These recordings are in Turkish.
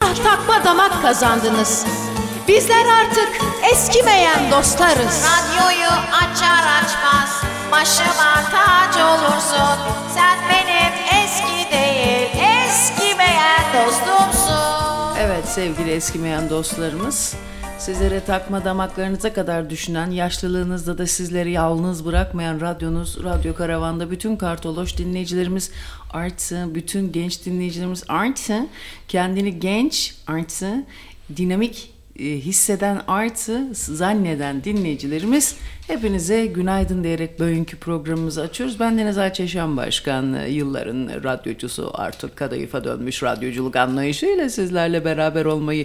takma damak kazandınız. Bizler artık eskimeyen dostlarız. Radyoyu açar açmaz başıma tac olursun. Sen benim eski değil eskimeyen dostumsun. Evet sevgili eskimeyen dostlarımız, sizlere takma damaklarınıza kadar düşünen, yaşlılığınızda da sizleri yalnız bırakmayan radyonuz, Radyo Karavan'da bütün Kartoloş dinleyicilerimiz artı, bütün genç dinleyicilerimiz artı, kendini genç artı, dinamik hisseden artı, zanneden dinleyicilerimiz hepinize günaydın diyerek bugünkü programımızı açıyoruz. Ben Deniz Ayçeşan Başkan, yılların radyocusu, artık kadayıfa dönmüş radyoculuk anlayışıyla sizlerle beraber olmayı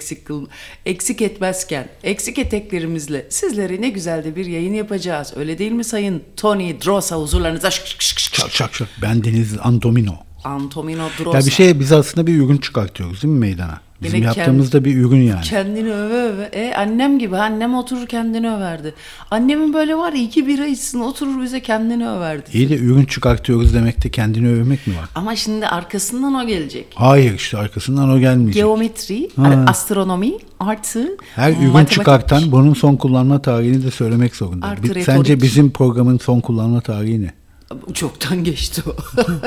eksik etmezken, eksik eteklerimizle sizlere ne güzel de bir yayın yapacağız. Öyle değil mi Sayın Tony Drosa, huzurlarınıza Şak. Ben Deniz Antomino Drosa. Ya bir şey, biz aslında bir ürün çıkartıyoruz değil mi meydana? Bizim yaptığımız da bir ürün yani. Kendini öve. Annem gibi. Annem oturur kendini överdi. Annemin böyle var ya, 2 bira içsin oturur bize kendini överdi. İyi de ürün çıkartıyoruz demekte kendini övmek mi var? Ama şimdi arkasından o gelecek. Hayır, işte arkasından o gelmeyecek. Geometri, astronomi artı her ürün matematik. Çıkartan bunun son kullanma tarihini de söylemek zorunda. Artı Sence bizim programın son kullanma tarihi ne? Çoktan geçti o.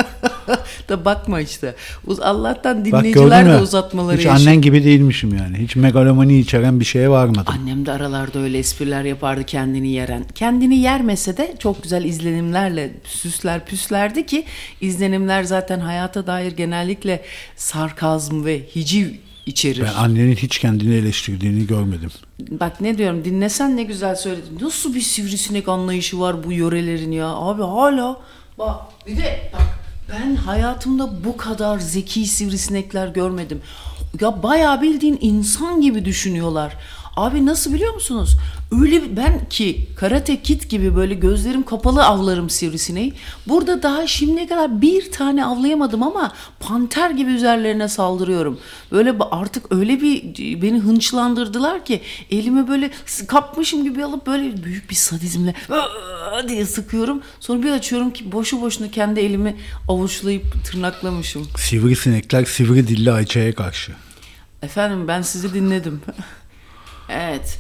Da bakma işte. Allah'tan dinleyiciler de uzatmaları Hiç annen gibi değilmişim yani. Hiç megalomani içeren bir şeye varmadım. Annem de aralarda öyle espriler yapardı, kendini yeren. Kendini yermese de çok güzel izlenimlerle süsler püslerdi ki izlenimler zaten hayata dair genellikle sarkazm ve hiciv içerir. Ben annenin hiç kendini eleştirdiğini görmedim. Bak ne diyorum, dinlesen ne güzel söyledin. Nasıl bir sivrisinek anlayışı var bu yörelerin ya. Abi hala bak, bir de bak, ben hayatımda bu kadar zeki sivrisinekler görmedim. Ya bayağı bildiğin insan gibi düşünüyorlar. Abi nasıl biliyor musunuz? Öyle ben ki Karate Kid gibi böyle gözlerim kapalı avlarım sivrisineği. Burada daha şimdiye kadar bir tane avlayamadım ama panter gibi üzerlerine saldırıyorum. Böyle artık öyle bir beni hınçlandırdılar ki elimi böyle kapmışım gibi alıp böyle büyük bir sadizmle diye sıkıyorum. Sonra bir açıyorum ki boşu boşuna kendi elimi avuçlayıp tırnaklamışım. Sivrisinekler sivri dilli Ayça'ya karşı. Efendim ben sizi dinledim. Evet.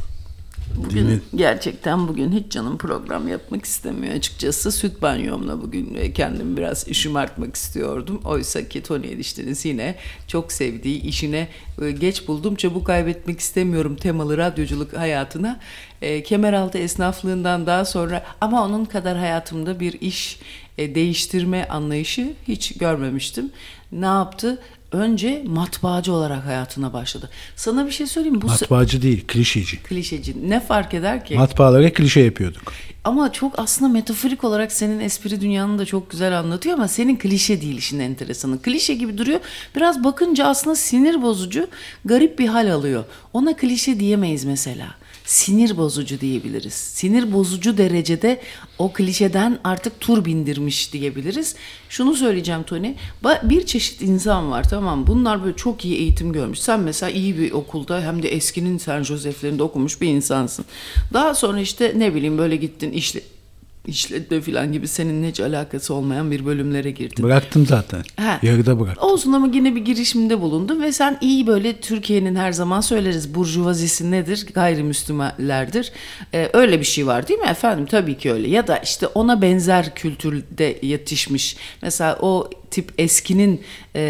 Gerçekten bugün hiç canım program yapmak istemiyor açıkçası. Süt banyomla bugün kendimi biraz şımartmak istiyordum. Oysa ki Tony Enişte'niz yine çok sevdiği işine geç buldum, çabuk kaybetmek istemiyorum temalı radyoculuk hayatına. Kemeraltı esnaflığından daha sonra, ama onun kadar hayatımda bir iş değiştirme anlayışı hiç görmemiştim. Ne yaptı? Önce matbaacı olarak hayatına başladı. Sana bir şey söyleyeyim mi? Matbaacı değil, klişeci. Klişeci. Ne fark eder ki? Matbaalara klişe yapıyorduk. Ama çok aslında metaforik olarak senin espri dünyanı da çok güzel anlatıyor, ama senin klişe değil işin enteresanı. Klişe gibi duruyor. Biraz bakınca aslında sinir bozucu, garip bir hal alıyor. Ona klişe diyemeyiz mesela. Sinir bozucu diyebiliriz. Sinir bozucu derecede o klişeden artık tur bindirmiş diyebiliriz. Şunu söyleyeceğim Tony. Bir çeşit insan var, tamam. Bunlar böyle çok iyi eğitim görmüş. Sen mesela iyi bir okulda hem de eskinin Saint Joseph'lerinde okumuş bir insansın. Daha sonra işte ne bileyim böyle gittin işletme falan gibi senin hiç alakası olmayan bir bölümlere girdin. Bıraktım zaten. Yarıda bıraktım. Olsun ama yine bir girişimde bulundun ve sen iyi böyle Türkiye'nin her zaman söyleriz burjuvazisi nedir? Gayrimüslimlerdir. Öyle bir şey var değil mi efendim? Tabii ki öyle. Ya da işte ona benzer kültürde yetişmiş. Mesela o tip eskinin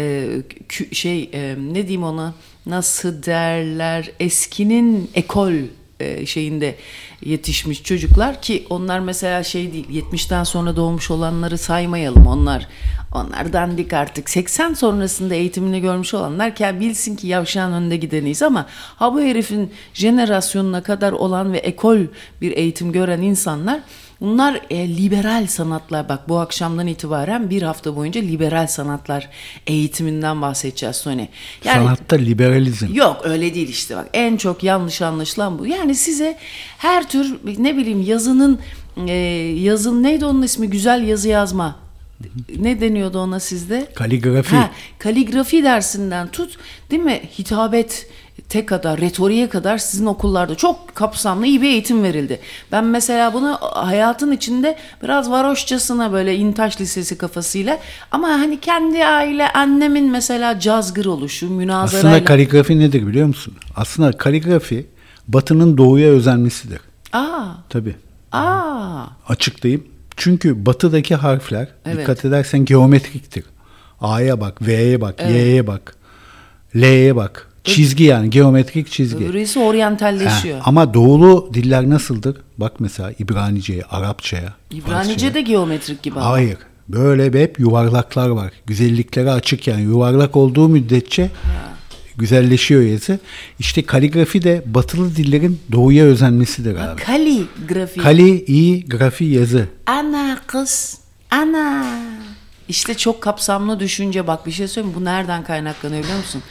ne diyeyim ona, nasıl derler, eskinin ekol şeyinde yetişmiş çocuklar ki onlar mesela şey değil, 70'ten sonra doğmuş olanları saymayalım, onlar dandik artık. 80 sonrasında eğitimini görmüş olanlar ki bilsin ki yavşağın önünde gideniyiz, ama bu herifin jenerasyonuna kadar olan ve ekol bir eğitim gören insanlar, bunlar liberal sanatlar. Bak bu akşamdan itibaren bir hafta boyunca liberal sanatlar eğitiminden bahsedeceğiz Tony. Yani, sanatta liberalizm. Yok öyle değil işte, bak en çok yanlış anlaşılan bu. Yani size her tür ne bileyim yazın neydi onun ismi, güzel yazı yazma. Ne deniyordu ona sizde? Kaligrafi. Kaligrafi dersinden tut, değil mi? Hitabete kadar, retoriğe kadar sizin okullarda çok kapsamlı iyi bir eğitim verildi. Ben mesela bunu hayatın içinde biraz varoşçasına böyle İntaş Lisesi kafasıyla, ama hani kendi annemin mesela cazgır oluşu, münazarayla. Aslında kaligrafi nedir biliyor musun? Aslında kaligrafi Batı'nın Doğu'ya özenmesidir. Tabii. Açıklayayım. Çünkü Batı'daki harfler dikkat edersen geometriktir. A'ya bak, V'ye bak, Y'ye bak, L'ye bak. Çizgi, yani geometrik çizgi. Öbürüsü oryantalleşiyor. Ama doğulu diller nasıldır? Bak mesela İbranice'ye, Arapça'ya. İbranice de geometrik gibi. Hayır. Böyle hep yuvarlaklar var. Güzelliklere açık, yani yuvarlak olduğu müddetçe güzelleşiyor yazı. İşte kaligrafi de batılı dillerin doğuya özenmesidir abi. Kaligrafi. Kaligrafi yazı. Ana kız. Ana. İşte çok kapsamlı düşünce, bak bir şey söyleyeyim mi? Bu nereden kaynaklanıyor biliyor musun?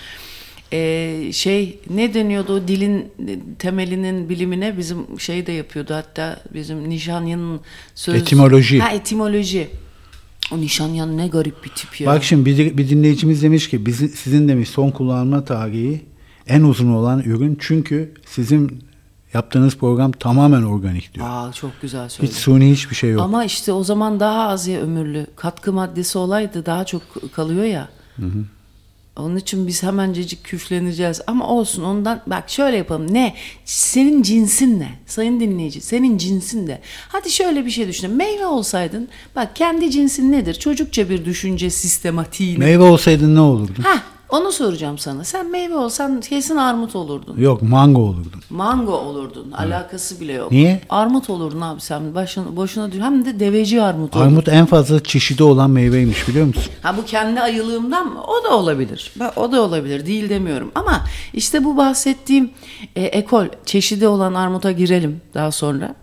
Ne deniyordu o dilin temelinin bilimine, bizim de yapıyordu hatta, bizim Nişanyan'ın sözü. Etimoloji. Etimoloji. O Nişanyan ne garip bir tip ya. Bak şimdi bir dinleyicimiz demiş ki sizin demiş son kullanma tarihi en uzun olan ürün, çünkü sizin yaptığınız program tamamen organik diyor. Çok güzel söyledin. Hiç suni hiçbir şey yok. Ama işte o zaman daha az ömürlü katkı maddesi olaydı daha çok kalıyor ya. Hı. Onun için biz hemencecik küfleneceğiz. Ama olsun, ondan bak şöyle yapalım. Ne? Senin cinsin ne? Sayın dinleyici, senin cinsin de. Hadi şöyle bir şey düşünelim. Meyve olsaydın, bak kendi cinsin nedir? Çocukça bir düşünce sistematiğini. Meyve olsaydın ne olurdun? Onu soracağım sana. Sen meyve olsan kesin armut olurdun. Yok, mango olurdun. Mango olurdun. Alakası bile yok. Niye? Armut olurdun abi sen. Boşuna değil. Hem de deveci armut olurdun. Armut en fazla çeşidi olan meyveymiş, biliyor musun? Bu kendi ayılığımdan mı? O da olabilir. O da olabilir. Değil demiyorum. Ama işte bu bahsettiğim ekol, çeşidi olan armuta girelim daha sonra.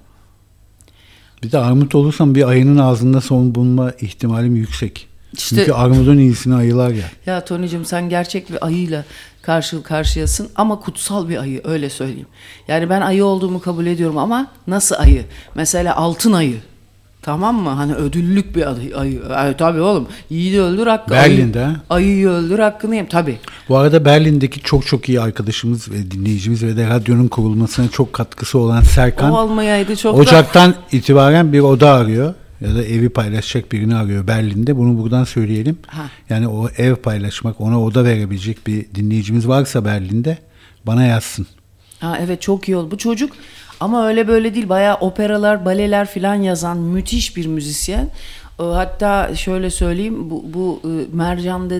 Bir de armut olursam bir ayının ağzında son bulma ihtimalim yüksek. İşte, çünkü armudun iyisini ayılar ya. Ya Tony'cim, sen gerçek bir ayıyla karşı karşıyasın ama kutsal bir ayı, öyle söyleyeyim. Yani ben ayı olduğumu kabul ediyorum ama nasıl ayı? Mesela altın ayı. Tamam mı? Hani ödüllük bir ayı. Tabii oğlum. Yiğidi öldür hakkı. Berlin'de. Ayıyı öldür hakkını yem. Tabii. Bu arada Berlin'deki çok iyi arkadaşımız ve dinleyicimiz ve de radyonun kurulmasına çok katkısı olan Serkan. O olmayaydı çok Ocak'tan itibaren bir oda arıyor. Ya da evi paylaşacak birini arıyor Berlin'de. Bunu buradan söyleyelim. Yani o ev paylaşmak, ona oda verebilecek bir dinleyicimiz varsa Berlin'de bana yazsın. Evet, çok iyi oldu. Bu çocuk ama öyle böyle değil. Bayağı operalar, baleler filan yazan müthiş bir müzisyen. Hatta şöyle söyleyeyim, bu Mercan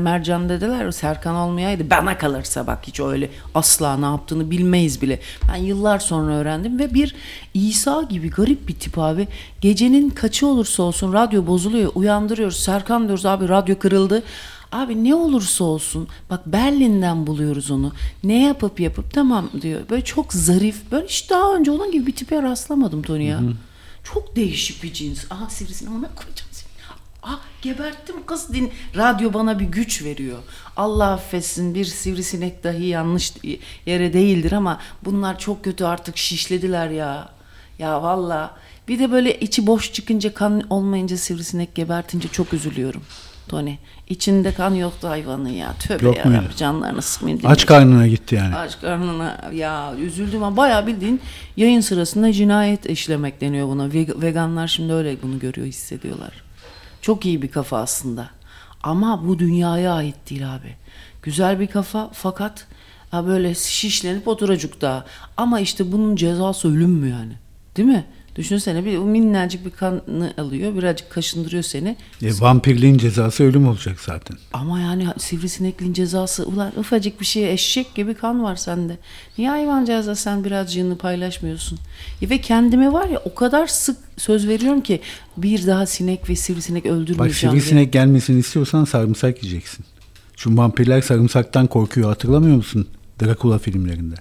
dedeler Serkan olmayaydı bana kalırsa, bak hiç öyle asla ne yaptığını bilmeyiz bile. Ben yıllar sonra öğrendim ve bir İsa gibi garip bir tip abi. Gecenin kaçı olursa olsun radyo bozuluyor, uyandırıyoruz. Serkan diyoruz, abi radyo kırıldı. Abi ne olursa olsun, bak Berlin'den buluyoruz onu. Ne yapıp tamam diyor. Böyle çok zarif. Böyle hiç daha önce onun gibi bir tipe rastlamadım Tony ya. Hı-hı. Çok değişik bir cins. Sivrisine ama koyacağım seni. Geberttim kız. Radyo bana bir güç veriyor. Allah affetsin, bir sivrisinek dahi yanlış yere değildir ama bunlar çok kötü artık, şişlediler ya. Ya valla. Bir de böyle içi boş çıkınca, kan olmayınca, sivrisinek gebertince çok üzülüyorum Tony. İçinde kan yoktu hayvanın ya. Tövbe yok yarabbim, canlarını sıkmayın. Aç karnına gitti yani. Aç karnına ya, üzüldüm ama bayağı bildiğin yayın sırasında cinayet işlemek deniyor buna. Veganlar şimdi öyle bunu görüyor, hissediyorlar. Çok iyi bir kafa aslında. Ama bu dünyaya ait değil abi. Güzel bir kafa fakat böyle şişlenip oturacak daha. Ama işte bunun cezası ölüm mü yani? Değil mi? Düşünsene, bir minnacık bir kanı alıyor, birazcık kaşındırıyor seni. Vampirliğin cezası ölüm olacak zaten. Ama yani sivrisinekliğin cezası, ulan ufacık bir şeye eşek gibi kan var sende. Niye hayvancağıza sen birazcığını paylaşmıyorsun? Ve kendime var ya, o kadar sık söz veriyorum ki bir daha sinek ve sivrisinek öldürmeyeceğim. Bak, sivrisinek gelmesini istiyorsan sarımsak yiyeceksin. Çünkü vampirler sarımsaktan korkuyor, hatırlamıyor musun? Dracula filmlerinde.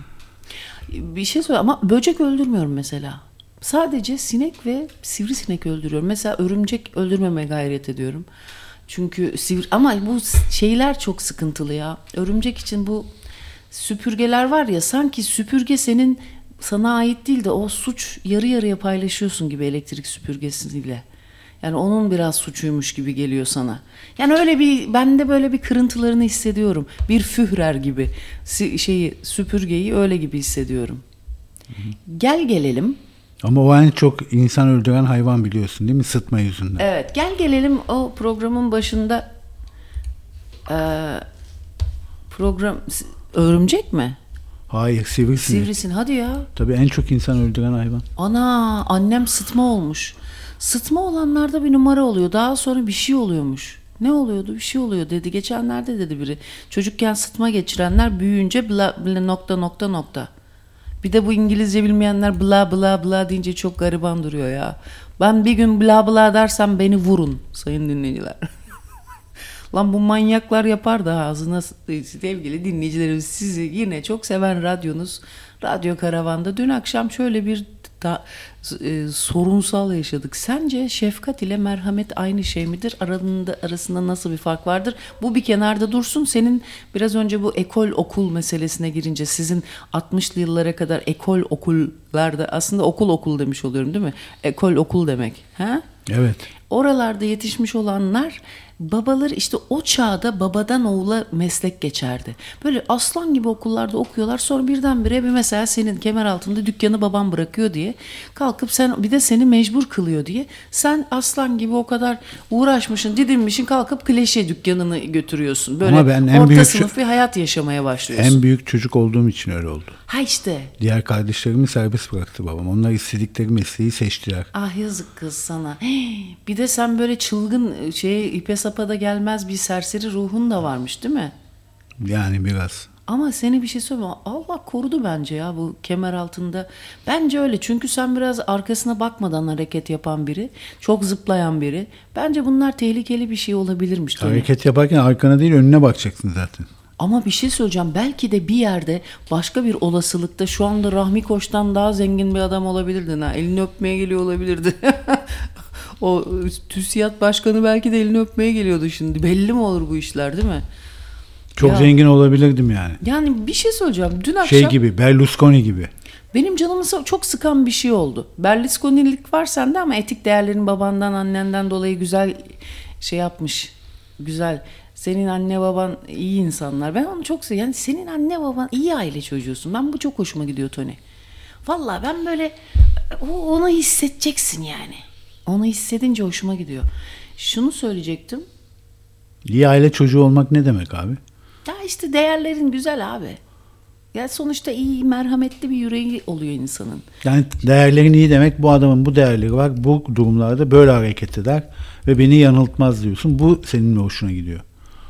Bir şey söyle ama böcek öldürmüyorum mesela. Sadece sinek ve sivrisinek öldürüyorum. Mesela örümcek öldürmemeye gayret ediyorum. Çünkü ama bu şeyler çok sıkıntılı ya. Örümcek için bu süpürgeler var ya, sanki süpürge sana ait değil de o suç yarı yarıya paylaşıyorsun gibi elektrik süpürgesiyle. Yani onun biraz suçuymuş gibi geliyor sana. Yani öyle bir, ben de böyle bir kırıntılarını hissediyorum. Bir Führer gibi süpürgeyi öyle gibi hissediyorum. Gel gelelim. Ama o en çok insan öldüren hayvan biliyorsun değil mi? Sıtma yüzünden. Evet, gel gelelim o programın başında program örümcek mi? Hayır, sivrisinek. Sivrisin, hadi ya. Tabii en çok insan öldüren hayvan. Ana, annem sıtma olmuş. Sıtma olanlarda bir numara oluyor. Daha sonra bir şey oluyormuş. Ne oluyordu? Bir şey oluyor dedi. Geçenlerde dedi biri. Çocukken sıtma geçirenler büyüyünce bla bla nokta. Bir de bu İngilizce bilmeyenler bla bla bla deyince çok gariban duruyor ya. Ben bir gün bla bla dersem beni vurun sayın dinleyiciler. Lan bu manyaklar yapar da ağzına, sevgili dinleyicilerimiz, sizi yine çok seven radyonuz Radyo Karavan'da dün akşam şöyle bir sorunsal yaşadık. Sence şefkat ile merhamet aynı şey midir? Arasında nasıl bir fark vardır? Bu bir kenarda dursun. Senin biraz önce bu okul meselesine girince, sizin 60'lı yıllara kadar okullarda, aslında okul demiş oluyorum değil mi? Okul demek. Ha? Evet. Oralarda yetişmiş olanlar, babaları işte o çağda babadan oğula meslek geçerdi. Böyle aslan gibi okullarda okuyorlar, sonra birdenbire mesela senin Kemeraltı'nda dükkanı babam bırakıyor diye kalkıp bir de seni mecbur kılıyor diye sen aslan gibi o kadar uğraşmışsın, didinmişsin, kalkıp klişe dükkanını götürüyorsun. Böyle orta sınıf bir hayat yaşamaya başlıyorsun. En büyük çocuk olduğum için öyle oldu. Ha işte. Diğer kardeşlerimi serbest bıraktı babam. Onlar istedikleri mesleği seçtiler. Ah yazık kız sana. Bir de sen böyle çılgın ipe sapada gelmez bir serseri ruhun da varmış değil mi? Yani biraz. Ama seni bir şey söyleyeyim, Allah korudu bence ya bu Kemeraltı'nda. Bence öyle, çünkü sen biraz arkasına bakmadan hareket yapan biri, çok zıplayan biri. Bence bunlar tehlikeli bir şey olabilirmiş. Hareket yaparken arkana değil önüne bakacaksın zaten. Ama bir şey söyleyeceğim, belki de bir yerde başka bir olasılıkta şu anda Rahmi Koç'tan daha zengin bir adam olabilirdin ha. Elini öpmeye geliyor olabilirdi. O TÜSİAD başkanı belki de elini öpmeye geliyordu şimdi. Belli mi olur bu işler değil mi? Çok zengin olabilirdim yani. Yani bir şey söyleyeceğim. Dün akşam gibi, Berlusconi gibi. benim canımı çok sıkan bir şey oldu. Berlusconi'lik var sende ama etik değerlerin babandan, annenden dolayı güzel yapmış. Güzel. Senin anne baban iyi insanlar. Ben onu çok seviyorum. Yani senin anne baban iyi aile çocuğusun. Ben bu çok hoşuma gidiyor Tony. Vallahi ben böyle onu hissedeceksin yani. Onu hissedince hoşuma gidiyor. Şunu söyleyecektim. İyi aile çocuğu olmak ne demek abi? Ya işte değerlerin güzel abi. Ya sonuçta iyi, merhametli bir yüreği oluyor insanın. Yani değerlerin iyi demek, bu adamın bu değerleri var, bu durumlarda böyle hareket eder ve beni yanıltmaz diyorsun. Bu senin hoşuna gidiyor.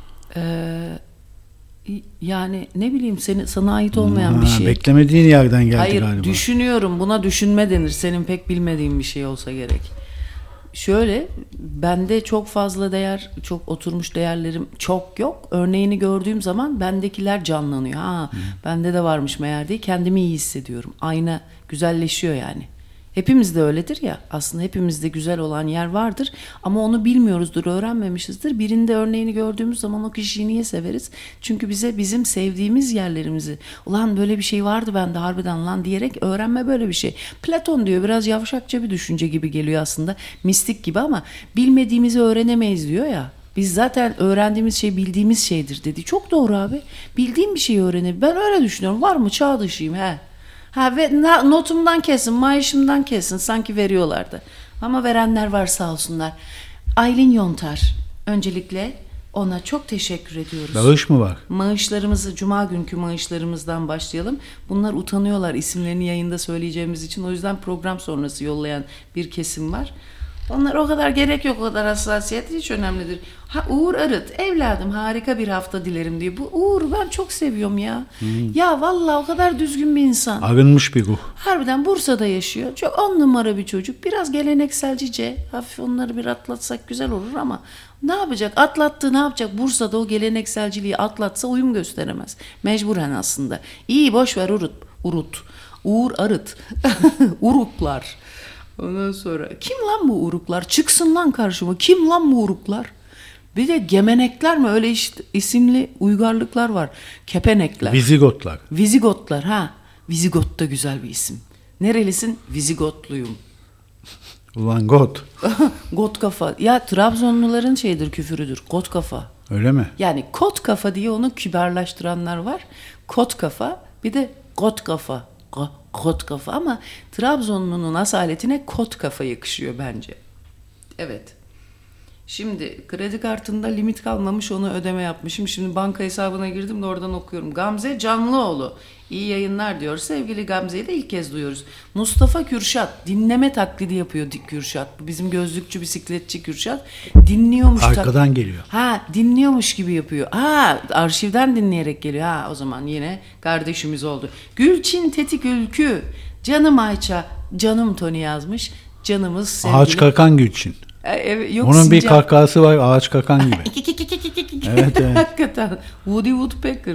Yani ne bileyim, sana ait olmayan bir şey. Beklemediğin yerden geldi galiba. Hayır, düşünüyorum, buna düşünme denir. Senin pek bilmediğin bir şey olsa gerek. Şöyle, bende çok fazla değer, çok oturmuş değerlerim çok yok. Örneğini gördüğüm zaman bendekiler canlanıyor. Bende de varmış meğer diye kendimi iyi hissediyorum. Ayna güzelleşiyor yani. Hepimizde öyledir ya, aslında hepimizde güzel olan yer vardır ama onu bilmiyoruzdur, öğrenmemişizdir. Birinde örneğini gördüğümüz zaman o kişiyi niye severiz? Çünkü bize bizim sevdiğimiz yerlerimizi, ulan böyle bir şey vardı bende harbiden lan diyerek öğrenme böyle bir şey. Platon diyor, biraz yavşakça bir düşünce gibi geliyor aslında, mistik gibi, ama bilmediğimizi öğrenemeyiz diyor ya. Biz zaten öğrendiğimiz şey bildiğimiz şeydir dedi. Çok doğru abi. Bildiğim bir şeyi öğrenebilirim. Ben öyle düşünüyorum. Var mı, çağ dışıyım ve notumdan kesin, maaşımdan kesin sanki veriyorlardı. Ama verenler var sağ olsunlar. Aylin Yontar, öncelikle ona çok teşekkür ediyoruz. Bağış mı var? Maaşlarımızı, cuma günkü maaşlarımızdan başlayalım. Bunlar utanıyorlar isimlerini yayında söyleyeceğimiz için. O yüzden program sonrası yollayan bir kesim var. Onlar o kadar gerek yok, o kadar hassasiyet hiç önemlidir. Uğur Arıt, evladım harika bir hafta dilerim diye. Bu Uğur ben çok seviyorum ya. Ya vallahi o kadar düzgün bir insan. Arınmış bir ruh. Harbiden Bursa'da yaşıyor. Çok 10 numara bir çocuk. Biraz gelenekselcice, hafif onları bir atlatsak güzel olur ama ne yapacak? Ne yapacak? Bursa'da o gelenekselciliği atlatsa uyum gösteremez. Mecburen aslında. İyi, boş ver Uğur Arıt. Uruklar. Ondan sonra kim lan bu uruklar? Çıksın lan karşıma. Kim lan bu uruklar? Bir de gemenekler mi? Öyle işte isimli uygarlıklar var. Kepenekler. Vizigotlar. Vizigot da güzel bir isim. Nerelisin? Vizigotluyum. Ulan got. Got kafa. Ya Trabzonluların şeydir, küfürüdür. Got kafa. Öyle mi? Yani kot kafa diye onu kibarlaştıranlar var. Kot kafa, bir de got kafa. Kot kafa, ama Trabzonlu'nun asaletine kot kafa yakışıyor bence. Evet. Şimdi kredi kartında limit kalmamış, onu ödeme yapmışım. Şimdi banka hesabına girdim de oradan okuyorum. Gamze Canlıoğlu iyi yayınlar diyor. Sevgili Gamze'yi de ilk kez duyuyoruz. Mustafa Kürşat dinleme taklidi yapıyor Kürşat. Bizim gözlükçü bisikletçi Kürşat. Dinliyormuş. Arkadan geliyor. Ha, dinliyormuş gibi yapıyor. Ha, arşivden dinleyerek geliyor. Ha, o zaman yine kardeşimiz oldu. Gülçin Tetik Ülkü. Canım Ayça, canım Tony yazmış. Canımız sevgili. Ağaç kakan Gülçin. Evet, yok, onun sincap. bir kahkahası var, ağaç kakan gibi. Evet. Hakikaten. Woody Woodpecker.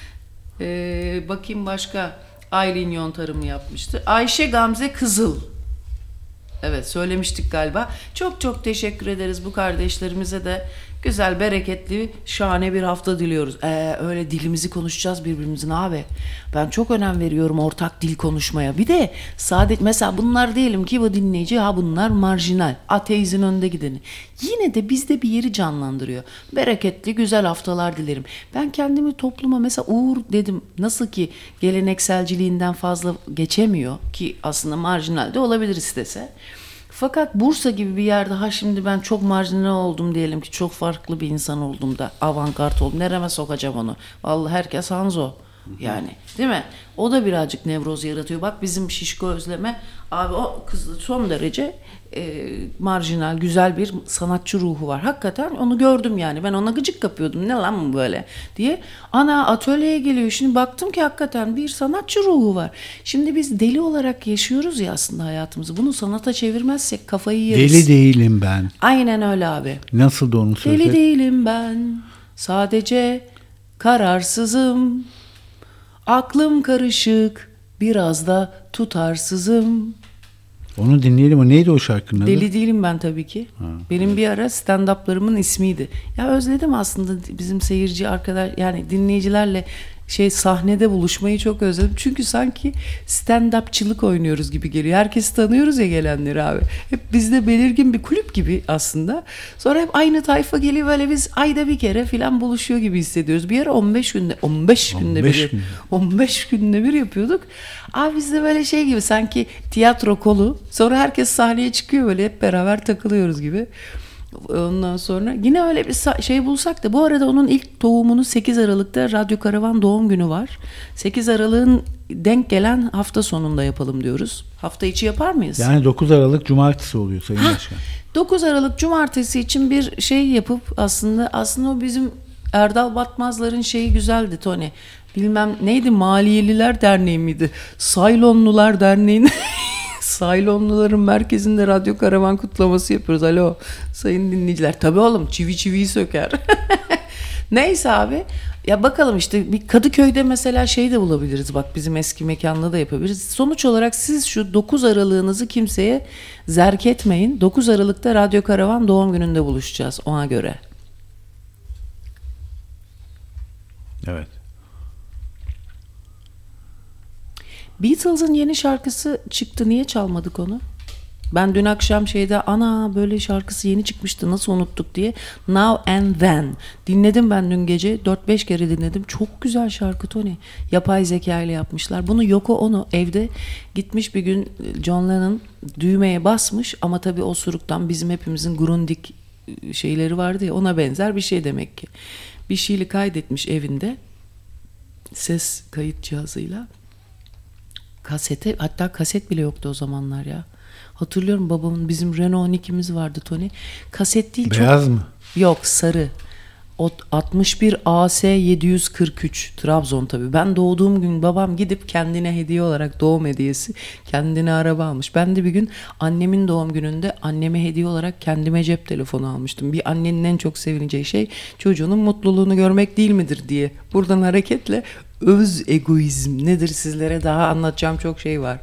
Bakayım başka. Aylin Yontarım'ı yapmıştı. Ayşe Gamze Kızıl. Evet, söylemiştik galiba. Çok çok teşekkür ederiz bu kardeşlerimize de. Güzel, bereketli, şahane bir hafta diliyoruz. Öyle dilimizi konuşacağız birbirimizin abi. Ben çok önem veriyorum ortak dil konuşmaya. Bir de sadece mesela bunlar diyelim ki bu dinleyici, bunlar marjinal. Ateizin önde gideni. Yine de bizde bir yeri canlandırıyor. Bereketli, güzel haftalar dilerim. Ben kendimi topluma mesela Uğur dedim. Nasıl ki gelenekselciliğinden fazla geçemiyor ki aslında marjinal de olabilir istese. Fakat Bursa gibi bir yerde şimdi ben çok marjinal oldum diyelim ki, çok farklı bir insan oldum da avantgard oldum. Nereme sokacağım onu? Vallahi herkes Hanzo. Yani değil mi? O da birazcık nevroz yaratıyor. Bak bizim Şişko Özleme abi, o kız son derece marjinal, güzel bir sanatçı ruhu var. Hakikaten onu gördüm yani. Ben ona gıcık kapıyordum. Ne lan bu böyle diye. Ana atölyeye geliyor. Şimdi baktım ki hakikaten bir sanatçı ruhu var. Şimdi biz deli olarak yaşıyoruz ya aslında hayatımızı. Bunu sanata çevirmezsek kafayı yeriz. Deli değilim ben. Aynen öyle abi. Nasıl da onu söyledi? Deli değilim ben. Sadece kararsızım. Aklım karışık. Biraz da tutarsızım. Onu dinleyelim. O neydi o şarkının adı? Deli değilim ben tabii ki. Benim bir ara stand-up'larımın ismiydi. Ya özledim aslında bizim seyirci arkadaş, yani dinleyicilerle sahnede buluşmayı çok özledim. Çünkü sanki stand-upçılık oynuyoruz gibi geliyor. Herkesi tanıyoruz ya gelenleri abi. Hep bizde belirgin bir kulüp gibi aslında. Sonra hep aynı tayfa geliyor, böyle biz ayda bir kere falan buluşuyor gibi hissediyoruz. Bir ara 15 günde bir yapıyorduk. Abi bizde böyle gibi sanki tiyatro kolu. Sonra herkes sahneye çıkıyor, böyle hep beraber takılıyoruz gibi. Ondan sonra yine öyle bir bulsak da, bu arada onun ilk doğumunu 8 Aralık'ta Radyo Karavan doğum günü var. 8 Aralık'ın denk gelen hafta sonunda yapalım diyoruz. Hafta içi yapar mıyız? Yani 9 Aralık Cumartesi oluyor Sayın Başkan. 9 Aralık Cumartesi için bir yapıp aslında o bizim Erdal Batmazlar'ın güzeldi Tony. Bilmem neydi, Maliyeliler Derneği miydi? Saylonlular Derneği'nin Saylonluların merkezinde Radyo Karavan kutlaması yapıyoruz. Alo sayın dinleyiciler. Tabii oğlum, çivi çiviyi söker. Neyse abi. Ya bakalım işte bir Kadıköy'de mesela de bulabiliriz. Bak bizim eski mekanda da yapabiliriz. Sonuç olarak siz şu 9 Aralık'ınızı kimseye zerk etmeyin. 9 Aralık'ta Radyo Karavan doğum gününde buluşacağız ona göre. Evet. Beatles'ın yeni şarkısı çıktı. Niye çalmadık onu? Ben dün akşam ana böyle şarkısı yeni çıkmıştı, nasıl unuttuk diye Now and Then dinledim ben dün gece, 4-5 kere dinledim. Çok güzel şarkı Tony. Yapay zeka ile yapmışlar. Bunu Yoko Ono evde gitmiş bir gün, John Lennon düğmeye basmış ama tabii osuruktan bizim hepimizin Grundig şeyleri vardı ya, ona benzer bir şey demek ki. Bir şeyli kaydetmiş evinde ses kayıt cihazıyla. Kasete, hatta kaset bile yoktu o zamanlar ya. Hatırlıyorum, babamın, bizim Renault 12'miz vardı Tony. Kaset değil. Beyaz mı? Yok, sarı. 61 AS 743 Trabzon tabii. Ben doğduğum gün babam gidip kendine hediye olarak, doğum hediyesi, kendine araba almış. Ben de bir gün annemin doğum gününde anneme hediye olarak kendime cep telefonu almıştım. Bir annenin en çok sevineceği şey çocuğunun mutluluğunu görmek değil midir diye. Buradan hareketle öz egoizm nedir sizlere daha anlatacağım çok şey var.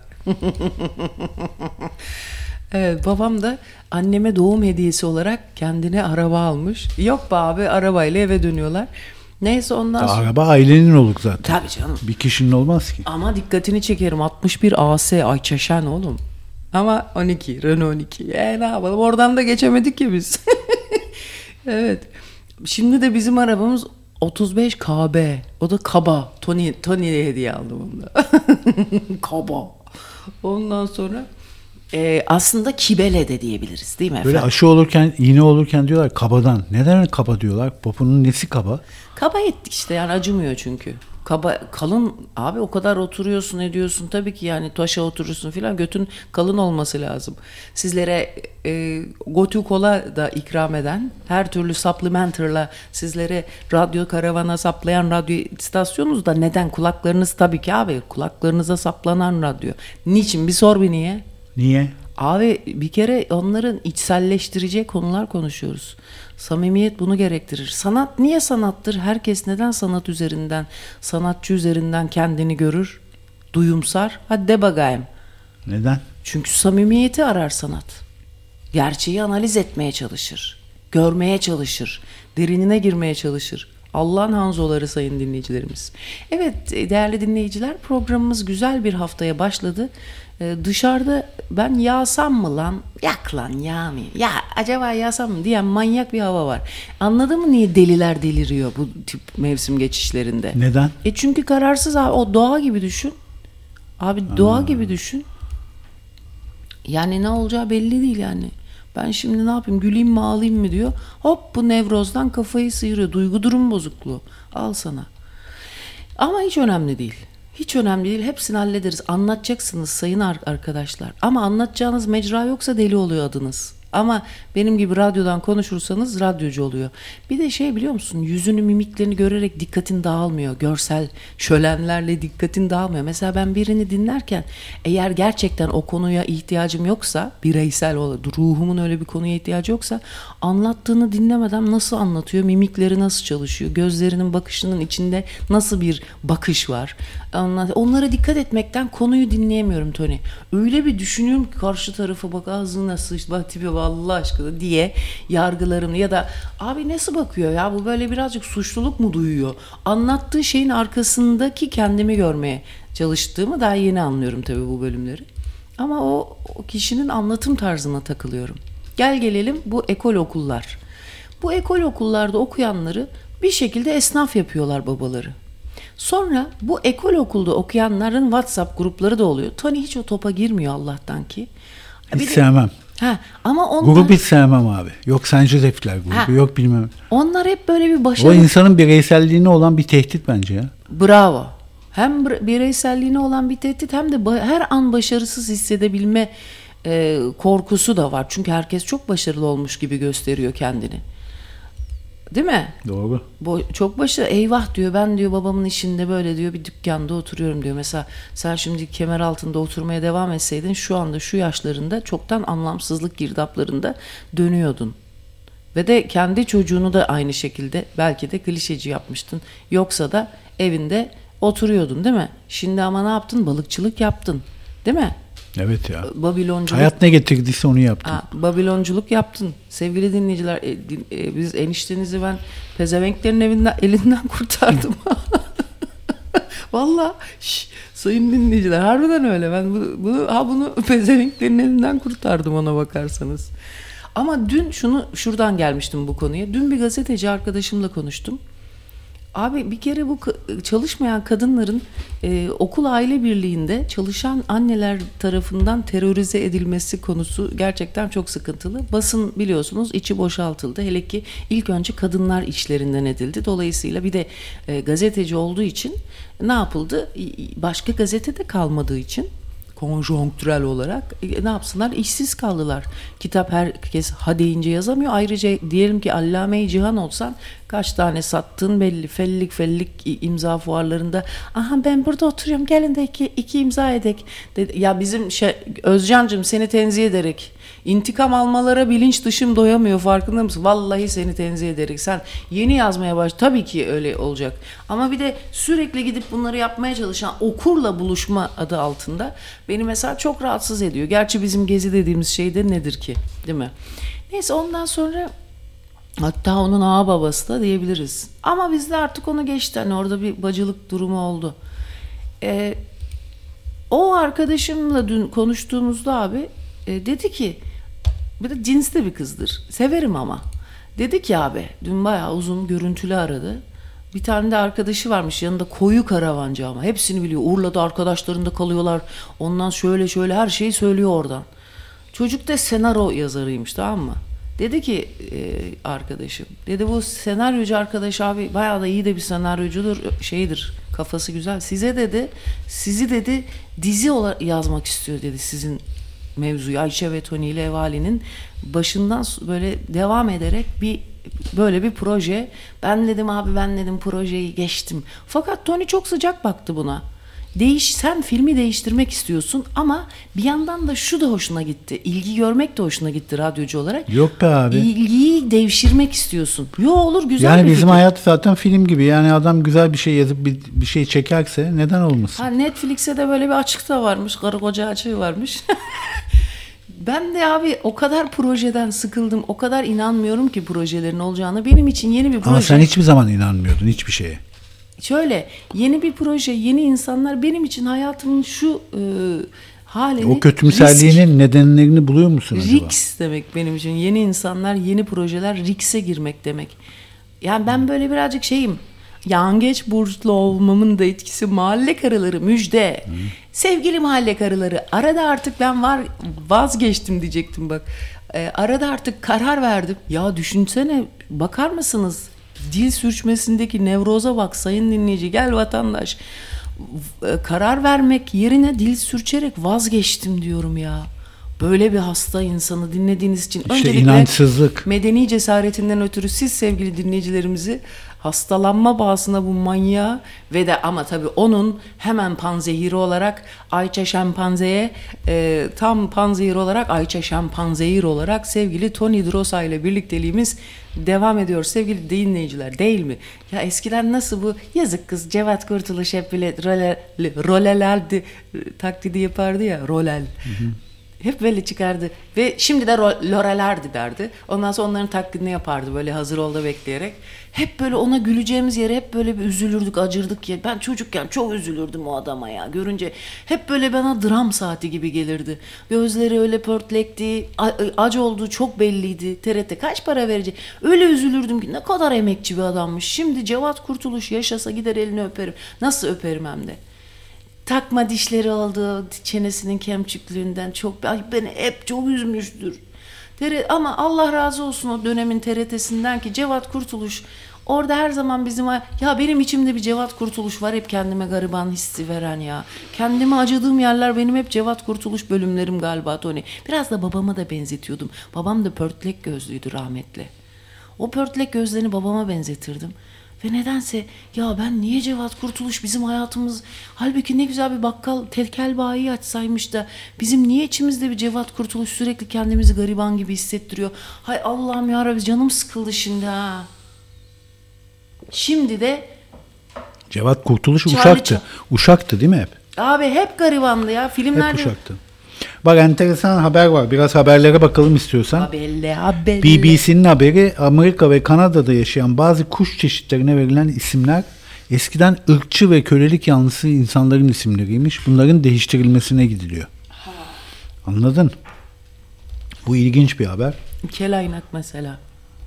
Evet, babam da anneme doğum hediyesi olarak kendine araba almış. Yok be abi, arabayla eve dönüyorlar. Neyse ondan sonra. Araba ailenin oluk zaten. Tabii canım. Bir kişinin olmaz ki. Ama dikkatini çekerim, 61 AS, ay çeşen oğlum. Ama 12, Renault 12. Ne yapalım, oradan da geçemedik ki biz. Evet. Şimdi de bizim arabamız 35 KB. O da kaba. Tony'ye hediye aldım onu da. Kaba. Ondan sonra aslında kibele de diyebiliriz değil mi efendim? Böyle aşı olurken, iğne olurken diyorlar kabadan. Neden kaba diyorlar? Popunun nesi kaba? Kaba ettik işte, yani acımıyor çünkü. Kaba, kalın abi, o kadar oturuyorsun ediyorsun tabii ki, yani taşa oturursun filan, götün kalın olması lazım. Sizlere Gotu Kola da ikram eden, her türlü supplementer'la sizlere radyo karavana saplayan radyo istasyonunuz da neden? Kulaklarınız tabii ki abi, kulaklarınıza saplanan radyo. Niçin? Bir sor bir niye? Niye? Abi bir kere onların içselleştireceği konular konuşuyoruz. Samimiyet bunu gerektirir. Sanat niye sanattır? Herkes neden sanat üzerinden, sanatçı üzerinden kendini görür? Duyumsar. Hadi de bakayım. Neden? Çünkü samimiyeti arar sanat. Gerçeği analiz etmeye çalışır. Görmeye çalışır. Derinine girmeye çalışır. Allah'ın hanzoları sayın dinleyicilerimiz. Evet değerli dinleyiciler, programımız güzel bir haftaya başladı. Dışarıda ben yağsam mı lan? Yak lan yağ mı? Ya acaba yağsam mı diyen manyak bir hava var. Anladın mı niye deliler deliriyor bu tip mevsim geçişlerinde? Neden? Çünkü kararsız abi, o doğa gibi düşün. Abi doğa gibi düşün. Yani ne olacağı belli değil yani. Ben şimdi ne yapayım, güleyim mi ağlayayım mı diyor. Hop bu nevrozdan kafayı sıyırıyor. Duygu durum bozukluğu. Al sana. Ama hiç önemli değil. Hiç önemli değil. Hepsini hallederiz. Anlatacaksınız sayın arkadaşlar. Ama anlatacağınız mecra yoksa deli oluyor adınız. Ama benim gibi radyodan konuşursanız radyocu oluyor. Bir de şey biliyor musun? Yüzünü, mimiklerini görerek dikkatin dağılmıyor. Görsel şölenlerle dikkatin dağılmıyor. Mesela ben birini dinlerken eğer gerçekten o konuya ihtiyacım yoksa, bireysel olarak ruhumun öyle bir konuya ihtiyacı yoksa, anlattığını dinlemeden nasıl anlatıyor? Mimikleri nasıl çalışıyor? Gözlerinin bakışının içinde nasıl bir bakış var? Onlara dikkat etmekten konuyu dinleyemiyorum Tony. Öyle bir düşünüyorum ki karşı tarafa, bak ağzına sıçtı, bak tipi Allah aşkına diye yargılarım, ya da abi nasıl bakıyor ya, bu böyle birazcık suçluluk mu duyuyor? Anlattığı şeyin arkasındaki kendimi görmeye çalıştığımı daha yeni anlıyorum tabii bu bölümleri. Ama o kişinin anlatım tarzına takılıyorum. Gel gelelim bu ekol okullar. Bu ekol okullarda okuyanları bir şekilde esnaf yapıyorlar babaları. Sonra bu ekol okulda okuyanların WhatsApp grupları da oluyor. Tony hiç o topa girmiyor Allah'tan ki. Hiç sevmem. Ama onlar... Grup hiç sevmem abi. Yok Sancızefler grubu, yok bilmem. Onlar hep böyle bir başarı... O insanın bireyselliğine olan bir tehdit bence ya. Bravo. Hem bireyselliğine olan bir tehdit, hem de her an başarısız hissedebilme korkusu da var. Çünkü herkes çok başarılı olmuş gibi gösteriyor kendini. Değil mi? Doğru. Çok başarılı. Eyvah diyor, ben diyor babamın işinde böyle diyor bir dükkanda oturuyorum diyor. Mesela sen şimdi kemer altında oturmaya devam etseydin şu anda şu yaşlarında çoktan anlamsızlık girdaplarında dönüyordun. Ve de kendi çocuğunu da aynı şekilde belki de klişeci yapmıştın. Yoksa da evinde oturuyordun değil mi? Şimdi ama ne yaptın? Balıkçılık yaptın. Değil mi? Evet ya. Babilonculuk. Hayat ne getirdiyse onu yaptın. Babilonculuk yaptın. Sevgili dinleyiciler, biz eniştenizi ben pezevenklerin elinden kurtardım. Vallahi sayın dinleyiciler, harbiden öyle. Ben bunu pezevenklerin elinden kurtardım ona bakarsanız. Ama dün şuradan gelmiştim bu konuya. Dün bir gazeteci arkadaşımla konuştum. Abi bir kere bu çalışmayan kadınların okul aile birliğinde çalışan anneler tarafından terörize edilmesi konusu gerçekten çok sıkıntılı. Basın biliyorsunuz içi boşaltıldı. Hele ki ilk önce kadınlar içlerinden edildi. Dolayısıyla bir de gazeteci olduğu için ne yapıldı? Başka gazetede kalmadığı için konjonktürel olarak ne yapsınlar? İşsiz kaldılar. Kitap herkes ha deyince yazamıyor. Ayrıca diyelim ki Allame-i Cihan olsan kaç tane sattığın belli. Fellik imza fuarlarında. Aha ben burada oturuyorum. Gelin de iki imza edek. Dedi. Ya bizim Özcan'cığım seni tenzih ederek intikam almalara bilinç dışım doyamıyor, farkında mısın? Vallahi seni tenzih ederek. Sen yeni yazmaya baş. Tabii ki öyle olacak. Ama bir de sürekli gidip bunları yapmaya çalışan okurla buluşma adı altında beni mesela çok rahatsız ediyor. Gerçi bizim gezi dediğimiz şey de nedir ki? Değil mi? Neyse ondan sonra hatta onun ağa babası da diyebiliriz. Ama bizde artık onu geçti. Hani orada bir bacılık durumu oldu. O arkadaşımla dün konuştuğumuzda abi Dedi ki, bir de cinsli bir kızdır. Severim ama. Dedi ki abi, dün bayağı uzun görüntülü aradı. Bir tane de arkadaşı varmış yanında, koyu karavancı ama. Hepsini biliyor. Urla'da arkadaşlarında kalıyorlar. Ondan şöyle her şeyi söylüyor oradan. Çocuk da senaryo yazarıymış, tamam mı? Dedi ki arkadaşım, dedi bu senaryocu arkadaş abi bayağı da iyi de bir senaryocudur, kafası güzel. Sizi dedi dizi olarak yazmak istiyor dedi, sizin mevzuyu Ayça ve Tony ile Evali'nin başından böyle devam ederek böyle bir proje. Ben dedim projeyi geçtim. Fakat Tony çok sıcak baktı buna. Sen filmi değiştirmek istiyorsun ama bir yandan da şu da hoşuna gitti. İlgi görmek de hoşuna gitti radyocu olarak. Yok be abi. İlgiyi devşirmek istiyorsun. Olur güzel yani bir bizim fikir. hayat zaten film gibi. Yani adam güzel bir şey yazıp bir şey çekerse neden olmasın? Netflix'e de böyle bir açık da varmış. Karı koca açığı varmış. Ben de abi o kadar projeden sıkıldım. O kadar inanmıyorum ki projelerin olacağına. Benim için yeni bir proje. Ama sen hiçbir zaman inanmıyordun hiçbir şeye. Şöyle, yeni bir proje, yeni insanlar benim için hayatımın şu halini... O kötümserliğinin nedenlerini buluyor musun acaba? Risk demek benim için. Yeni insanlar, yeni projeler, risk'e girmek demek. Yani ben böyle birazcık Yengeç burçlu olmamın da etkisi, mahalle karıları müjde. Sevgili mahalle karıları, arada artık ben vazgeçtim diyecektim bak. Arada artık karar verdim. Ya düşünsene, bakar mısınız? Dil sürçmesindeki nevroza bak sayın dinleyici, gel vatandaş. Karar vermek yerine dil sürçerek vazgeçtim diyorum ya. Böyle bir hasta insanı dinlediğiniz için öncelikle inançsızlık. Medeni cesaretinden ötürü siz sevgili dinleyicilerimizi hastalanma bahasına bu manyağı ve de ama tabii onun hemen panzehiri olarak Ayça Şempanze'ye tam panzehir olarak Ayça Şempanzehir olarak sevgili Tony Drosa ile birlikteliğimiz devam ediyor sevgili dinleyiciler, değil mi? Ya eskiden nasıl bu yazık kız Cevat Kurtuluş hep bile rolelerdi taklidi yapardı ya, rolel. Hep böyle çıkardı ve şimdi de lorelerdi derdi. Ondan sonra onların taklidini yapardı böyle hazır olda bekleyerek. Hep böyle ona güleceğimiz yere hep böyle bir üzülürdük, acırdık ya. Ben çocukken çok üzülürdüm o adama ya. Görünce hep böyle bana dram saati gibi gelirdi. Gözleri öyle pörtlekti, acı olduğu çok belliydi. TRT kaç para verecek? Öyle üzülürdüm ki ne kadar emekçi bir adammış. Şimdi Cevat Kurtuluş yaşasa gider elini öperim. Nasıl öperim hem de. Takma dişleri oldu, çenesinin kemçüklüğünden beni hep çok üzmüştür. Ama Allah razı olsun o dönemin TRT'sinden ki Cevat Kurtuluş orada her zaman ya benim içimde bir Cevat Kurtuluş var, hep kendime gariban hissi veren ya. Kendime acıdığım yerler benim hep Cevat Kurtuluş bölümlerim galiba Tony. Biraz da babama da benzetiyordum. Babam da pörtlek gözlüydü rahmetli. O pörtlek gözlerini babama benzetirdim. Ve nedense ya ben niye Cevat Kurtuluş bizim hayatımız, halbuki ne güzel bir bakkal tekel bayi açsaymış da bizim niye içimizde bir Cevat Kurtuluş sürekli kendimizi gariban gibi hissettiriyor. Hay Allah'ım yarabbim, canım sıkıldı şimdi ha. Şimdi de Cevat Kurtuluş Uşaktı değil mi hep? Abi hep garibandı ya filmlerde. Hep Uşaktı. Bak enteresan haber var. Biraz haberlere bakalım istiyorsan. Haberle. BBC'nin haberi, Amerika ve Kanada'da yaşayan bazı kuş çeşitlerine verilen isimler eskiden ırkçı ve kölelik yanlısı insanların isimleriymiş. Bunların değiştirilmesine gidiliyor. Anladın? Bu ilginç bir haber. Kelaynak mesela.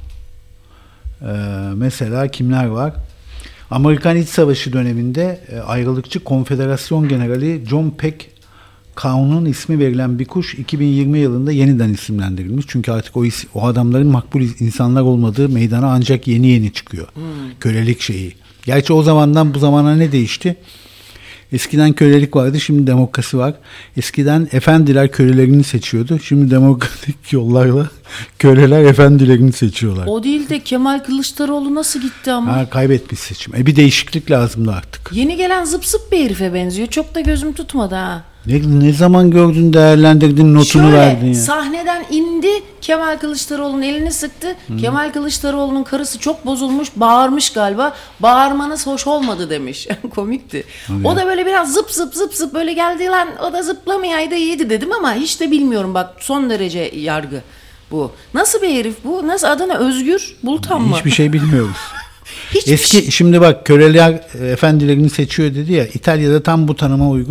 Mesela kimler var? Amerikan İç Savaşı döneminde ayrılıkçı Konfederasyon Generali John Peck Kaun'un ismi verilen bir kuş 2020 yılında yeniden isimlendirilmiş. Çünkü artık o adamların makbul insanlar olmadığı meydana ancak yeni çıkıyor. Kölelik şeyi. Gerçi o zamandan bu zamana ne değişti? Eskiden kölelik vardı, şimdi demokrasi var. Eskiden efendiler kölelerini seçiyordu. Şimdi demokratik yollarla köleler efendilerini seçiyorlar. O değil de Kemal Kılıçdaroğlu nasıl gitti ama? Kaybetmiş seçim. Bir değişiklik lazımdı artık. Yeni gelen zıp zıp bir herife benziyor. Çok da gözüm tutmadı ha. Ne zaman gördün, değerlendirdin, notunu verdin ya. Sahneden indi, Kemal Kılıçdaroğlu'nun elini sıktı. Kemal Kılıçdaroğlu'nun karısı çok bozulmuş, bağırmış galiba. Bağırmanız hoş olmadı demiş. Komikti. Hadi o da böyle biraz zıp zıp böyle geldi lan. O da zıplamayaydı iyiydi dedim ama hiç de bilmiyorum bak, son derece yargı bu. Nasıl bir herif bu? Nasıl, adına Özgür Bultan mı? Hiçbir şey bilmiyoruz. Şimdi bak köleler efendilerini seçiyor dedi ya, İtalya'da tam bu tanıma uygun bir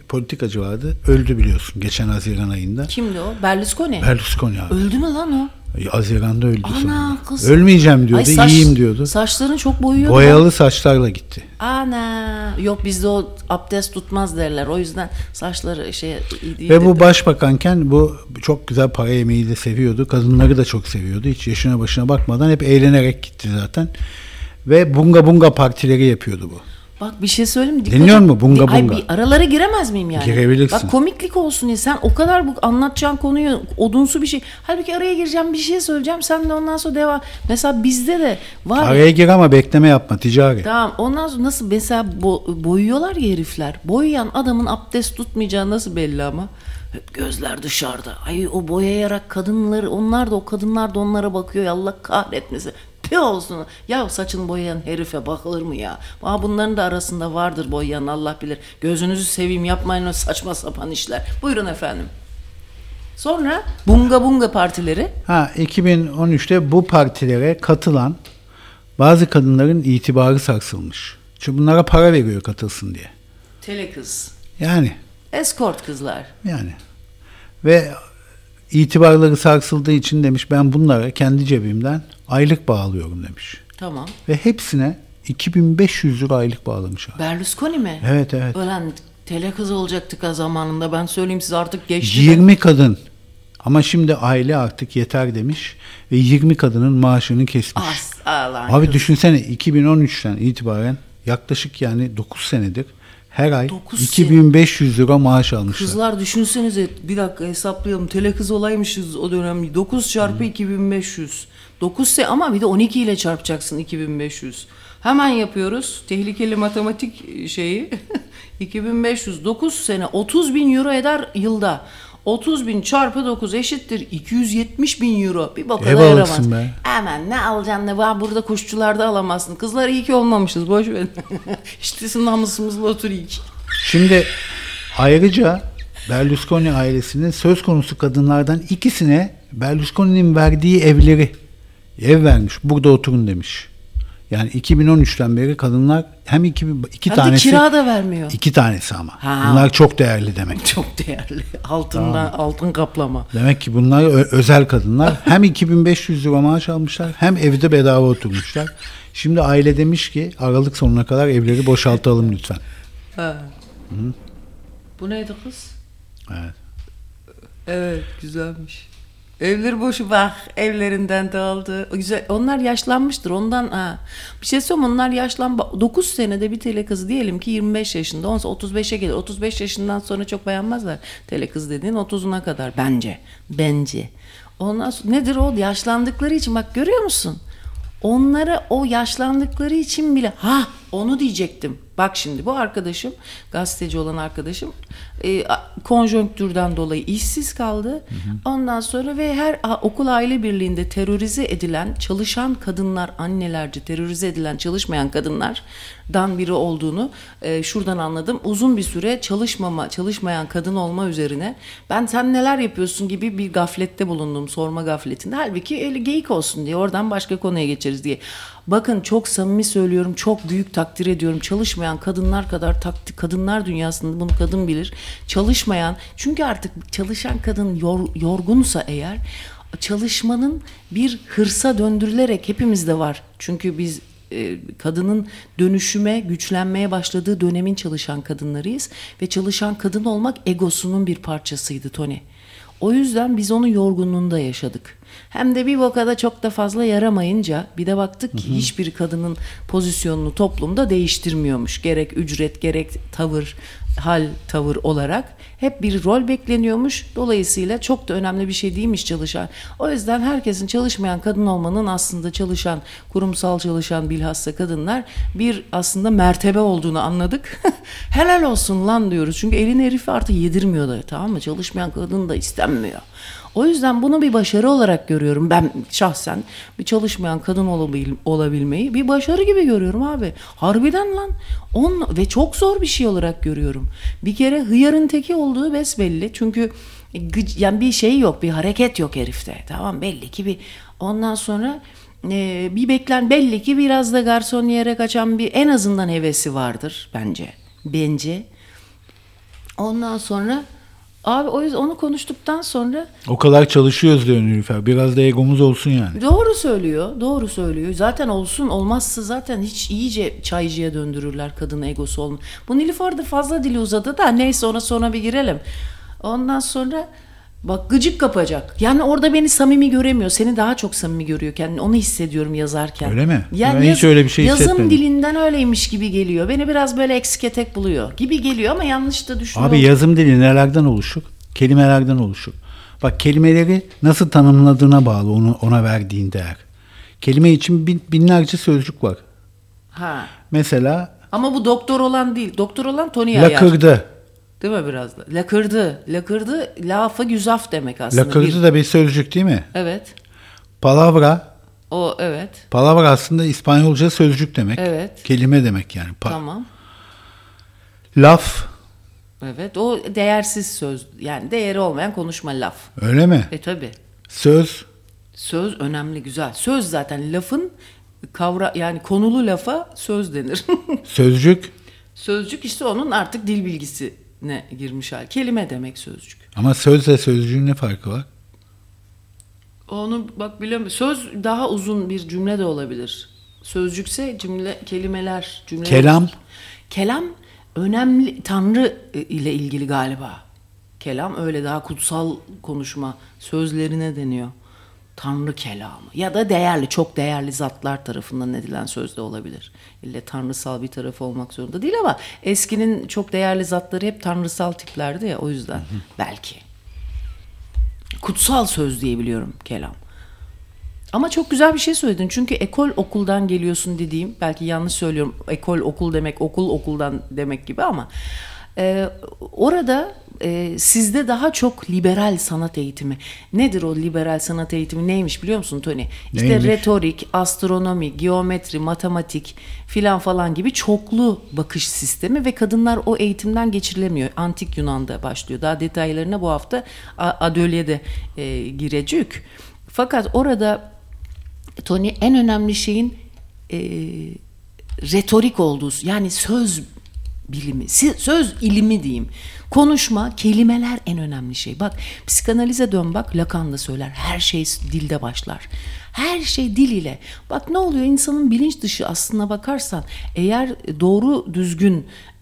politikacı vardı. Öldü biliyorsun geçen Haziran ayında. Kimdi o? Berlusconi. Berlusconi abi. Öldü mü lan o? Haziran'da öldü Ana sonunda. kız. Ölmeyeceğim diyordu, iyiyim diyordu. Saçlarını çok boyuyordu. Boyalı saçlarla gitti. Ana. Yok bizde o abdest tutmaz derler. O yüzden saçları Ve bu başbakanken bu çok güzel para yemeyi de seviyordu. Kadınları da çok seviyordu. Hiç yaşına başına bakmadan hep eğlenerek gitti zaten. Ve bunga bunga partileri yapıyordu bu. Bak bir şey söyleyeyim mi? Dinliyor musun? Bunga bunga. Bir aralara giremez miyim yani? Girebilirsin. Bak komiklik olsun ya. Sen o kadar bu anlatacağın konuyu odunsu bir şey. Halbuki araya gireceğim, bir şey söyleyeceğim. Sen de ondan sonra devam. Mesela bizde de var. Araya gir ama bekleme yapma, ticari. Tamam. Ondan sonra nasıl mesela boyuyorlar ya herifler. Boyayan adamın abdest tutmayacağı nasıl belli ama? Hep gözler dışarıda. Ay o boyayarak kadınları, o kadınlar da onlara bakıyor. Ya Allah kahretmesin. Tüh olsun. Ya saçını boyayan herife bakılır mı ya? Bunların da arasında vardır boyayan, Allah bilir. Gözünüzü seveyim, yapmayın o saçma sapan işler. Buyurun efendim. Sonra bunga bunga partileri. 2013'te bu partilere katılan bazı kadınların itibarı sarsılmış. Çünkü bunlara para veriyor katılsın diye. Telekız. Yani. Escort kızlar. Yani. Ve itibarları sarsıldığı için demiş ben bunlara kendi cebimden aylık bağlıyorum demiş. Tamam. Ve hepsine 2500 lira aylık bağlamış abi. Berlusconi mi? Evet. Ulan telekız olacaktık ha zamanında, ben söyleyeyim size, artık geçti. 20 kadın. Ama şimdi aile artık yeter demiş ve 20 kadının maaşını kesmiş. Abi kız. Düşünsene 2013'ten itibaren yaklaşık yani 9 senedir her ay 2500 lira maaş almışlar. Kızlar düşünsenize, bir dakika hesaplayalım. Telekız olaymışız o dönem. 9 çarpı 2500. 9 ama bir de 12 ile çarpacaksın 2500. Hemen yapıyoruz. Tehlikeli matematik şeyi. 2500 9 sene 30.000 euro eder yılda. 30.000 çarpı 9 eşittir 270.000 euro. Bir baka da yaramaz. Be. Hemen ne alacaksın ne var, burada kuşçularda alamazsın. Kızlar iyi ki olmamışız, boş ver. İşte namusumuzla otur iyi ki. Şimdi ayrıca Berlusconi ailesinin söz konusu kadınlardan ikisine Berlusconi'nin verdiği ev vermiş. Burada oturun demiş. Yani 2013'ten beri kadınlar hem tanesi kira da vermiyor. 2 tanesi ama. Bunlar çok değerli demek. Çok değerli. Altın kaplama. Demek ki bunlar özel kadınlar. Hem 2500 lira maaş almışlar hem evde bedava oturmuşlar. Şimdi aile demiş ki Aralık sonuna kadar evleri boşaltalım lütfen. Bu neydi kız? Evet. Evet, güzelmiş. Evleri boşu, bak evlerinden dağıldı. Güzel. Onlar yaşlanmıştır ondan. Bir şey söyleyeyim, onlar 9 senede bir telekız diyelim ki 25 yaşında, 35'e gelir. 35 yaşından sonra çok beğenmezler telekız dediğin 30'una kadar bence. Ondan sonra nedir o? Yaşlandıkları için, bak görüyor musun? Onlara o yaşlandıkları için bile onu diyecektim. Bak şimdi bu arkadaşım, gazeteci olan arkadaşım konjonktürden dolayı işsiz kaldı. Ondan sonra ve her okul aile birliğinde terörize edilen çalışan kadınlar, annelerce terörize edilen çalışmayan kadınlardan biri olduğunu şuradan anladım. Uzun bir süre çalışmayan kadın olma üzerine sen neler yapıyorsun gibi bir gaflette bulundum, sorma gafletinde. Halbuki geyik olsun diye, oradan başka konuya geçeriz diye. Bakın çok samimi söylüyorum, çok büyük takdir ediyorum. Çalışmayan kadınlar kadar kadınlar dünyasında bunu kadın bilir. Çalışmayan, çünkü artık çalışan kadın yorgunsa eğer, çalışmanın bir hırsa döndürülerek hepimizde var. Çünkü biz kadının dönüşüme, güçlenmeye başladığı dönemin çalışan kadınlarıyız ve çalışan kadın olmak egosunun bir parçasıydı Tony. O yüzden biz onun yorgunluğunda yaşadık. Hem de bir bakada çok da fazla yaramayınca bir de baktık ki hiçbir kadının pozisyonunu toplumda değiştirmiyormuş. Gerek ücret, gerek tavır olarak hep bir rol bekleniyormuş. Dolayısıyla çok da önemli bir şey değilmiş çalışan. O yüzden herkesin çalışmayan kadın olmanın, aslında çalışan, kurumsal çalışan bilhassa kadınlar bir aslında mertebe olduğunu anladık. Helal olsun lan diyoruz. Çünkü elin herifi artık yedirmiyor da, tamam mı? Çalışmayan kadın da istenmiyor. O yüzden bunu bir başarı olarak görüyorum. Ben şahsen bir çalışmayan kadın olabilmeyi bir başarı gibi görüyorum abi. Harbiden lan. Ve çok zor bir şey olarak görüyorum. Bir kere hıyarın teki olduğu besbelli. Çünkü yani bir şey yok, bir hareket yok herifte. Tamam, belli ki ondan sonra belli ki biraz da garsoniyere kaçan bir en azından hevesi vardır bence. Ondan sonra abi o yüzden onu konuştuktan sonra O kadar çalışıyoruz diyor Nilüfer. Biraz da egomuz olsun yani. doğru söylüyor. Zaten olsun, olmazsa zaten hiç iyice çaycıya döndürürler kadın egosu olma. Bu Nilüfer de fazla dili uzadı da neyse ona sonra bir girelim. Ondan sonra bak gıcık kapacak. Yani orada beni samimi göremiyor. Seni daha çok samimi görüyor kendini. Onu hissediyorum yazarken. Öyle mi? Yani ben hiç öyle bir şey hissetmedim. Yazım dilinden öyleymiş gibi geliyor. Beni biraz böyle eksik etek buluyor gibi geliyor ama yanlış da düşünüyorum. Abi yazım dili nelerden oluşur? Kelimelerden oluşur. Bak kelimeleri nasıl tanımladığına bağlı ona verdiğin değer. Kelime için binlerce sözcük var. Ha. Mesela Ama bu doktor olan değil. Doktor olan Tony Ayar. lakırdı. Değil mi biraz da? Lakırdı lafı güzaf demek aslında. Lakırdı da bir sözcük değil mi? Evet. Palavra. O evet. Palavra aslında İspanyolca sözcük demek. Evet. Kelime demek yani. Tamam. Laf. Evet. O değersiz söz. Yani değeri olmayan konuşma laf. Öyle mi? Tabii. Söz. Söz önemli, güzel. Söz zaten lafın yani konulu lafa söz denir. Sözcük. Sözcük işte onun artık dil bilgisine girmiş hali. Kelime demek sözcük. Ama sözle sözcüğün ne farkı var? Onu bak bilemiyorum. Söz daha uzun bir cümle de olabilir. Sözcükse kelimeler. Kelam. Kelam önemli, Tanrı ile ilgili galiba. Kelam öyle daha kutsal konuşma sözlerine deniyor. Tanrı kelamı ya da değerli, çok değerli zatlar tarafından edilen söz de olabilir. İlle tanrısal bir tarafı olmak zorunda değil ama eskinin çok değerli zatları hep tanrısal tiplerdi ya, o yüzden belki. Kutsal söz diye biliyorum kelam. Ama çok güzel bir şey söyledin. Çünkü okuldan geliyorsun dediğim, belki yanlış söylüyorum. Okul demek okuldan demek gibi ama orada sizde daha çok liberal sanat eğitimi. Nedir o liberal sanat eğitimi? Neymiş biliyor musun Tony? İşte neymiş? Retorik, astronomi, geometri, matematik filan falan gibi çoklu bakış sistemi ve kadınlar o eğitimden geçirilemiyor. Antik Yunan'da başlıyor. Daha detaylarına bu hafta atölyede girecek. Fakat orada Tony en önemli şeyin retorik olduğu, yani söz bilimi, söz ilimi diyeyim. Konuşma, kelimeler en önemli şey. Bak psikanalize dön bak, Lacan da söyler. Her şey dilde başlar. Her şey dil ile. Bak ne oluyor, insanın bilinç dışı aslına bakarsan eğer doğru düzgün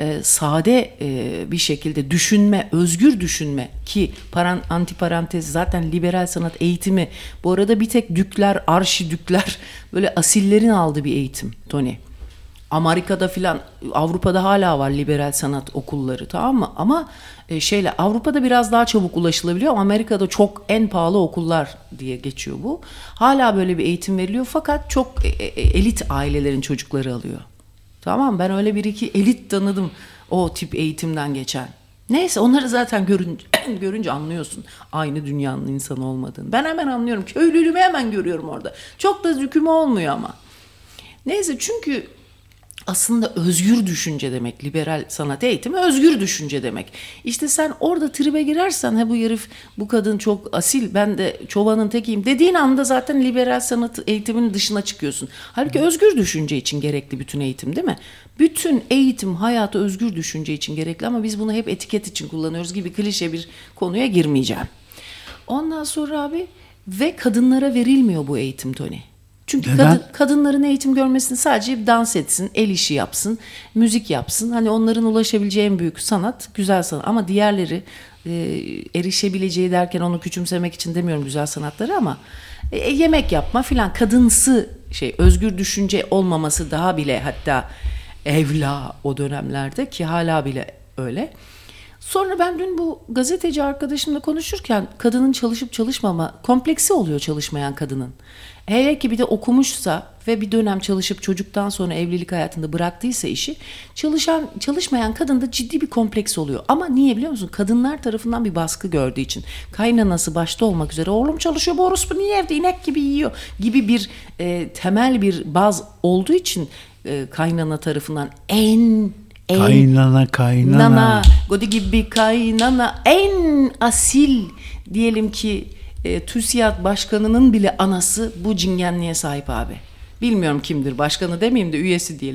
sade bir şekilde düşünme, özgür düşünme ki antiparantez zaten liberal sanat eğitimi. Bu arada bir tek dükler, arşidükler böyle asillerin aldığı bir eğitim Tony. Amerika'da filan, Avrupa'da hala var liberal sanat okulları, tamam mı? Ama Avrupa'da biraz daha çabuk ulaşılabiliyor ama Amerika'da çok en pahalı okullar diye geçiyor bu. Hala böyle bir eğitim veriliyor fakat çok elit ailelerin çocukları alıyor. Tamam, ben öyle bir iki elit tanıdım o tip eğitimden geçen. Neyse, onları zaten görünce anlıyorsun aynı dünyanın insanı olmadığını. Ben hemen anlıyorum, köylülüğümü hemen görüyorum orada. Çok da züküm olmuyor ama. Neyse, çünkü aslında özgür düşünce demek, liberal sanat eğitimi özgür düşünce demek. İşte sen orada tribe girersen, bu herif, bu kadın çok asil, ben de çobanın tekiyim dediğin anda zaten liberal sanat eğitiminin dışına çıkıyorsun. Halbuki özgür düşünce için gerekli bütün eğitim, değil mi? Bütün eğitim hayatı özgür düşünce için gerekli ama biz bunu hep etiket için kullanıyoruz gibi klişe bir konuya girmeyeceğim. Ondan sonra abi, ve kadınlara verilmiyor bu eğitim Tony. Çünkü kadınların eğitim görmesini sadece dans etsin, el işi yapsın, müzik yapsın. Hani onların ulaşabileceği en büyük sanat güzel sanat. Ama diğerleri erişebileceği derken onu küçümsemek için demiyorum güzel sanatları ama yemek yapma filan, kadınsı özgür düşünce olmaması daha bile hatta evla o dönemlerde, ki hala bile öyle. Sonra ben dün bu gazeteci arkadaşımla konuşurken kadının çalışıp çalışmama kompleksi oluyor çalışmayan kadının. Hele ki bir de okumuşsa ve bir dönem çalışıp çocuktan sonra evlilik hayatında bıraktıysa işi, çalışmayan kadında ciddi bir kompleks oluyor. Ama niye biliyor musun? Kadınlar tarafından bir baskı gördüğü için. Kaynanası başta olmak üzere, oğlum çalışıyor, bu orospu niye evde inek gibi yiyor gibi bir temel bir baz olduğu için kaynana tarafından kaynana godi gibi kaynana, en asil diyelim ki TÜSİAD başkanının bile anası bu cingenliğe sahip abi. Bilmiyorum kimdir, başkanı demeyeyim de üyesi diyelim.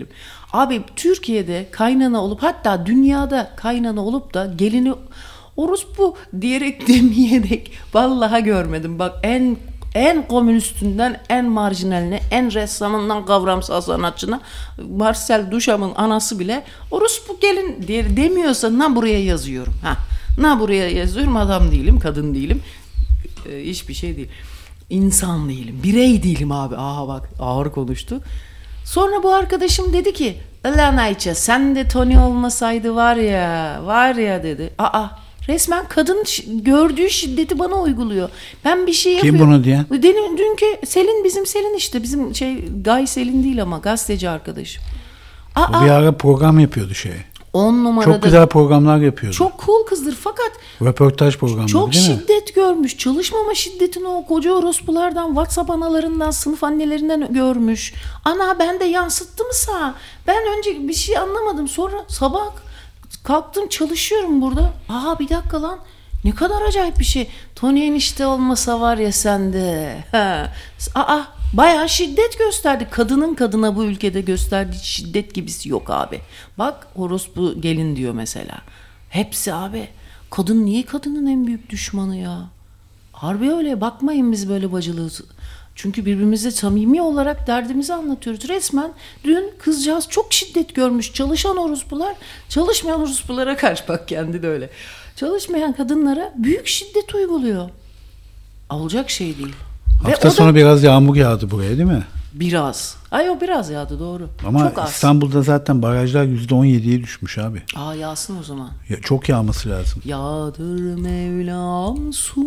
Abi Türkiye'de kaynana olup, hatta dünyada kaynana olup da gelini orospu diyerek demeyerek vallahi görmedim. Bak en komünüstünden en marjinaline, en ressamından kavramsal sanatçına, Marcel Duchamp'ın anası bile orospu gelin diye demiyorsa na buraya yazıyorum. Na buraya yazıyorum, adam değilim, kadın değilim. Hiçbir şey değil. İnsan değilim, birey değilim abi. Aha bak, ağır konuştu. Sonra bu arkadaşım dedi ki, "Lan Ayça, sen de Tony olmasaydı var ya" dedi. Resmen kadın gördüğü şiddeti bana uyguluyor. Ben bir şey yapıyorum. Kim bunu diyen? Dünkü Selin, bizim Selin işte. Bizim Gay Selin değil ama gazeteci arkadaşım. O bir ara program yapıyordu 10 numarada. Çok güzel programlar yapıyordu. Çok cool kızdır fakat röportaj programları çok değil mi? şiddet görmüş. Çalışmama şiddetini o koca orospulardan, WhatsApp analarından, sınıf annelerinden görmüş. Ana ben de yansıttı mı sağ? Ben önce bir şey anlamadım. Sonra sabah kalktım, çalışıyorum burada. Bir dakika lan. Ne kadar acayip bir şey. Tony enişte olmasa var ya sende. Bayağı şiddet gösterdi. Kadının kadına bu ülkede gösterdiği şiddet gibisi yok abi. Bak orospu gelin diyor mesela. Hepsi abi. Kadın niye kadının en büyük düşmanı ya? Harbi öyle. Bakmayın biz böyle bacılığı. Çünkü birbirimize samimi olarak derdimizi anlatıyoruz. Resmen dün kızcağız çok şiddet görmüş. Çalışan orospular, çalışmayan orospulara karşı, bak kendi de öyle. Çalışmayan kadınlara büyük şiddet uyguluyor. Olacak şey değil. Hafta sonu biraz yağmur yağdı buraya değil mi? Biraz. O biraz yağdı, doğru. Ama çok az. İstanbul'da zaten barajlar %17'ye düşmüş abi. Yağsın o zaman. Çok yağması lazım. Yağdır Mevlam su.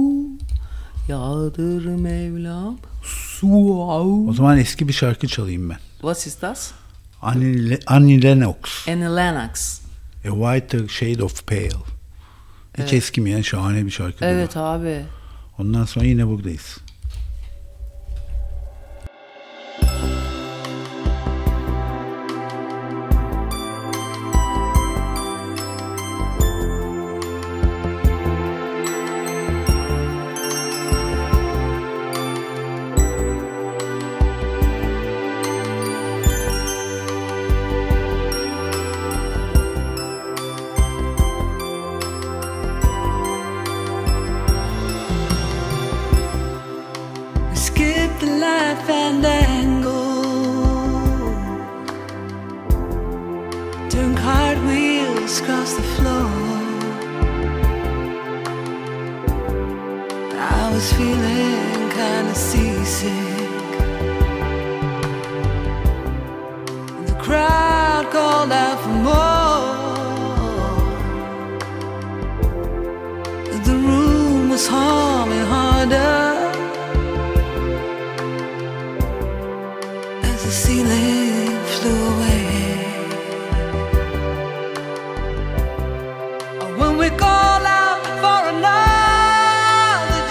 Yağdır Mevlam su. O zaman eski bir şarkı çalayım ben. What is that? Annie Lennox. Annie Lennox. A Whiter Shade of Pale. Hiç eskimeyen şahane bir şarkı. Evet abi. Ondan sonra yine buradayız. Across the floor, I was feeling kind of seasick. The crowd called out for more. The room was humming harder as the ceiling flew away. When we call out for another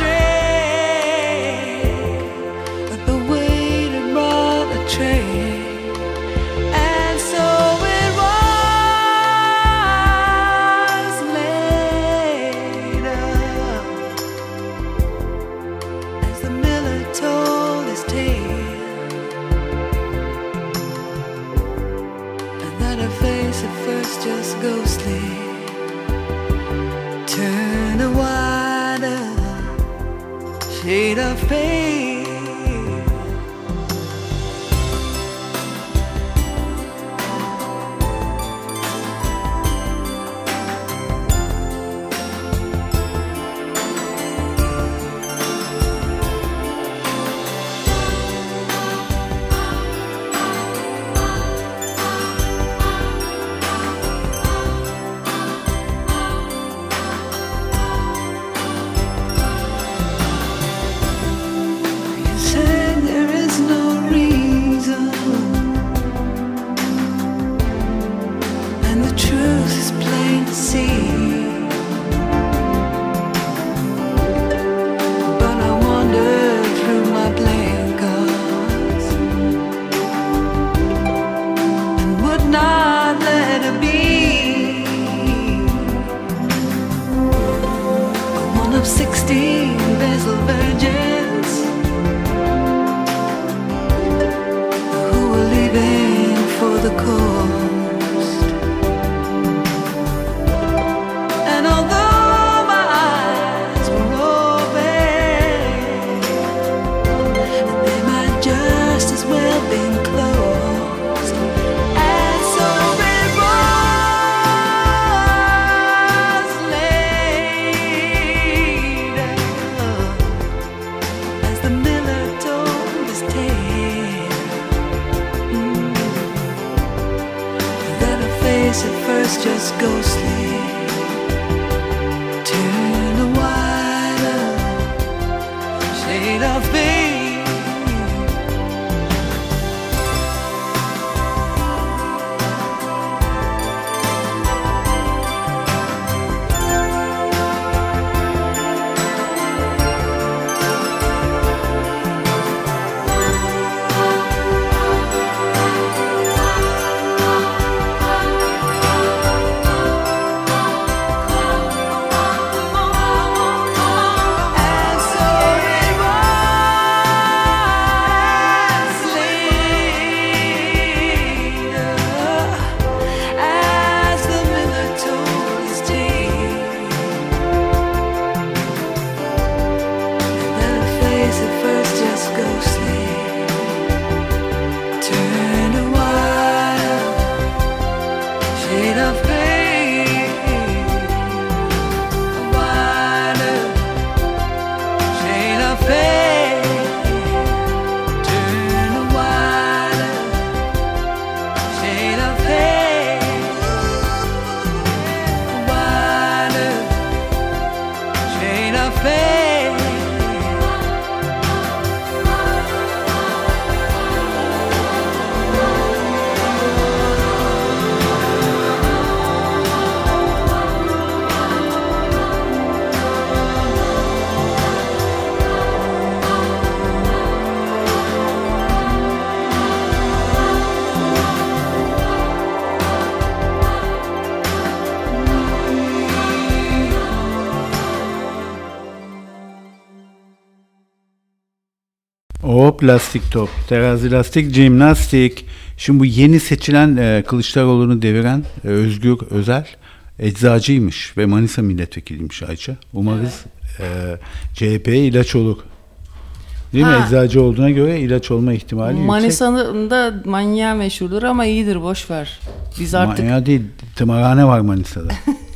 drink, but the waiter brought a tray, and so it was later, as the miller told his tale, and that her face at first just ghostly turn a wider shade of pale. O plastik top, terazi lastik, jimnastik. Şimdi bu yeni seçilen Kılıçdaroğlu'nu deviren Özgür Özel eczacıymış ve Manisa milletvekiliymiş Ayça. Umarız CHP'ye ilaç olur. Değil mi? Eczacı olduğuna göre ilaç olma ihtimali yüksek. Manisa'nın da manyağı meşhurdur ama iyidir, boş ver. Biz artık... Manyağı değil, tımarhane var Manisa'da.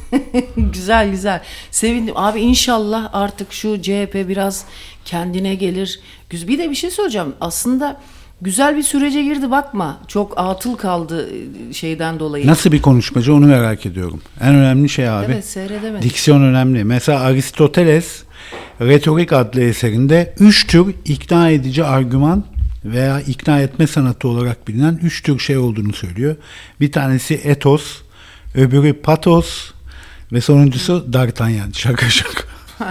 Güzel güzel. Sevindim. Abi inşallah artık şu CHP biraz kendine gelir. Bir de bir şey söyleyeceğim. Aslında güzel bir sürece girdi, bakma. Çok atıl kaldı şeyden dolayı. Nasıl bir konuşmacı onu merak ediyorum. En önemli şey abi. Evet, seyredemedim. Diksiyon önemli. Mesela Aristoteles Retorik adlı eserinde 3 tür ikna edici argüman veya ikna etme sanatı olarak bilinen 3 tür şey olduğunu söylüyor. Bir tanesi etos, öbürü patos ve sonuncusu D'Artagnan. Şaka şaka.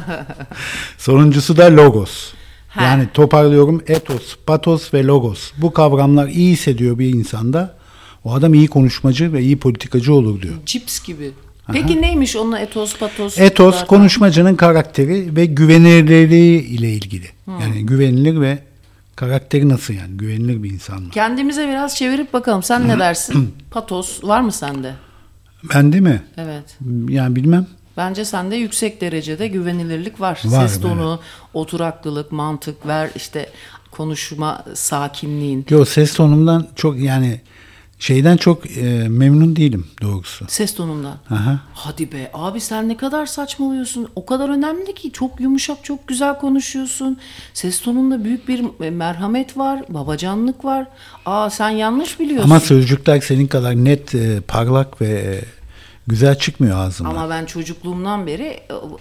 Sonuncusu da logos. Yani toparlıyorum, etos, patos ve logos. Bu kavramlar iyi hissediyor bir insanda. O adam iyi konuşmacı ve iyi politikacı olur diyor. Cips gibi. Peki neymiş onunla etos, patos? Etos konuşmacının karakteri ve güvenilirliği ile ilgili. Yani güvenilir ve karakteri nasıl yani? Güvenilir bir insan mı? Kendimize biraz çevirip bakalım. Sen ne dersin? Patos var mı sende? Bende mi? Evet. Yani bilmem. Bence sende yüksek derecede güvenilirlik var. Var, Ses tonu, oturaklılık, mantık, işte konuşma sakinliğin. Yo, ses tonumdan çok yani şeyden çok memnun değilim doğrusu. Ses tonundan. Aha. Hadi be abi, sen ne kadar saçmalıyorsun. O kadar önemli ki, çok yumuşak, çok güzel konuşuyorsun. Ses tonunda büyük bir merhamet var, babacanlık var. Sen yanlış biliyorsun. Ama sözcükler senin kadar net, parlak ve güzel çıkmıyor ağzımdan. Ama ben çocukluğumdan beri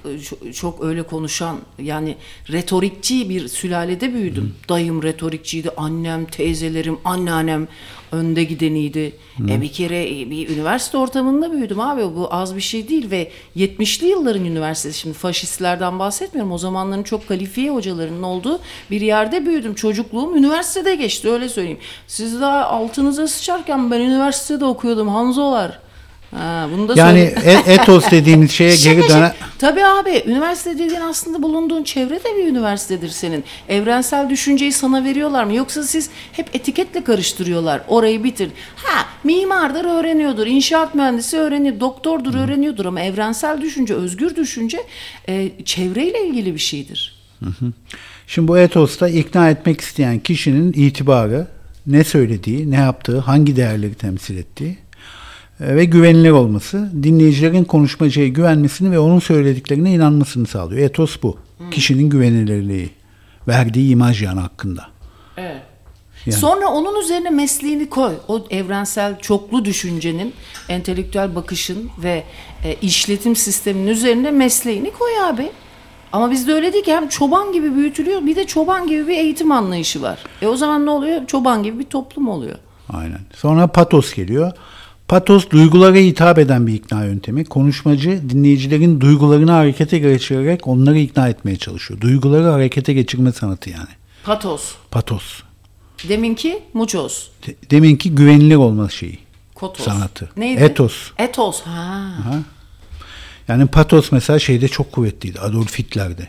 çok öyle konuşan, yani retorikçi bir sülalede büyüdüm. Dayım retorikçiydi, annem, teyzelerim, anneannem önde gideniydi. Bir kere bir üniversite ortamında büyüdüm abi. Bu az bir şey değil ve 70'li yılların üniversitesi, şimdi faşistlerden bahsetmiyorum. O zamanların çok kalifiye hocalarının olduğu bir yerde büyüdüm. Çocukluğum üniversitede geçti, öyle söyleyeyim. Siz daha altınıza sıçarken ben üniversitede okuyordum Hanzolar. Bunu da yani etos dediğimiz şeye geri dönen... Tabii abi, üniversite dediğin aslında bulunduğun çevre de bir üniversitedir senin. Evrensel düşünceyi sana veriyorlar mı? Yoksa siz hep etiketle karıştırıyorlar. Orayı bitir. Mimardır öğreniyordur, inşaat mühendisi öğreniyor, doktordur öğreniyordur ama evrensel düşünce, özgür düşünce çevreyle ilgili bir şeydir. Şimdi bu etosta ikna etmek isteyen kişinin itibarı, ne söylediği, ne yaptığı, hangi değerleri temsil ettiği ve güvenilir olması, dinleyicilerin konuşmacıya güvenmesini ve onun söylediklerine inanmasını sağlıyor. Etos bu. Kişinin güvenilirliği, verdiği imaj yani hakkında. Evet. Yani. Sonra onun üzerine mesleğini koy. O evrensel çoklu düşüncenin, entelektüel bakışın ve işletim sisteminin üzerine mesleğini koy abi. Ama bizde öyle değil ki, hem çoban gibi büyütülüyor, bir de çoban gibi bir eğitim anlayışı var. O zaman ne oluyor? Çoban gibi bir toplum oluyor. Aynen. Sonra patos geliyor. Patos, duygulara hitap eden bir ikna yöntemi. Konuşmacı dinleyicilerin duygularını harekete geçirerek onları ikna etmeye çalışıyor. Duyguları harekete geçirme sanatı yani. Patos. Deminki muchos. Deminki güvenilir olma şeyi. Kotos. Sanatı. Neydi? Etos. Aha. Yani patos mesela şeyde çok kuvvetliydi. Adolf Hitler'de.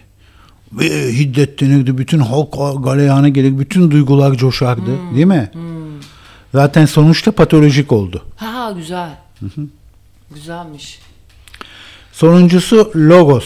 Ve hiddetlenirdi. Bütün halk galeyana gelir. Bütün duygular coşardı. Değil mi? Zaten sonuçta patolojik oldu. Güzel. Güzelmiş. Sonuncusu logos.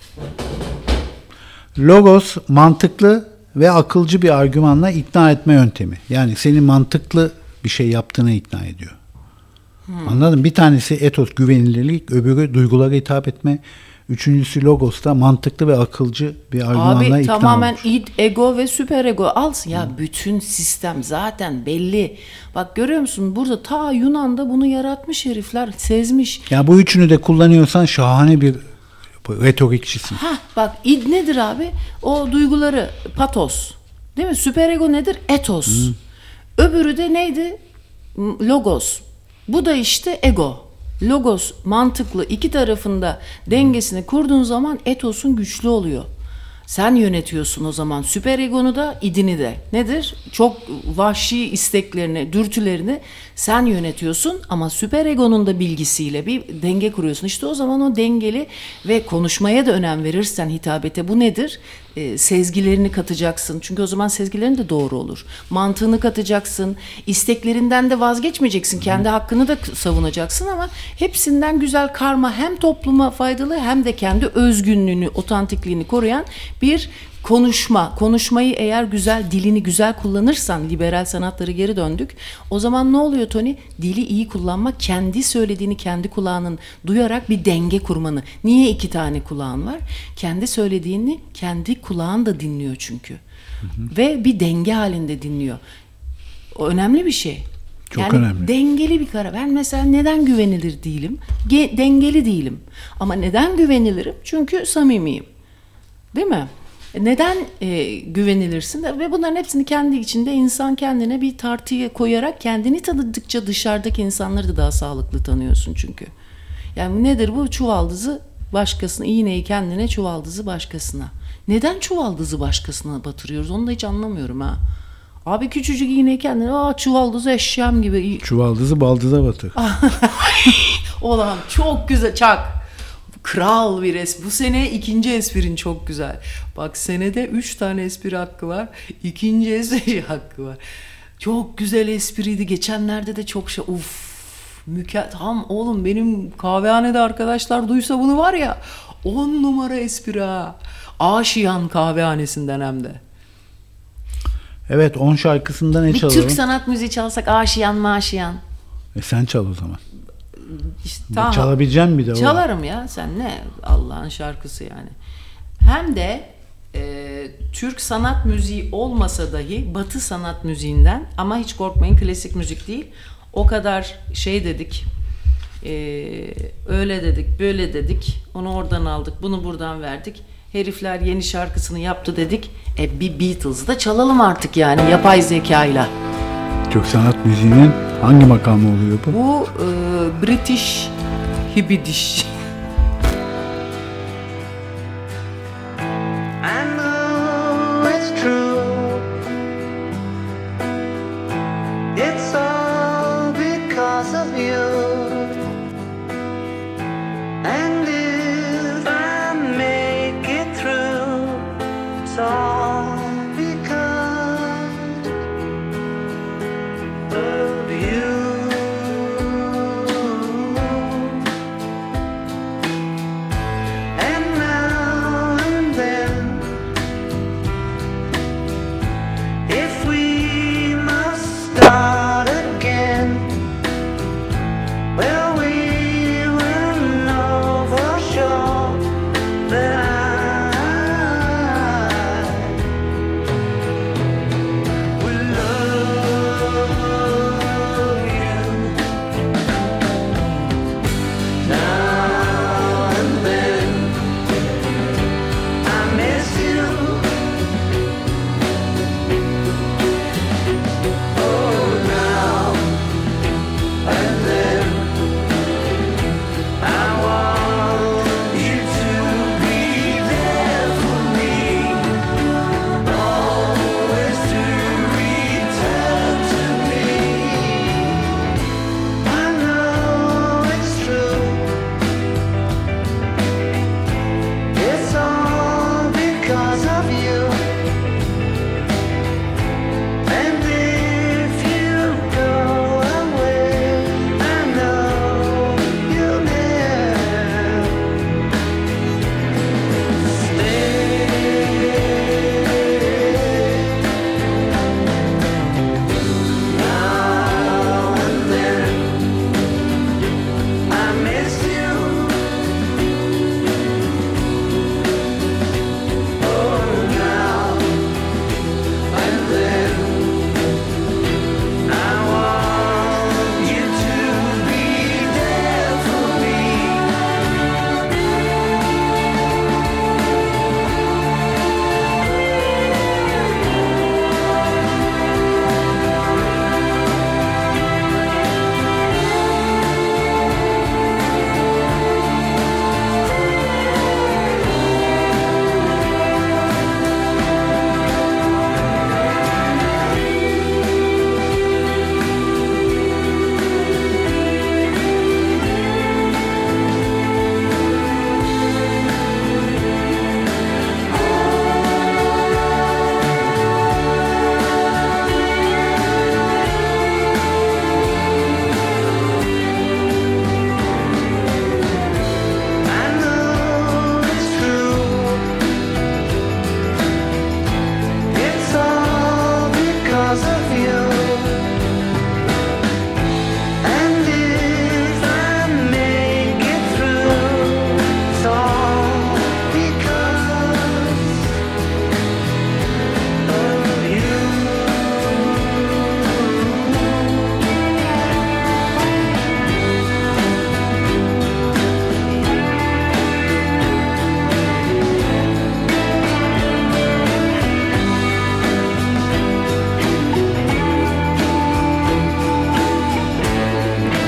Logos mantıklı ve akılcı bir argümanla ikna etme yöntemi. Yani seni mantıklı bir şey yaptığına ikna ediyor. Anladın mı? Bir tanesi etos, güvenilirlik, öbürü duygulara hitap etme. Üçüncüsü logos da mantıklı ve akılcı bir argümanla ikna olmuş. Abi tamamen id, ego ve süper ego alsın. Ya bütün sistem zaten belli. Bak görüyor musun? Burada ta Yunan'da bunu yaratmış herifler. Sezmiş. Ya bu üçünü de kullanıyorsan şahane bir retorikçisin. Bak id nedir abi? O duyguları, patos. Değil mi? Süper ego nedir? Etos. Öbürü de neydi? Logos. Bu da işte ego. Logos mantıklı, iki tarafında dengesini kurduğun zaman etosun güçlü oluyor. Sen yönetiyorsun o zaman süper egonu da, idini de. Nedir? Çok vahşi isteklerini, dürtülerini sen yönetiyorsun ama süper egonun da bilgisiyle bir denge kuruyorsun. İşte o zaman o dengeli ve konuşmaya da önem verirsen hitabete, bu nedir? sezgilerini katacaksın. Çünkü o zaman sezgilerin de doğru olur. Mantığını katacaksın. İsteklerinden de vazgeçmeyeceksin. Kendi hakkını da savunacaksın ama hepsinden güzel karma, hem topluma faydalı hem de kendi özgünlüğünü, otantikliğini koruyan bir konuşma. Konuşmayı eğer güzel, dilini güzel kullanırsan, liberal sanatları geri döndük. O zaman ne oluyor Tony? Dili iyi kullanmak, kendi söylediğini kendi kulağının duyarak bir denge kurmanı. Niye 2 tane kulağın var? Kendi söylediğini kendi kulağın da dinliyor çünkü. Ve bir denge halinde dinliyor. O önemli bir şey. Çok önemli. Dengeli bir karar. Ben mesela neden güvenilir değilim? Dengeli değilim. Ama neden güvenilirim? Çünkü samimiyim. Değil mi? Neden güvenilirsin? Ve bunların hepsini kendi içinde insan kendine bir tartıya koyarak kendini tanıdıkça dışarıdaki insanları da daha sağlıklı tanıyorsun çünkü. Yani nedir bu? Çuvaldızı başkasına, iğneyi kendine, çuvaldızı başkasına. Neden çuvaldızı başkasına batırıyoruz? Onu da hiç anlamıyorum ha. Abi küçücük iğneyi kendine, çuvaldızı eşyam gibi. Çuvaldızı baldıza batır. Ulan çok güzel, çak. Kral bir espri. Bu sene 2. esprin çok güzel. Bak senede 3 tane espri hakkı var. 2. espri hakkı var. Çok güzel espriydi. Geçenlerde de çok tam oğlum, benim kahvehanede arkadaşlar duysa bunu var ya, 10 numara espri ha. Aşiyan kahvehanesinden hem de. Evet, 10 şarkısında ne bir çalalım? Türk sanat müziği çalsak, aşiyan maşiyan. Sen çal o zaman. İşte, tamam. Çalabileceğim bir de o. Çalarım ya, sen ne Allah'ın şarkısı yani. Hem de Türk sanat müziği olmasa dahi Batı sanat müziğinden, ama hiç korkmayın klasik müzik değil. O kadar şey dedik, öyle dedik, böyle dedik, onu oradan aldık, bunu buradan verdik. Herifler yeni şarkısını yaptı dedik. Bir Beatles'ı da çalalım artık yani, yapay zekayla. Türk sanat müziğinin hangi makamı oluyor bu? Bu British Hibidish. I know it's true. It's all because of you. And if I make it through, it's all because of you.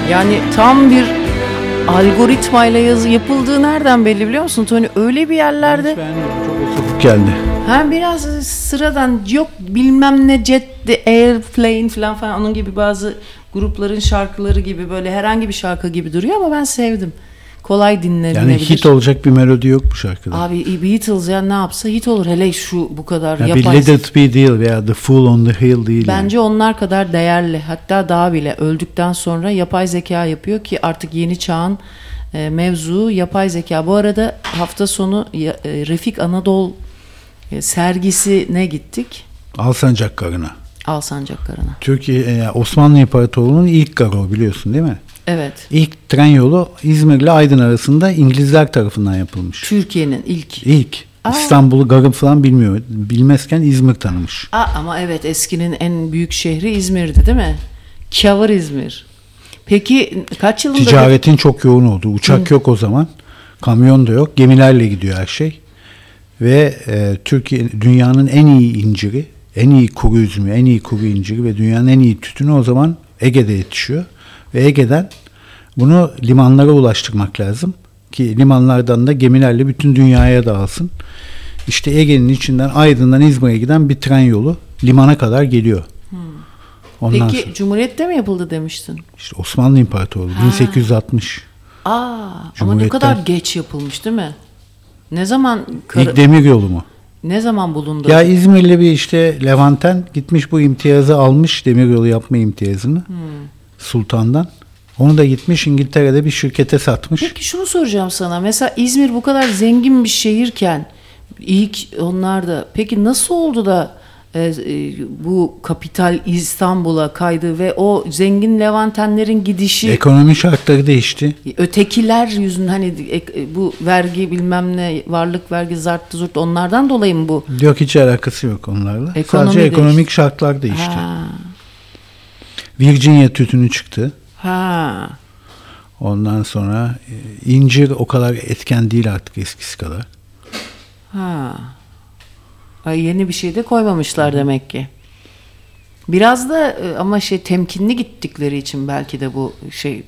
Yani tam bir algoritmayla yazı yapıldığı nereden belli biliyor musun Tony? Öyle bir yerlerde. Hiç beğenmedim. Çok esafık geldi. Biraz sıradan yok bilmem ne jet, the airplane falan onun gibi bazı grupların şarkıları gibi böyle herhangi bir şarkı gibi duruyor ama ben sevdim. Kolay dinlenebilir. Yani hit olacak bir melodi yok bu şarkıda. Abi Beatles ya ne yapsa hit olur. Hele şu bu kadar ya yapay. Bir Let It Be değil veya The Fool on the Hill değil. Bence yani. onlar kadar değerli. Hatta daha bile öldükten sonra yapay zeka yapıyor ki artık yeni çağın mevzu yapay zeka. Bu arada hafta sonu Refik Anadolu sergisine gittik. Alsancak Garı'na. Alsancak Garı'na. Türkiye Osmanlı İmparatorluğu'nun ilk garı biliyorsun değil mi? Evet. İlk tren yolu İzmir ile Aydın arasında İngilizler tarafından yapılmış. Türkiye'nin ilk. İstanbul'u garı falan bilmezken İzmir tanımış. Ama evet eskinin en büyük şehri İzmir'di değil mi? Kavur İzmir. Peki kaç yılında? Ticaretin çok yoğun olduğu. Uçak yok o zaman. Kamyon da yok. Gemilerle gidiyor her şey. Ve Türkiye dünyanın en iyi inciri, en iyi kuru üzümü, en iyi kuru inciri ve dünyanın en iyi tütünü o zaman Ege'de yetişiyor. Ve Ege'den bunu limanlara ulaştırmak lazım ki limanlardan da gemilerle bütün dünyaya dağılsın. İşte Ege'nin içinden Aydın'dan İzmir'e giden bir tren yolu limana kadar geliyor. Ondan Peki sonra, Cumhuriyet'te mi yapıldı demiştin? işte Osmanlı İmparatorluğu 1860. Ama ne kadar geç yapılmış değil mi? Ne zaman İlk demir yolu mu? Ne zaman bulundu? Ya İzmirli bir işte Levanten gitmiş bu imtiyazı almış, demiryolu yapma imtiyazını Sultan'dan. Onu da gitmiş İngiltere'de bir şirkete satmış. Peki şunu soracağım sana. Mesela İzmir bu kadar zengin bir şehirken ilk onlar da peki nasıl oldu da bu kapital İstanbul'a kaydı ve o zengin Levantenlerin gidişi Ekonomi şartları değişti. ötekiler yüzünden hani bu vergi bilmem ne varlık vergi zarttı zurt onlardan dolayı mı bu? Yok hiç alakası yok onlarla. Ekonomi Sadece değişti. ekonomik şartlar değişti. Ha. Virginia tütünü çıktı. Ha. Ondan sonra incir o kadar etken değil artık eskisi kadar. Ha. Ay, yeni bir şey de koymamışlar demek ki. Biraz da ama temkinli gittikleri için belki de bu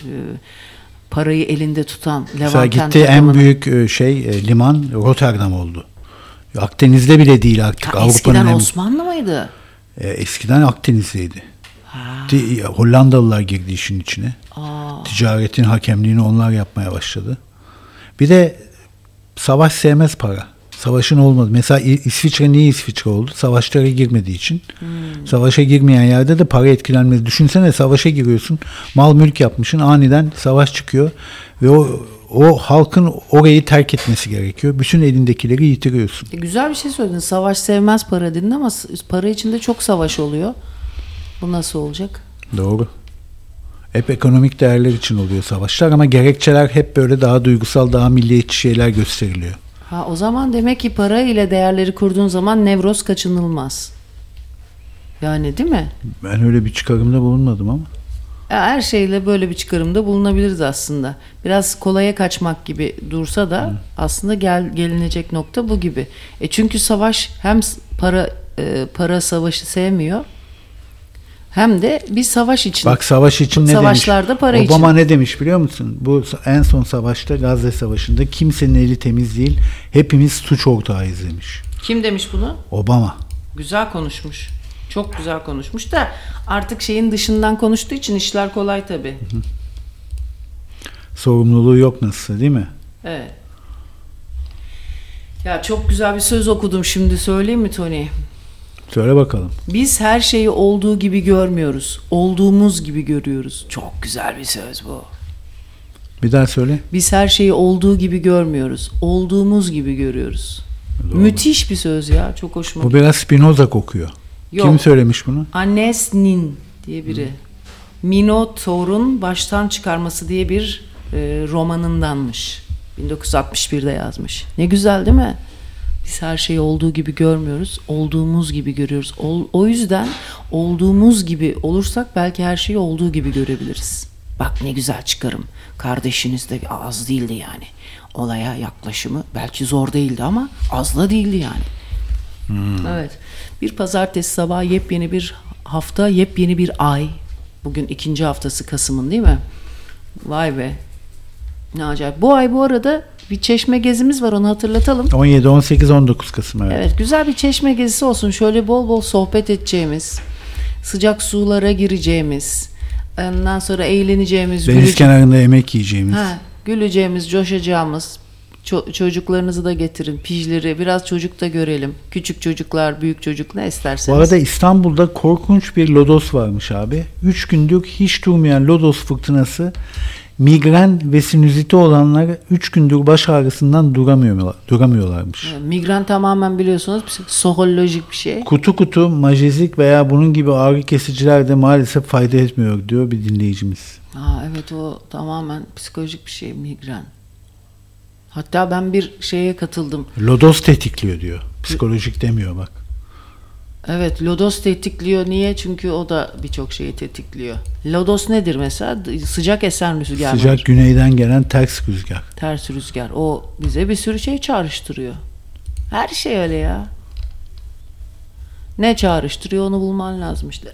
parayı elinde tutan Mesela Levanten gitti en takımının- büyük liman Rotterdam oldu. Akdeniz'de bile değil artık. Ha, Avrupa'nın eskiden en- Osmanlı mıydı? Eskiden Akdeniz'deydi. Hollandalılar girdi işin içine. Ticaretin hakemliğini onlar yapmaya başladı. Bir de savaş sevmez para. Savaşın olmadı. Mesela İsviçre niye İsviçre oldu? Savaşlara girmediği için. Savaşa girmeyen yerde de para etkilenmez. Düşünsene savaşa giriyorsun. Mal mülk yapmışsın. Aniden savaş çıkıyor. Ve o halkın orayı terk etmesi gerekiyor. Bütün elindekileri yitiriyorsun. Güzel bir şey söyledin. Savaş sevmez para dedin ama para içinde çok savaş oluyor. Bu nasıl olacak? Doğru. Hep ekonomik değerler için oluyor savaşlar ama gerekçeler hep böyle daha duygusal, daha milliyetçi şeyler gösteriliyor. O zaman demek ki para ile değerleri kurduğun zaman nevroz kaçınılmaz. Yani değil mi? Ben öyle bir çıkarımda bulunmadım ama. Her şeyle böyle bir çıkarımda bulunabiliriz aslında. Biraz kolaya kaçmak gibi dursa da aslında gelinecek nokta bu gibi. Çünkü savaş hem para savaşı sevmiyor hem de bir savaş için. Bak savaş için ne Savaşlarda demiş? para Obama için. ne demiş biliyor musun? Bu en son savaşta Gazze Savaşı'nda kimsenin eli temiz değil. Hepimiz suç ortağıyız demiş. Kim demiş bunu? Obama. Güzel konuşmuş. Çok güzel konuşmuş da artık şeyin dışından konuştuğu için işler kolay tabii. Sorumluluğu yok nasılsa değil mi? Evet. Ya çok güzel bir söz okudum şimdi söyleyeyim mi Tony? Söyle bakalım. Biz her şeyi olduğu gibi görmüyoruz. Olduğumuz gibi görüyoruz. Çok güzel bir söz bu. Bir daha söyle. Biz her şeyi olduğu gibi görmüyoruz. Olduğumuz gibi görüyoruz. Doğru. Müthiş bir söz ya. Çok hoşuma Bu gitti. biraz Spinoza kokuyor. Yok. Kim söylemiş bunu? Annes Nin diye biri. Minotaur'un baştan çıkarması diye bir romanındanmış. 1961'de yazmış. Ne güzel değil mi? Biz her şeyi olduğu gibi görmüyoruz. Olduğumuz gibi görüyoruz. O yüzden olduğumuz gibi olursak belki her şeyi olduğu gibi görebiliriz. Bak ne güzel çıkarım. Kardeşiniz de az değildi yani. Olaya yaklaşımı belki zor değildi ama az da değildi yani. Evet. Bir pazartesi sabahı yepyeni bir hafta, yepyeni bir ay. Bugün 2. haftası Kasım'ın değil mi? Vay be. Ne acayip. Bu ay bu arada bir çeşme gezimiz var, onu hatırlatalım. 17, 18, 19 Kasım evet. Evet, güzel bir çeşme gezisi olsun. Şöyle bol bol sohbet edeceğimiz, sıcak sulara gireceğimiz, ondan sonra eğleneceğimiz, Deniz kenarında yemek yiyeceğimiz. Güleceğimiz, coşacağımız. Çocuklarınızı da getirin, pijleri, biraz çocuk da görelim. Küçük çocuklar, büyük çocuk, ne isterseniz. Bu arada İstanbul'da korkunç bir lodos varmış abi. 3 gündür hiç durmayan lodos fırtınası. Migren ve sinüziti olanlar 3 gündür baş ağrısından duramıyorlarmış. Migren tamamen biliyorsunuz psikolojik bir şey. Kutu majezik veya bunun gibi ağrı kesiciler de maalesef fayda etmiyor diyor bir dinleyicimiz. Evet, o tamamen psikolojik bir şey, migren. Hatta ben bir şeye katıldım. Lodos tetikliyor diyor. Psikolojik demiyor bak. Evet, lodos tetikliyor. Niye? Çünkü o da birçok şeyi tetikliyor. Lodos nedir mesela? Sıcak esen rüzgar. Sıcak güneyden gelen ters rüzgar. Ters rüzgar. O bize bir sürü şey çağrıştırıyor. Her şey öyle ya. Ne çağrıştırıyor onu bulman lazım işte.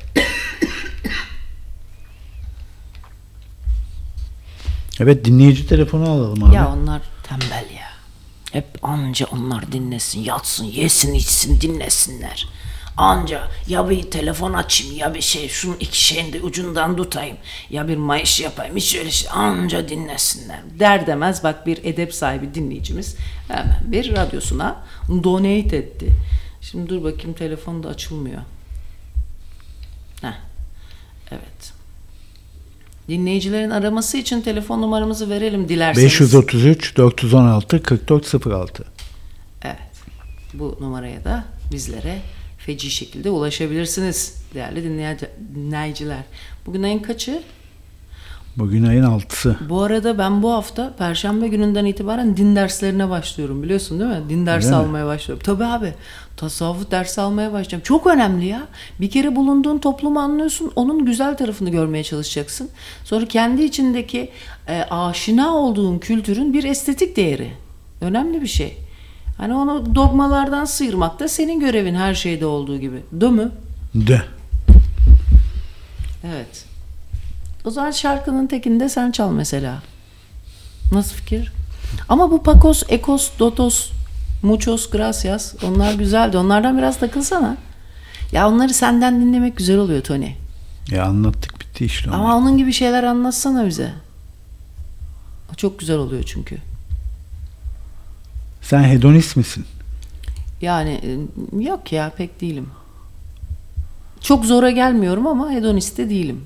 Evet, dinleyici telefonu alalım abi. Ya onlar tembel ya. Hep anca onlar dinlesin, yatsın, yesin, içsin, dinlesinler. Anca ya bir telefon açayım, ya bir şey, şunun iki şeyin de ucundan tutayım, ya bir mayış yapayım, hiç öyle şey, anca dinlesinler. Der demez bak bir edep sahibi dinleyicimiz hemen bir radyosuna donate etti. Şimdi dur bakayım, telefon da açılmıyor. Evet. Dinleyicilerin araması için telefon numaramızı verelim dilerseniz. 533 416 4406. Evet. Bu numaraya da bizlere feci şekilde ulaşabilirsiniz değerli dinleyiciler. Bugün ayın kaçı? Bugün ayın 6'sı. Bu arada ben bu hafta Perşembe gününden itibaren din derslerine başlıyorum, biliyorsun değil mi? Din dersi almaya başlıyorum. Tabii abi. Tasavvuf dersi almaya başlayacağım. Çok önemli ya. Bir kere bulunduğun toplumu anlıyorsun. Onun güzel tarafını görmeye çalışacaksın. Sonra kendi içindeki aşina olduğun kültürün bir estetik değeri. Önemli bir şey. Hani onu dogmalardan sıyırmak da senin görevin, her şeyde olduğu gibi. Değil mi? De. Evet. O zaman şarkının tekini de sen çal mesela. Nasıl fikir? Ama bu Pacos, Ecos, Dotos, Muchos Gracias, onlar güzeldi. Onlardan biraz takılsana. Ya onları senden dinlemek güzel oluyor Tony. Ya anlattık, bitti işte. Ama onun gibi şeyler anlatsana bize. O çok güzel oluyor çünkü. Sen hedonist misin? Yani yok ya, pek değilim. Çok zora gelmiyorum ama hedonist de değilim.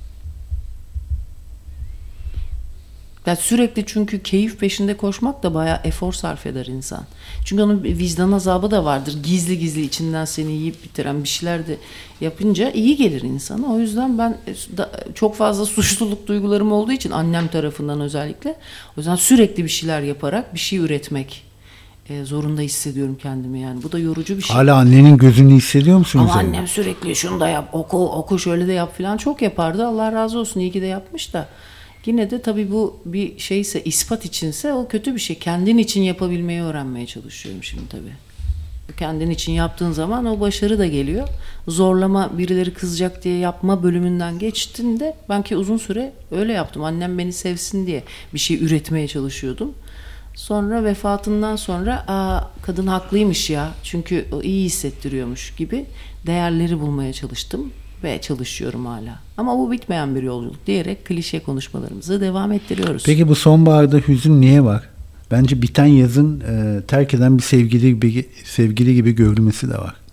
Ya sürekli, çünkü keyif peşinde koşmak da bayağı efor sarf eder insan. Çünkü onun vicdan azabı da vardır. Gizli gizli içinden seni yiyip bitiren bir şeyler de yapınca iyi gelir insana. O yüzden ben çok fazla suçluluk duygularım olduğu için, annem tarafından özellikle. O yüzden sürekli bir şeyler yaparak bir şey üretmek zorunda hissediyorum kendimi yani. Bu da yorucu bir şey. Hala annenin gözünü hissediyor musun? Ama üzerine? annem sürekli şunu da yap, oku şöyle de yap falan çok yapardı. Allah razı olsun, iyi ki de yapmış da. Yine de tabii bu bir şeyse, ispat içinse o kötü bir şey. Kendin için yapabilmeyi öğrenmeye çalışıyorum şimdi tabii. Kendin için yaptığın zaman o başarı da geliyor. Zorlama, birileri kızacak diye yapma bölümünden geçtiğinde ben ki uzun süre öyle yaptım. Annem beni sevsin diye bir şey üretmeye çalışıyordum. Sonra vefatından sonra kadın haklıymış ya, çünkü o iyi hissettiriyormuş gibi değerleri bulmaya çalıştım. Ve çalışıyorum hala. Ama bu bitmeyen bir yolculuk diyerek klişe konuşmalarımızı devam ettiriyoruz. Peki bu sonbaharda hüzün niye var? Bence biten yazın terk eden bir sevgili gibi görülmesi de var.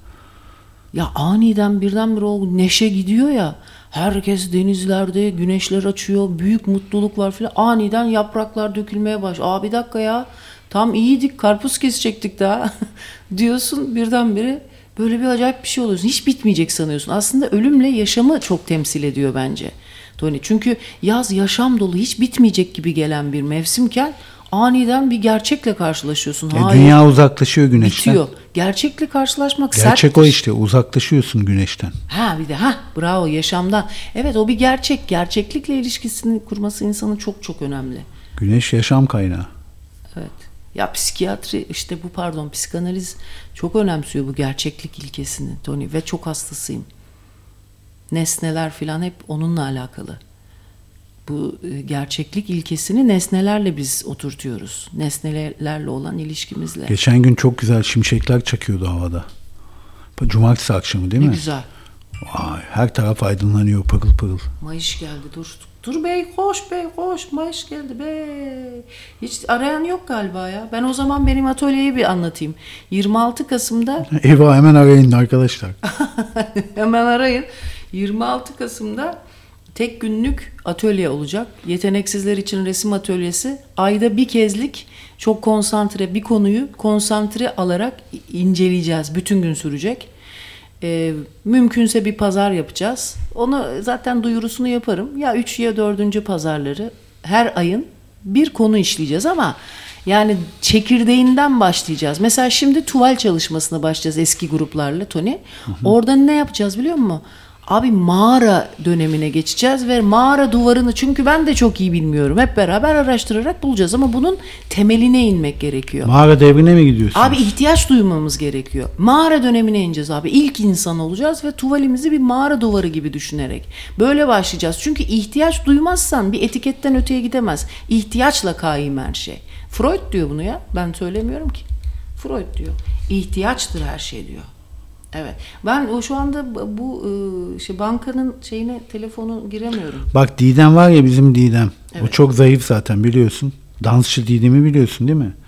Ya aniden birdenbire o neşe gidiyor ya. Herkes denizlerde, güneşler açıyor, büyük mutluluk var filan. Aniden yapraklar dökülmeye başlıyor. Bir dakika ya, tam iyiydik, karpuz kesecektik daha diyorsun, birdenbire böyle bir acayip bir şey oluyorsun. Hiç bitmeyecek sanıyorsun. Aslında ölümle yaşamı çok temsil ediyor bence Tony. Çünkü yaz yaşam dolu, hiç bitmeyecek gibi gelen bir mevsimken aniden bir gerçekle karşılaşıyorsun. Dünya uzaklaşıyor güneşten. Bitiyor. Gerçekle karşılaşmak gerçek serttir. o işte, uzaklaşıyorsun güneşten. Bir de bravo, yaşamdan. Evet, o bir gerçek. Gerçeklikle ilişkisini kurması insanın çok çok önemli. Güneş yaşam kaynağı. Evet. Ya psikiyatri psikanaliz çok önemsiyor bu gerçeklik ilkesini Tony, ve çok hastasıyım. Nesneler filan hep onunla alakalı. Bu gerçeklik ilkesini nesnelerle biz oturtuyoruz. Nesnelerle olan ilişkimizle. Geçen gün çok güzel şimşekler çakıyordu havada. Cumartesi akşamı değil mi? Ne güzel. Vay, her taraf aydınlanıyor pırıl pırıl. Mayış geldi, dur. Dur bey koş Mayış geldi bey. Hiç arayan yok galiba ya. Ben o zaman benim atölyeyi bir anlatayım. 26 Kasım'da Eyvah, hemen arayın arkadaşlar. hemen arayın. 26 Kasım'da tek günlük atölye olacak. Yeteneksizler için resim atölyesi. Ayda bir kezlik çok konsantre bir konuyu konsantre alarak inceleyeceğiz. Bütün gün sürecek. Mümkünse bir pazar yapacağız. Onu zaten duyurusunu yaparım. Ya 3 ya 4. pazarları her ayın bir konu işleyeceğiz ama yani çekirdeğinden başlayacağız. Mesela şimdi tuval çalışmasına başlayacağız eski gruplarla Tony. Orada ne yapacağız biliyor musun? Abi mağara dönemine geçeceğiz ve mağara duvarını, çünkü ben de çok iyi bilmiyorum. Hep beraber araştırarak bulacağız ama bunun temeline inmek gerekiyor. Mağara devrine mi gidiyorsunuz? Abi ihtiyaç duymamız gerekiyor. Mağara dönemine ineceğiz abi. İlk insan olacağız ve tuvalimizi bir mağara duvarı gibi düşünerek böyle başlayacağız. Çünkü ihtiyaç duymazsan bir etiketten öteye gidemez. İhtiyaçla kaim her şey. Freud diyor bunu ya. Ben söylemiyorum ki. Freud diyor. İhtiyaçtır her şey diyor. Evet. Ben şu anda bu bankanın telefonu giremiyorum. Bak Didem var ya, bizim Didem. Evet. O çok zayıf zaten biliyorsun. Dansçı Didem'i biliyorsun değil mi?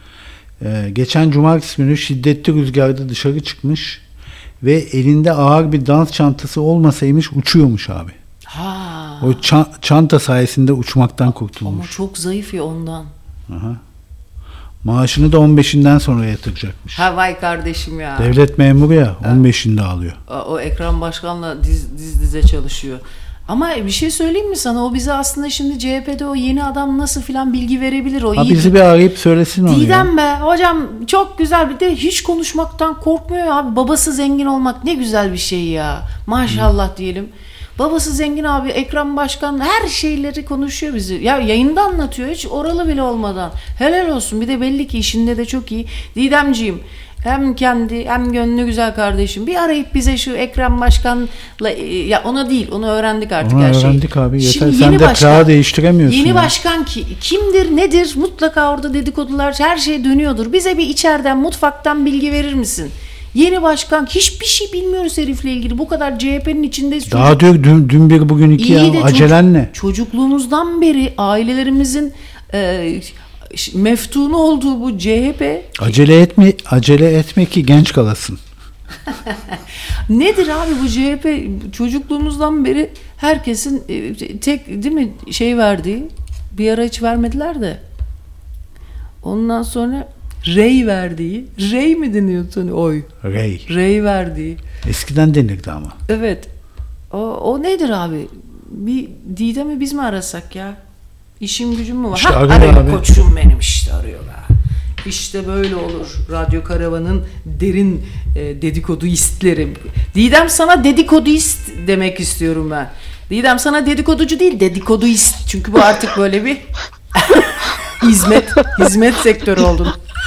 Geçen cumartesi günü şiddetli rüzgarda dışarı çıkmış ve elinde ağır bir dans çantası olmasaymış uçuyormuş abi. Ha. O çanta sayesinde uçmaktan kurtulmuş. Ama çok zayıf ya ondan. Aha. Maaşını da 15'inden sonra yatıracakmış. Ha vay kardeşim ya. Devlet memuru ya, 15'inde alıyor. O Ekrem Başkan'la diz dize çalışıyor. Ama bir şey söyleyeyim mi sana? O bize aslında şimdi CHP'de o yeni adam nasıl filan bilgi verebilir. O Ha, iyi. bizi bir arayıp söylesin onu ya. Didem be hocam, çok güzel, bir de hiç konuşmaktan korkmuyor ya abi. Babası zengin olmak ne güzel bir şey ya. Maşallah diyelim. Babası zengin abi, Ekrem Başkan her şeyleri konuşuyor bizi. Ya yayında anlatıyor hiç oralı bile olmadan. Helal olsun, bir de belli ki işinde de çok iyi. Didemciğim, hem kendi hem gönlü güzel kardeşim. Bir arayıp bize şu Ekrem Başkan'la, ya ona değil, onu öğrendik artık Onu her şeyi. öğrendik abi, yeter. Şimdi Sen yeni de başkan, plağı değiştiremiyorsun. Yeni ya. başkan kimdir, nedir? Mutlaka orada dedikodular, her şey dönüyordur. Bize bir içeriden, mutfaktan bilgi verir misin? Yeni başkan, hiçbir şey bilmiyoruz herifle ilgili. Bu kadar CHP'nin içindeyiz. Daha diyor dün bir bugün iki İyi de ya. Acelen ne? Çocukluğumuzdan beri ailelerimizin meftunu olduğu bu CHP Acele etme ki genç kalasın. nedir abi bu CHP? Çocukluğumuzdan beri herkesin tek değil mi verdiği, bir ara hiç vermediler de ondan sonra rey verdiği, rey mi deniyordu oy? Rey verdiği. Eskiden denirdi ama. Evet. O nedir abi? Bir Didem'i biz mi arasak ya? İşim gücüm mü var? İşte arıyor abi. Koçum benim, işte arıyorlar. İşte böyle olur. Radyo Karavan'ın derin dedikoduistleri. Didem, sana dedikoduist demek istiyorum ben. Didem, sana dedikoducu değil, dedikoduist. Çünkü bu artık böyle bir hizmet sektörü oldun.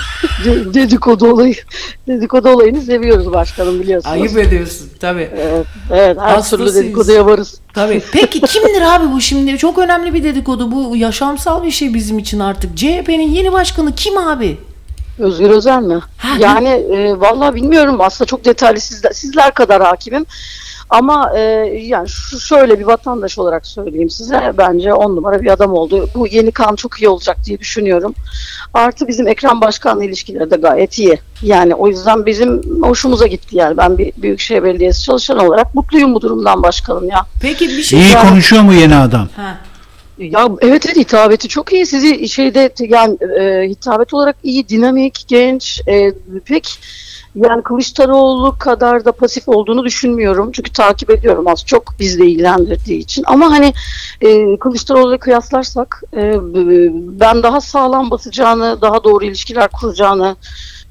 Dedikodu olayını seviyoruz başkanım, biliyorsunuz. Ayıp ediyorsun tabii. Evet, her türlü dedikoduya varız. Tabii. Peki kimdir abi bu şimdi? Çok önemli bir dedikodu. Bu yaşamsal bir şey bizim için artık. CHP'nin yeni başkanı kim abi? Özgür Özel mi? Yani vallahi bilmiyorum. Aslında çok detaylı sizler kadar hakimim. Ama yani şöyle bir vatandaş olarak söyleyeyim size, bence 10 numara bir adam oldu. Bu yeni kan çok iyi olacak diye düşünüyorum. Artı bizim Ekrem Başkan'la ilişkileri de gayet iyi. Yani o yüzden bizim hoşumuza gitti yani. Ben bir Büyükşehir Belediyesi çalışanı olarak mutluyum bu durumdan başkanım ya. Peki bir şey... İyi konuşuyor mu yeni adam? Ha. Ya evet, hitabeti çok iyi. Sizi yani hitabet olarak iyi, dinamik, genç, pek yani Kılıçdaroğlu kadar da pasif olduğunu düşünmüyorum. Çünkü takip ediyorum az çok, bizle ilgilendirdiği için. Ama hani Kılıçdaroğlu'yla kıyaslarsak ben daha sağlam basacağını, daha doğru ilişkiler kuracağını,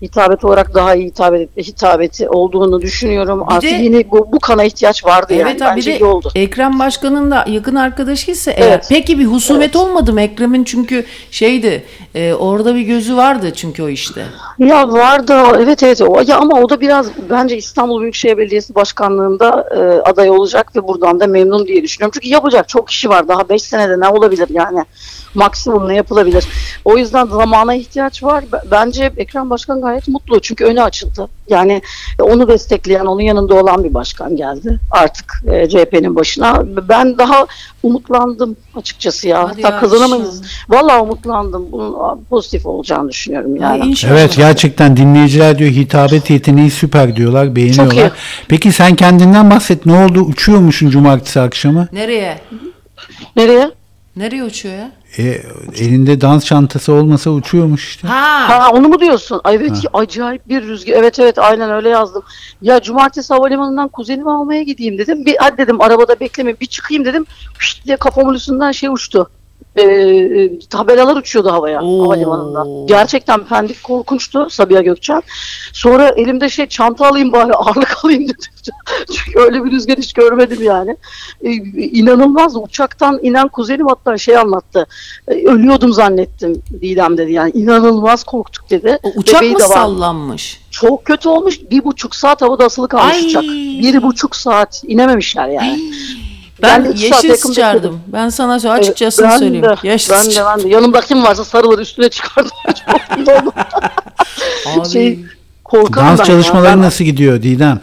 hitabet olarak daha iyi hitabeti olduğunu düşünüyorum. Artık de, yeni bu kana ihtiyaç vardı evet, yani. Bence iyi oldu. Ekrem Başkan'ın da yakın arkadaşıysa eğer. Evet. Peki bir husumet olmadı mı Ekrem'in, çünkü orada bir gözü vardı çünkü o işte. Ya vardı, evet ya, ama o da biraz bence İstanbul Büyükşehir Belediyesi Başkanlığında aday olacak ve buradan da memnun diye düşünüyorum. Çünkü yapacak çok kişi var, daha 5 senede ne olabilir yani, maksimum ne yapılabilir. O yüzden zamana ihtiyaç var. Bence Ekrem Başkan gayet mutlu çünkü önü açıldı. Yani onu destekleyen, onun yanında olan bir başkan geldi artık CHP'nin başına. Ben daha umutlandım açıkçası ya. Hadi Hatta ya, kazanamayız. inşallah. Vallahi umutlandım. Bunun pozitif olacağını düşünüyorum yani. Ay, inşallah. Evet, gerçekten dinleyiciler diyor hitabet yeteneği süper diyorlar, beğeniyorlar. Çok iyi. Peki sen kendinden bahset, ne oldu, uçuyormuşsun cumartesi akşamı? Nereye? Nereye? Nereye uçuyor ya? Elinde dans çantası olmasa uçuyormuş işte. Ha, onu mu diyorsun? Ay evet, acayip bir rüzgar. Evet aynen öyle yazdım. Ya cumartesi havalimanından kuzenimi almaya gideyim dedim. Hadi dedim, arabada bekleme, bir çıkayım dedim. Şşt diye kafamın üstünden uçtu. Tabelalar uçuyordu havaya, havalimanında. Gerçekten Pendik korkunçtu, Sabiha Gökçen. Sonra elimde çanta alayım bari, ağırlık alayım dedim. Çünkü öyle bir rüzgar hiç görmedim yani. İnanılmaz, uçaktan inen kuzenim hatta anlattı. Ölüyordum zannettim Didem dedi yani. İnanılmaz korktuk dedi. O uçak Bebeği mı de var. sallanmış? Çok kötü olmuş. 1,5 saat havada asılı kalmış uçak. 1,5 saat inememişler yani. Ben iki saat yeşil yakın sıçardım. bekledim. Ben sana açıkçasını Ben söyleyeyim. de. Yeşil sıçardım. Yanımda kim varsa sarılır, üstüne çıkardım. Çok iyi oldu. Abi. Korkarım Dans ben çalışmaları ya. nasıl gidiyor Didem?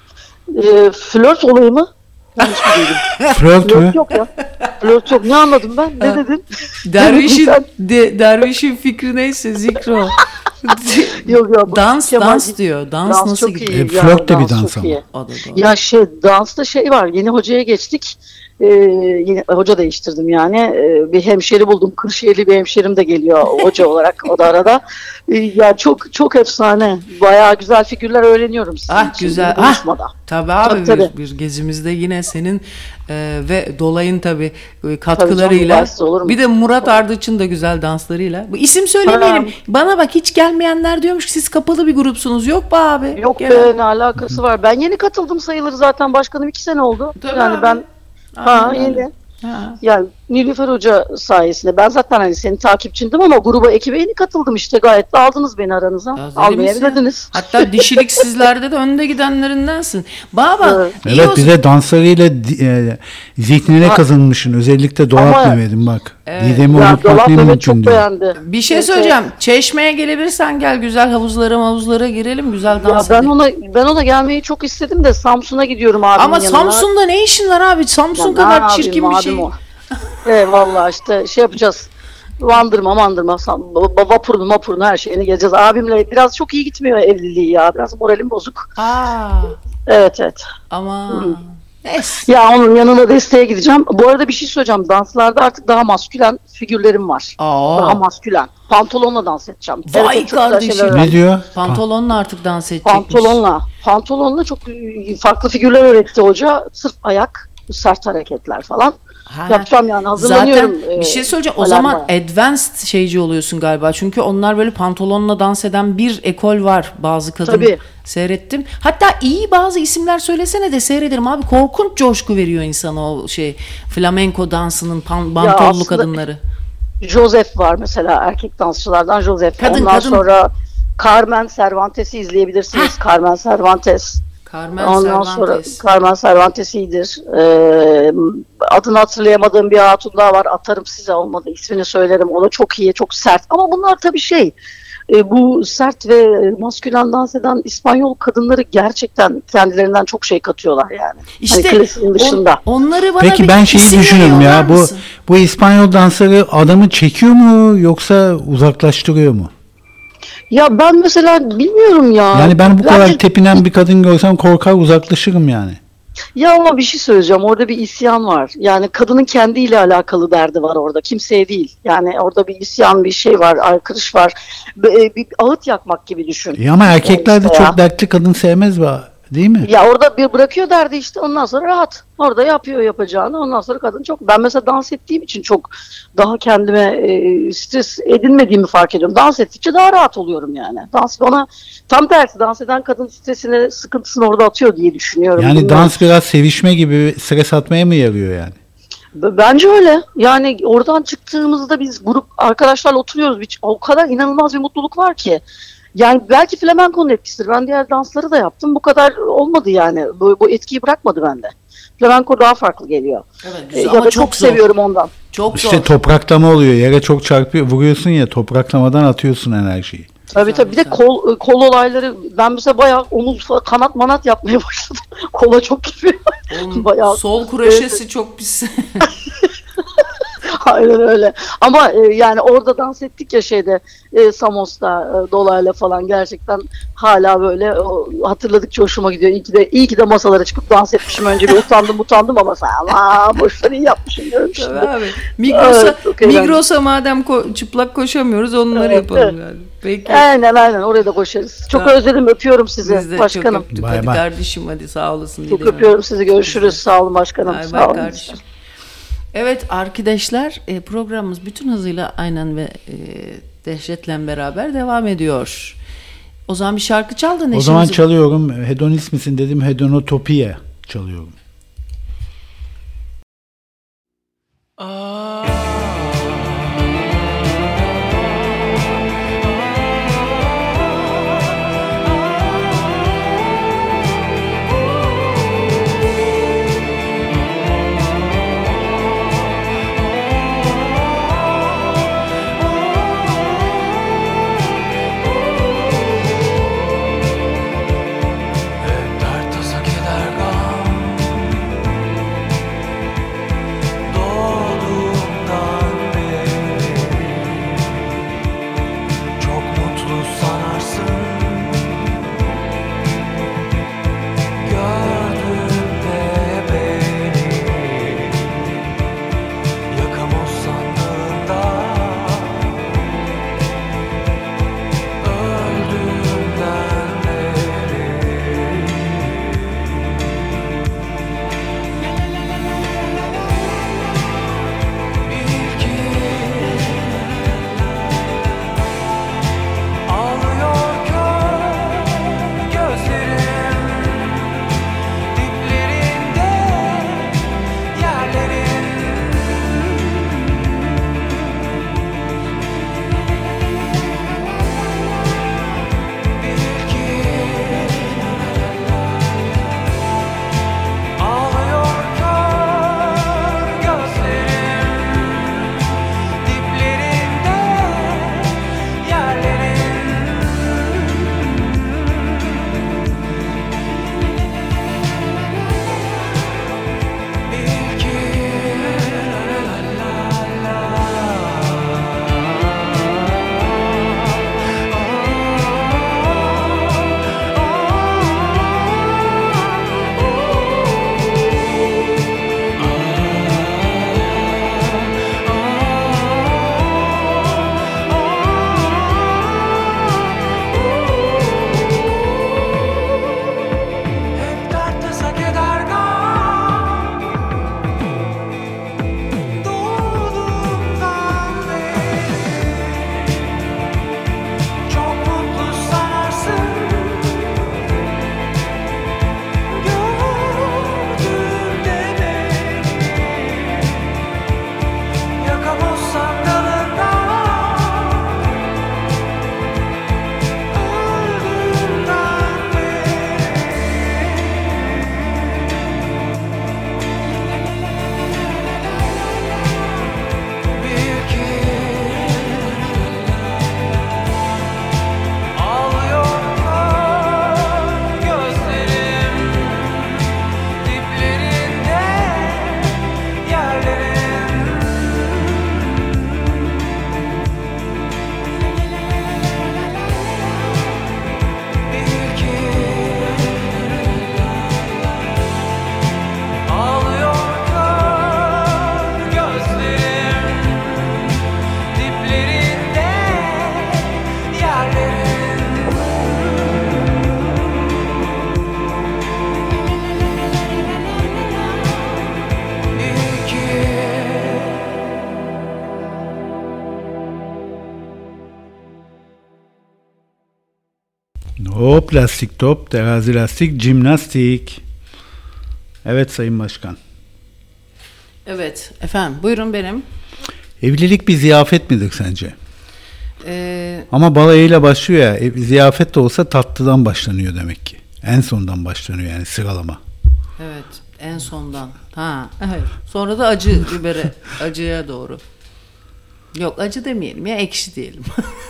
Flört olayı mı? Yanlış mı duydum? Flört mü? Flört yok ya. Flört yok. Ne anladım ben? Ne dedin? Dervişin fikri neyse Zikro. Yok. Dans diyor. Dans nasıl çok gidiyor? iyi. Flört de bir Dans dans çok ama. iyi. O da doğru. Ya dansta var. Yeni hocaya geçtik. Yine hoca değiştirdim yani. Bir hemşeri buldum. Kırşehirli bir hemşerim de geliyor hoca olarak o da arada. Ya çok efsane. Bayağı güzel figürler öğreniyorum sizin için. Güzel. Konuşmada. Tabii abi, Tabii. bir gezimizde yine senin ve Dolay'ın tabii katkılarıyla. Tabii olur mu? Bir de Murat Ardıç'ın da güzel danslarıyla. Bu isim söylemeyelim. Bana bak, hiç gelmeyenler diyormuş ki siz kapalı bir grupsunuz. Yok be abi. Yok be, ne alakası var. Ben yeni katıldım sayılır zaten. Başkanım 2 sene oldu. Tabii yani abi. ben yeni. Yani Nilüfer Hoca sayesinde. Ben zaten senin takipçindim ama gruba, ekibe yeni katıldım işte. Gayet de aldınız beni aranıza. Almayabilirdiniz. Hatta dişilik sizlerde de önde gidenlerindensin. Baba. Evet, bize danslarıyla zihnine kazınmışsın. Özellikle Dolap Ama- Mehmet'im bak. Didem'i Ya unutmak Dolap ne Mehmet çok mümkün diyor. beğendi. Bir şey söyleyeceğim. Çeşme'ye gelebilirsen gel, güzel havuzlara girelim, güzel Ya dans ben edelim. ona gelmeyi çok istedim de Samsun'a gidiyorum abimin Ama yanına. Samsun'da ne işin var abi? Samsun Ya kadar ne çirkin yapayım, bir şey. abim o. Vallahi işte yapacağız. Vandırma, vapurunu her şeyini gezeceğiz. Abimle biraz çok iyi gitmiyor evliliği ya. Biraz moralim bozuk. Evet. Ama neyse. Ya onun yanına desteğe gideceğim. Bu arada bir şey söyleyeceğim. Danslarda artık daha maskülen figürlerim var. Daha maskülen. Pantolonla dans edeceğim. Vay çok güzel kardeşim. şeyler Ne öğrendim. diyor? Pantolonla artık dans edecekmiş. Pantolonla çok farklı figürler öğretti hoca. Sırf ayak, sert hareketler falan. Yapacağım yani, hazırlanıyorum. Zaten bir şey söyleyeceğim. O zaman advanced şeyci oluyorsun galiba. Çünkü onlar böyle pantolonla dans eden bir ekol var. Bazı kadın Tabii. seyrettim. Hatta iyi bazı isimler söylesene de seyrederim abi. Korkunç coşku veriyor insana o flamenko dansının pantolonlu aslında- kadınları. Joseph var mesela, erkek dansçılardan Joseph. Kadın. Ondan sonra Carmen Cervantes'i izleyebilirsiniz. Carmen Cervantes. Ondan sonra Carmen Cervantes iyidir. Adını hatırlayamadığım bir hatun daha var. Atarım size, olmadı ismini söylerim. O da çok iyi, çok sert. Ama bunlar tabii bu sert ve maskülen dans eden İspanyol kadınları gerçekten kendilerinden çok şey katıyorlar yani. İşte klasiğin dışında. onları bana Peki bir ben isimle düşünüyorum ya. yollar mısın? Bu İspanyol dansları adamı çekiyor mu yoksa uzaklaştırıyor mu? Ya ben mesela bilmiyorum ya. Yani ben bu kadar Bence- tepinen bir kadın görsem korkar uzaklaşırım yani. Ya ama bir şey söyleyeceğim. Orada bir isyan var. Yani kadının kendiyle alakalı derdi var orada. Kimseye değil. Yani orada bir isyan, bir şey var, aykırış var. Bir ağıt yakmak gibi düşün. Ama erkekler de İşte ya. çok dertli kadın sevmez Değil mi? Ya orada bir bırakıyor derdi işte, ondan sonra rahat. Orada yapıyor yapacağını, ondan sonra kadın çok... Ben mesela dans ettiğim için çok daha kendime stres edinmediğimi fark ediyorum. Dans ettikçe daha rahat oluyorum yani. Dans bana tam tersi, dans eden kadın stresini, sıkıntısını orada atıyor diye düşünüyorum. Yani bilmiyorum. dans biraz sevişme gibi, stres atmaya mı yarıyor yani? Bence öyle. Yani oradan çıktığımızda biz grup arkadaşlarla oturuyoruz. O kadar inanılmaz bir mutluluk var ki. Yani belki flamenko'nun etkisidir. Ben diğer dansları da yaptım. Bu kadar olmadı yani. Bu etkiyi bırakmadı bende. Flamenko daha farklı geliyor. Evet, güzel. Ya Ama da çok çok zor. seviyorum ondan. Çok İşte zor. topraklama oluyor. Yere çok çarpıyor, vuruyorsun ya, topraklamadan atıyorsun enerjiyi. Tabii tabii. Bir de kol olayları. Ben mesela bayağı omuz, kanat manat yapmaya başladım. Kola çok giriyor. Bayağı. Sol kuraşesi çok pis. Aynen öyle. Ama yani orada dans ettik ya şeyde, Samos'ta, Dolayla falan, gerçekten hala böyle hatırladıkça hoşuma gidiyor. İyi ki de masalara çıkıp dans etmişim. Önce bir utandım ama boşver, iyi yapmışım diyorum şimdi. Tabii abi. Evet, Migros'a madem çıplak koşamıyoruz, onları yapalım evet. yani. Peki. Aynen oraya da koşarız. Çok özledim, öpüyorum sizi Biz de başkanım. çok öptük. Bay Hadi bay. kardeşim, hadi sağ olasın. Çok Didem. öpüyorum sizi, görüşürüz. Sağ olun başkanım. Bay Sağ bay olun. kardeşim. Evet arkadaşlar, programımız bütün hızıyla aynen ve dehşetle beraber devam ediyor. O zaman bir şarkı çal da neşemizi... O zaman çalıyorum. Hedonist misin dedim. Hedonotopiye çalıyorum. Dert tasa keder gam Hop, lastik top, terazi lastik, jimnastik. Evet Sayın Başkan. Evet efendim, buyurun benim. Evlilik bir ziyafet midir sence? Ama balayıyla başlıyor ya. Ziyafet de olsa tatlıdan başlanıyor demek ki. En sondan başlanıyor yani sıralama. Evet, en sondan. Ha, evet. Sonra da acı bibere, acıya doğru. Yok, acı demeyelim ya, ekşi diyelim.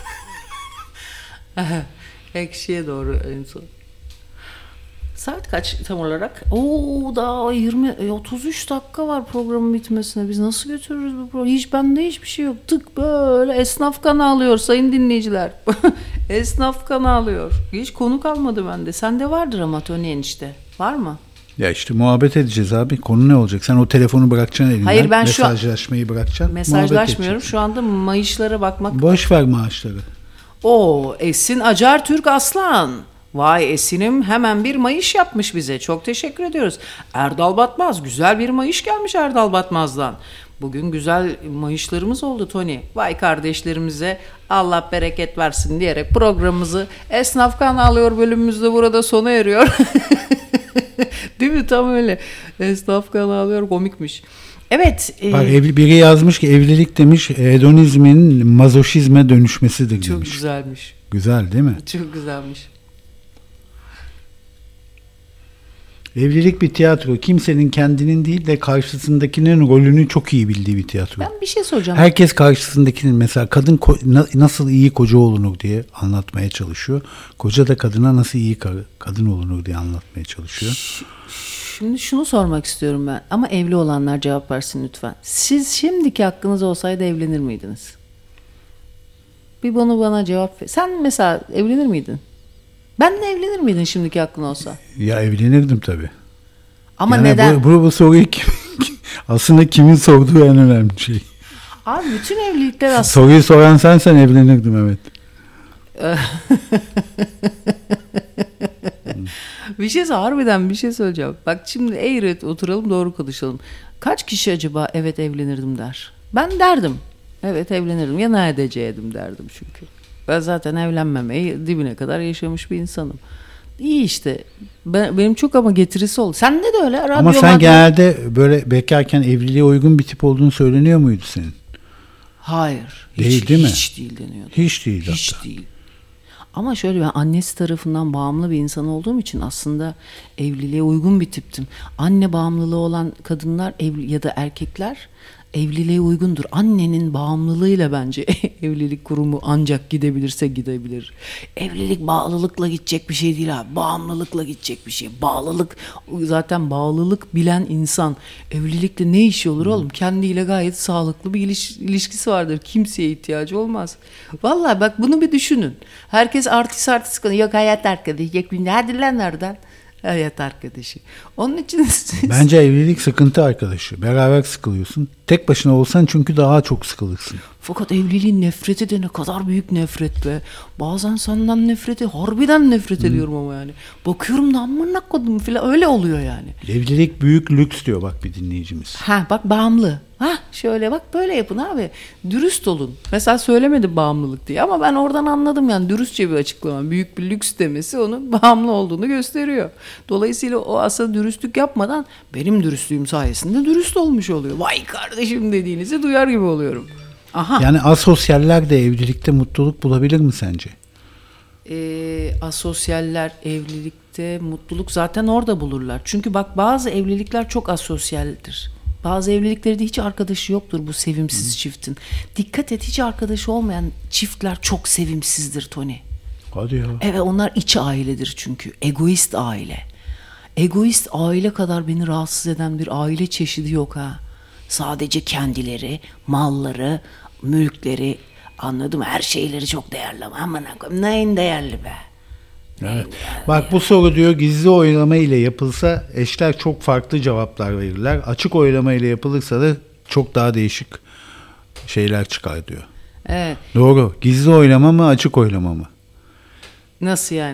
Ekşiye doğru en son. Saat kaç tam olarak? Daha 33 dakika var programın bitmesine. Biz nasıl götürürüz bu programı? Bende hiçbir şey yok. Tık böyle esnaf kanı alıyor sayın dinleyiciler. Esnaf kanı alıyor. Hiç konu kalmadı bende. Sende vardır ama Tony enişte. Var mı? Ya işte muhabbet edeceğiz abi. Konu ne olacak? Sen o telefonu bırakacaksın elinden. Hayır, ben mesajlaşmayı bırakacaksın. Mesajlaşmıyorum. Şu anda mayışlara bakmak. Boş ver maaşları. Esin Acar Türk Aslan. Vay Esin'im, hemen bir mayış yapmış bize. Çok teşekkür ediyoruz. Erdal Batmaz, güzel bir mayış gelmiş Erdal Batmaz'dan. Bugün güzel mayışlarımız oldu Tony. Vay kardeşlerimize Allah bereket versin diyerek programımızı Esnaf Kanı alıyor bölümümüzde burada sona eriyor. Değil mi? Tam öyle. Esnaf Kanı alıyor, komikmiş. Evet. Bak biri yazmış ki evlilik demiş hedonizmin mazoşizme dönüşmesidir demiş. Çok güzelmiş. Güzel değil mi? Çok güzelmiş. Evlilik bir tiyatro. Kimsenin kendinin değil de karşısındakinin rolünü çok iyi bildiği bir tiyatro. Ben bir şey soracağım. Herkes karşısındakinin, mesela kadın nasıl iyi koca olunur diye anlatmaya çalışıyor. Koca da kadına nasıl iyi kadın olunur diye anlatmaya çalışıyor. Şimdi şunu sormak istiyorum ben. Ama evli olanlar cevap versin lütfen. Siz şimdiki hakkınız olsaydı evlenir miydiniz? Bir bana cevap ver. Sen mesela evlenir miydin? Benle evlenir miydin şimdiki hakkın olsa? Ya evlenirdim tabii. Ama yani neden? Bu soruyu aslında kimin sorduğu en önemli şey. Abi bütün evlilikler aslında... Soruyu soran sensen evlenirdim, evet. Harbiden bir şey söyleyeceğim. Bak şimdi eğri oturalım, doğru konuşalım. Kaç kişi acaba evet evlenirdim der? Ben derdim. Evet evlenirdim. Ya ne edeceğim derdim çünkü. Ben zaten evlenmemeyi dibine kadar yaşamış bir insanım. İyi işte. Benim çok ama getirisi oldu. Sende de öyle. Ama sen genelde böyle bekarken evliliğe uygun bir tip olduğunu söyleniyor muydu senin? Hayır. Değil mi? Hiç değil deniyordu. Hiç değil Hiç hatta. değil. Ama şöyle, ben annesi tarafından bağımlı bir insan olduğum için aslında evliliğe uygun bir tiptim. Anne bağımlılığı olan kadınlar ya da erkekler evliliğe uygundur. Annenin bağımlılığıyla bence evlilik kurumu ancak gidebilirse gidebilir. Evlilik bağlılıkla gidecek bir şey değil abi. Bağımlılıkla gidecek bir şey. Bağlılık, zaten bağlılık bilen insan evlilikle ne işi olur oğlum? Kendiyle gayet sağlıklı bir ilişkisi vardır. Kimseye ihtiyacı olmaz. Vallahi bak, bunu bir düşünün. Herkes artist konuşuyor. Yok hayat arkadaşı. Hadi lan nereden? Hayat arkadaşı. Onun için bence evlilik sıkıntı arkadaşı. Beraber sıkılıyorsun. Tek başına olsan çünkü daha çok sıkılırsın. Fakat evliliğin nefreti de ne kadar büyük nefret be. Bazen senden harbiden nefret ediyorum ama yani. Bakıyorum da amına kodum falan, öyle oluyor yani. Evlilik büyük lüks diyor bak bir dinleyicimiz. Bak bağımlı. Şöyle bak, böyle yapın abi. Dürüst olun. Mesela söylemedi bağımlılık diye ama ben oradan anladım yani, dürüstçe bir açıklama. Büyük bir lüks demesi onun bağımlı olduğunu gösteriyor. Dolayısıyla o aslında dürüstlük yapmadan benim dürüstlüğüm sayesinde dürüst olmuş oluyor. Vay kardeşim dediğinizi duyar gibi oluyorum. Aha. Yani asosyaller de evlilikte mutluluk bulabilir mi sence? Asosyaller evlilikte mutluluk zaten orada bulurlar. Çünkü bak, bazı evlilikler çok asosyaldir. Bazı evlilikleri de hiç arkadaşı yoktur bu sevimsiz çiftin. Dikkat et, hiç arkadaşı olmayan çiftler çok sevimsizdir Tony. Hadi ya. Evet, onlar iç ailedir çünkü. Egoist aile. Egoist aile kadar beni rahatsız eden bir aile çeşidi yok ha. Sadece kendileri, malları, mülkleri, anladım, her şeyleri çok değerli ama aman akım neyin değerli be. Evet. Bak bu soru diyor gizli oylama ile yapılsa eşler çok farklı cevaplar verirler. Açık oylama ile yapılırsa da çok daha değişik şeyler çıkar diyor. Evet. Doğru. Gizli oylama mı açık oylama mı? Nasıl yani?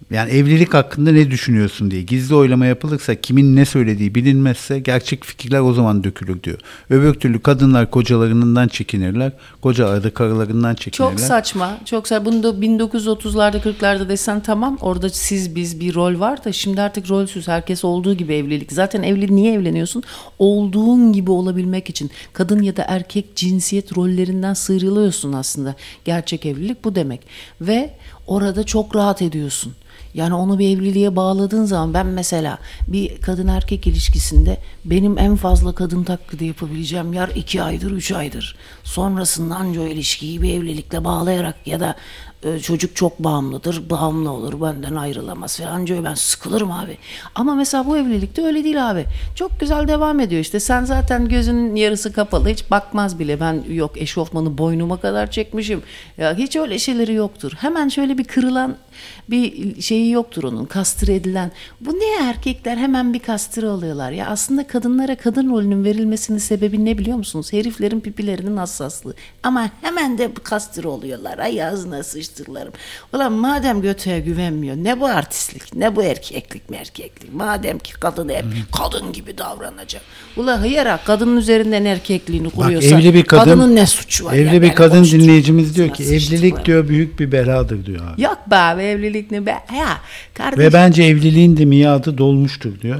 Yani evlilik hakkında ne düşünüyorsun diye. Gizli oylama yapılırsa kimin ne söylediği bilinmezse gerçek fikirler o zaman dökülür diyor. Öbür türlü kadınlar kocalarından çekinirler. Kocalar da karılarından çekinirler. Çok saçma. Çok saçma. Bunu da 1930'larda 40'larda desen tamam. Orada siz biz bir rol var da şimdi artık rolsüz. Herkes olduğu gibi evlilik. Zaten niye evleniyorsun? Olduğun gibi olabilmek için. Kadın ya da erkek cinsiyet rollerinden sıyrılıyorsun aslında. Gerçek evlilik bu demek. Ve orada çok rahat ediyorsun. Yani onu bir evliliğe bağladığın zaman ben mesela bir kadın erkek ilişkisinde benim en fazla kadın taklidi yapabileceğim yer 2 aydır 3 aydır. Sonrasında anca o ilişkiyi bir evlilikle bağlayarak ya da çocuk çok bağımlıdır, bağımlı olur, benden ayrılamaz falan. Anca ben sıkılırım abi. Ama mesela bu evlilikte öyle değil abi. Çok güzel devam ediyor işte. Sen zaten gözünün yarısı kapalı, hiç bakmaz bile. Ben yok eşofmanı boynuma kadar çekmişim. Ya hiç öyle şeyleri yoktur. Hemen şöyle bir kırılan bir şeyi yoktur onun, kastre edilen. Bu ne, erkekler hemen bir kastre oluyorlar. Ya aslında kadınlara kadın rolünün verilmesinin sebebi ne biliyor musunuz? Heriflerin pipilerinin hassaslığı. Ama hemen de kastre oluyorlar. Ay ağzına sıçtırlarım. Ulan madem götüye güvenmiyor, ne bu artistlik, ne bu erkeklik merkeklik. Madem ki kadın hep kadın gibi davranacak. Ulan hıyarak kadının üzerinden erkekliğini kuruyorsan kadının ne suçu var? Evli bir kadın dinleyicimiz diyor ki evlilik diyor büyük bir beladır diyor abi. Yok be abi, evlilik ne be? Ya kardeşim. Ve bence evliliğin de miadı dolmuştur diyor.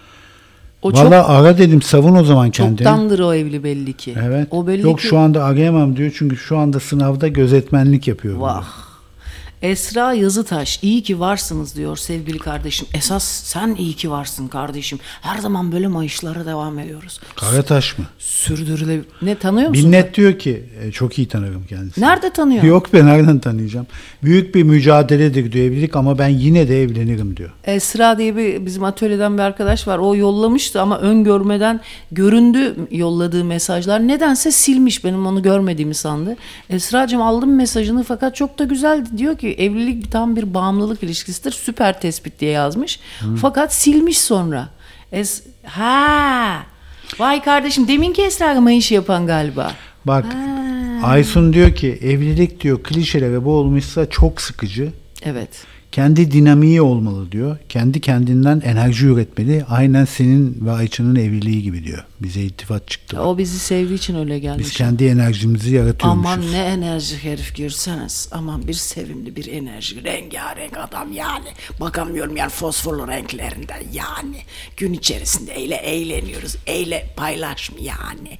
O Valla ara dedim, savun o zaman kendini. Çoktandır o evli belli ki. Evet. O belli yok ki... şu anda arayamam diyor çünkü şu anda sınavda gözetmenlik yapıyorum. Vah. Diyor. Esra Yazıtaş, iyi ki varsınız diyor sevgili kardeşim. Esas sen iyi ki varsın kardeşim. Her zaman böyle mayışlara devam ediyoruz. Karataş mı? Sürdürülebilir. Ne, tanıyor musun? Binnet diyor ki çok iyi tanırım kendisini. Nerede tanıyor? Yok be, nereden tanıyacağım? Büyük bir mücadeledir diyor evlilik ama ben yine de evlenirim diyor. Esra diye bizim atölyeden bir arkadaş var. O yollamıştı ama öngörmeden göründü yolladığı mesajlar. Nedense silmiş, benim onu görmediğimi sandı. Esracığım aldım mesajını fakat çok da güzeldi. Diyor ki evlilik tam bir bağımlılık ilişkisidir. Süper tespit diye yazmış. Fakat silmiş sonra. Vay kardeşim, deminki Esra mayış yapan galiba. Bak Aysun diyor ki evlilik diyor klişelere boğulmuşsa çok sıkıcı. Evet. Kendi dinamiği olmalı diyor. Kendi kendinden enerji üretmeli. Aynen senin ve Ayça'nın evliliği gibi diyor. Bize iltifat çıktı. O bizi sevdiği için öyle gelmiş. Biz kendi enerjimizi yaratıyormuşuz. Aman ne enerji herif görseniz. Aman bir sevimli bir enerji. Rengarenk adam yani. Bakamıyorum yani fosforlu renklerinden yani. Gün içerisinde eğleniyoruz. Paylaş mı yani?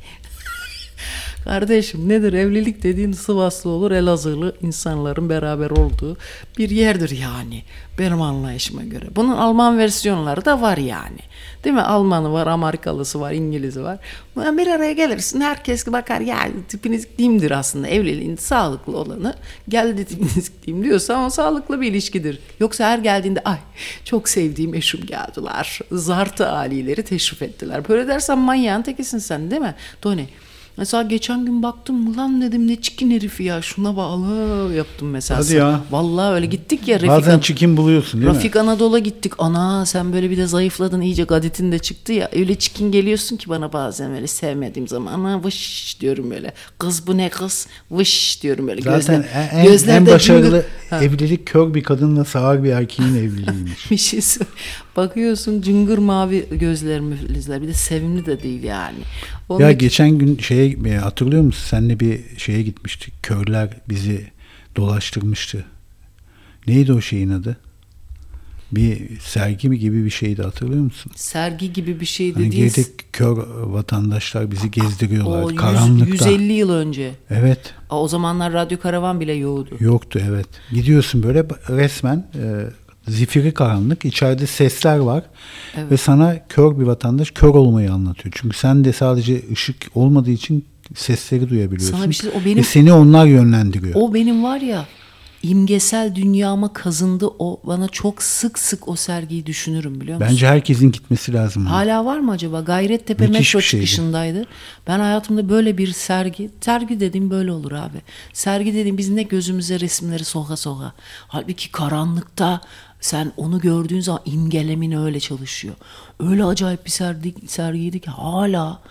Kardeşim nedir evlilik dediğin, Sivaslı olur Elazığlı insanların beraber olduğu bir yerdir yani benim anlayışıma göre. Bunun Alman versiyonları da var yani. Değil mi? Almanı var, Amerikalısı var, İngiliz'i var. Bir araya gelirsin, herkes bakar ya tipiniz diyeyimdir aslında evliliğin sağlıklı olanı. Geldi tipiniz diyeyim diyorsa o sağlıklı bir ilişkidir. Yoksa her geldiğinde ay çok sevdiğim eşim geldiler. Zartı alileri teşrif ettiler. Böyle dersen manyağın tekisin sen, değil mi? Tony. Mesela geçen gün baktım, ulan dedim ne çikin herif ya, şuna bağlı yaptım mesela. Hadi ya. Vallahi öyle gittik ya. Bazen çikin buluyorsun değil mi? Rafik Anadolu'ya gittik. Ana sen böyle bir de zayıfladın iyice, gadetin de çıktı ya. Öyle çikin geliyorsun ki bana bazen böyle sevmediğim zaman. Ana vış diyorum böyle. Kız bu ne kız? Vış diyorum böyle. Zaten en başarılı evlilik kör bir kadınla sağır bir erkeğin evliliğiymiş. Bir şey bakıyorsun cıngır mavi gözlerimizler. Bir de sevimli de değil yani. Ya geçen gün hatırlıyor musun? Seninle bir şeye gitmiştik. Körler bizi dolaştırmıştı. Neydi o şeyin adı? Bir sergi mi gibi bir şeydi, hatırlıyor musun? Sergi gibi bir şey dediğiniz. Hani girdik, kör vatandaşlar bizi gezdiriyorlar karanlıkta. 150 yıl önce. Evet. O zamanlar radyo karavan bile yoktu. Evet. Gidiyorsun böyle resmen zifiri karanlık, içeride sesler var. Evet. Ve sana kör bir vatandaş kör olmayı anlatıyor. Çünkü sen de sadece ışık olmadığı için sesleri duyabiliyorsun. Sana bir şey, ve seni onlar yönlendiriyor. O benim var ya, imgesel dünyama kazındı. O bana çok sık o sergiyi düşünürüm, biliyor musun? Bence herkesin gitmesi lazım. Hala var mı acaba? Gayrettepe metro çıkışındaydı. Ben hayatımda böyle bir sergi dediğim böyle olur abi. Sergi dediğim, biz ne gözümüze resimleri soka. Halbuki karanlıkta sen onu gördüğün zaman imgelemin öyle çalışıyor. Öyle acayip bir sergiydi ki hala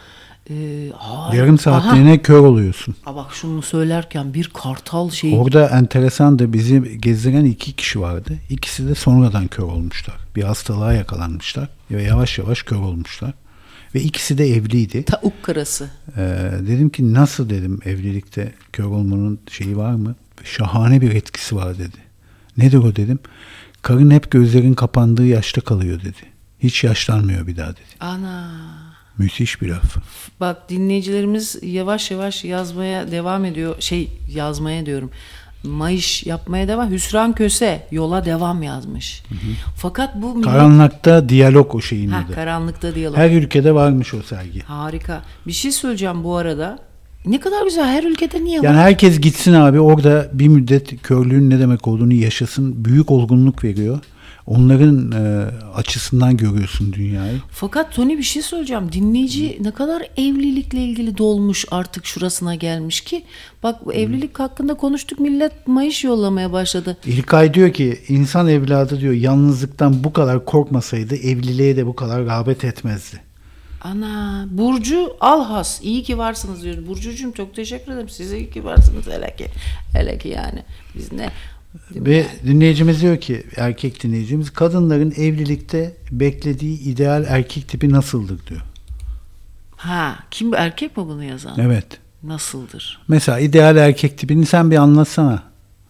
Yarım saatliğine kör oluyorsun. Bak şunu söylerken bir kartal şeyi. Orada enteresan da bizi gezdiren 2 kişi vardı. İkisi de sonradan kör olmuşlar. Bir hastalığa yakalanmışlar ve yavaş yavaş kör olmuşlar. Ve ikisi de evliydi. Tavuk karası. Dedim ki nasıl dedim, evlilikte kör olmanın şeyi var mı? Şahane bir etkisi var dedi. Nedir o dedim. Karın hep gözlerin kapandığı yaşta kalıyor dedi. Hiç yaşlanmıyor bir daha dedi. Ana. Müthiş bir laf. Bak dinleyicilerimiz yavaş yavaş yazmaya devam ediyor. Yazmaya diyorum. Mayış yapmaya devam. Hüsran Köse yola devam yazmış. Hı hı. Fakat bu karanlıkta diyalog o şeyin adı. Karanlıkta diyalog. Her ülkede varmış o sergi. Harika. Bir şey söyleyeceğim bu arada. Ne kadar güzel, her ülkede niye var? Yani herkes gitsin abi, orada bir müddet körlüğün ne demek olduğunu yaşasın. Büyük olgunluk veriyor. Onların açısından görüyorsun dünyayı. Fakat Tony bir şey söyleyeceğim. Dinleyici ne kadar evlilikle ilgili dolmuş artık şurasına gelmiş ki. Bak bu evlilik hakkında konuştuk, millet mayış yollamaya başladı. İlkay diyor ki insan evladı diyor yalnızlıktan bu kadar korkmasaydı evliliğe de bu kadar rağbet etmezdi. Ana, Burcu Alhas iyi ki varsınız diyor. Burcucuğum çok teşekkür ederim. Size iyi ki varsınız hele ki yani. Biz ne... Ve dinleyicimiz diyor ki, erkek dinleyicimiz, kadınların evlilikte beklediği ideal erkek tipi nasıldır diyor. Kim, erkek mi bunu yazan? Evet. Nasıldır? Mesela ideal erkek tipini sen bir anlatsana.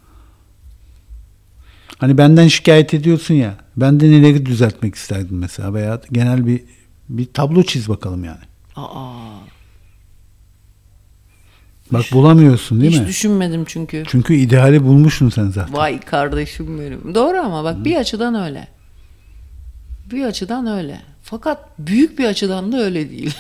Hani benden şikayet ediyorsun ya, ben de neleri düzeltmek isterdim mesela, veya genel bir tablo çiz bakalım yani. Bak bulamıyorsun değil mi? Hiç düşünmedim çünkü. Çünkü ideali bulmuşsun sen zaten. Vay kardeşim benim. Doğru ama bak bir açıdan öyle. Bir açıdan öyle. Fakat büyük bir açıdan da öyle değil.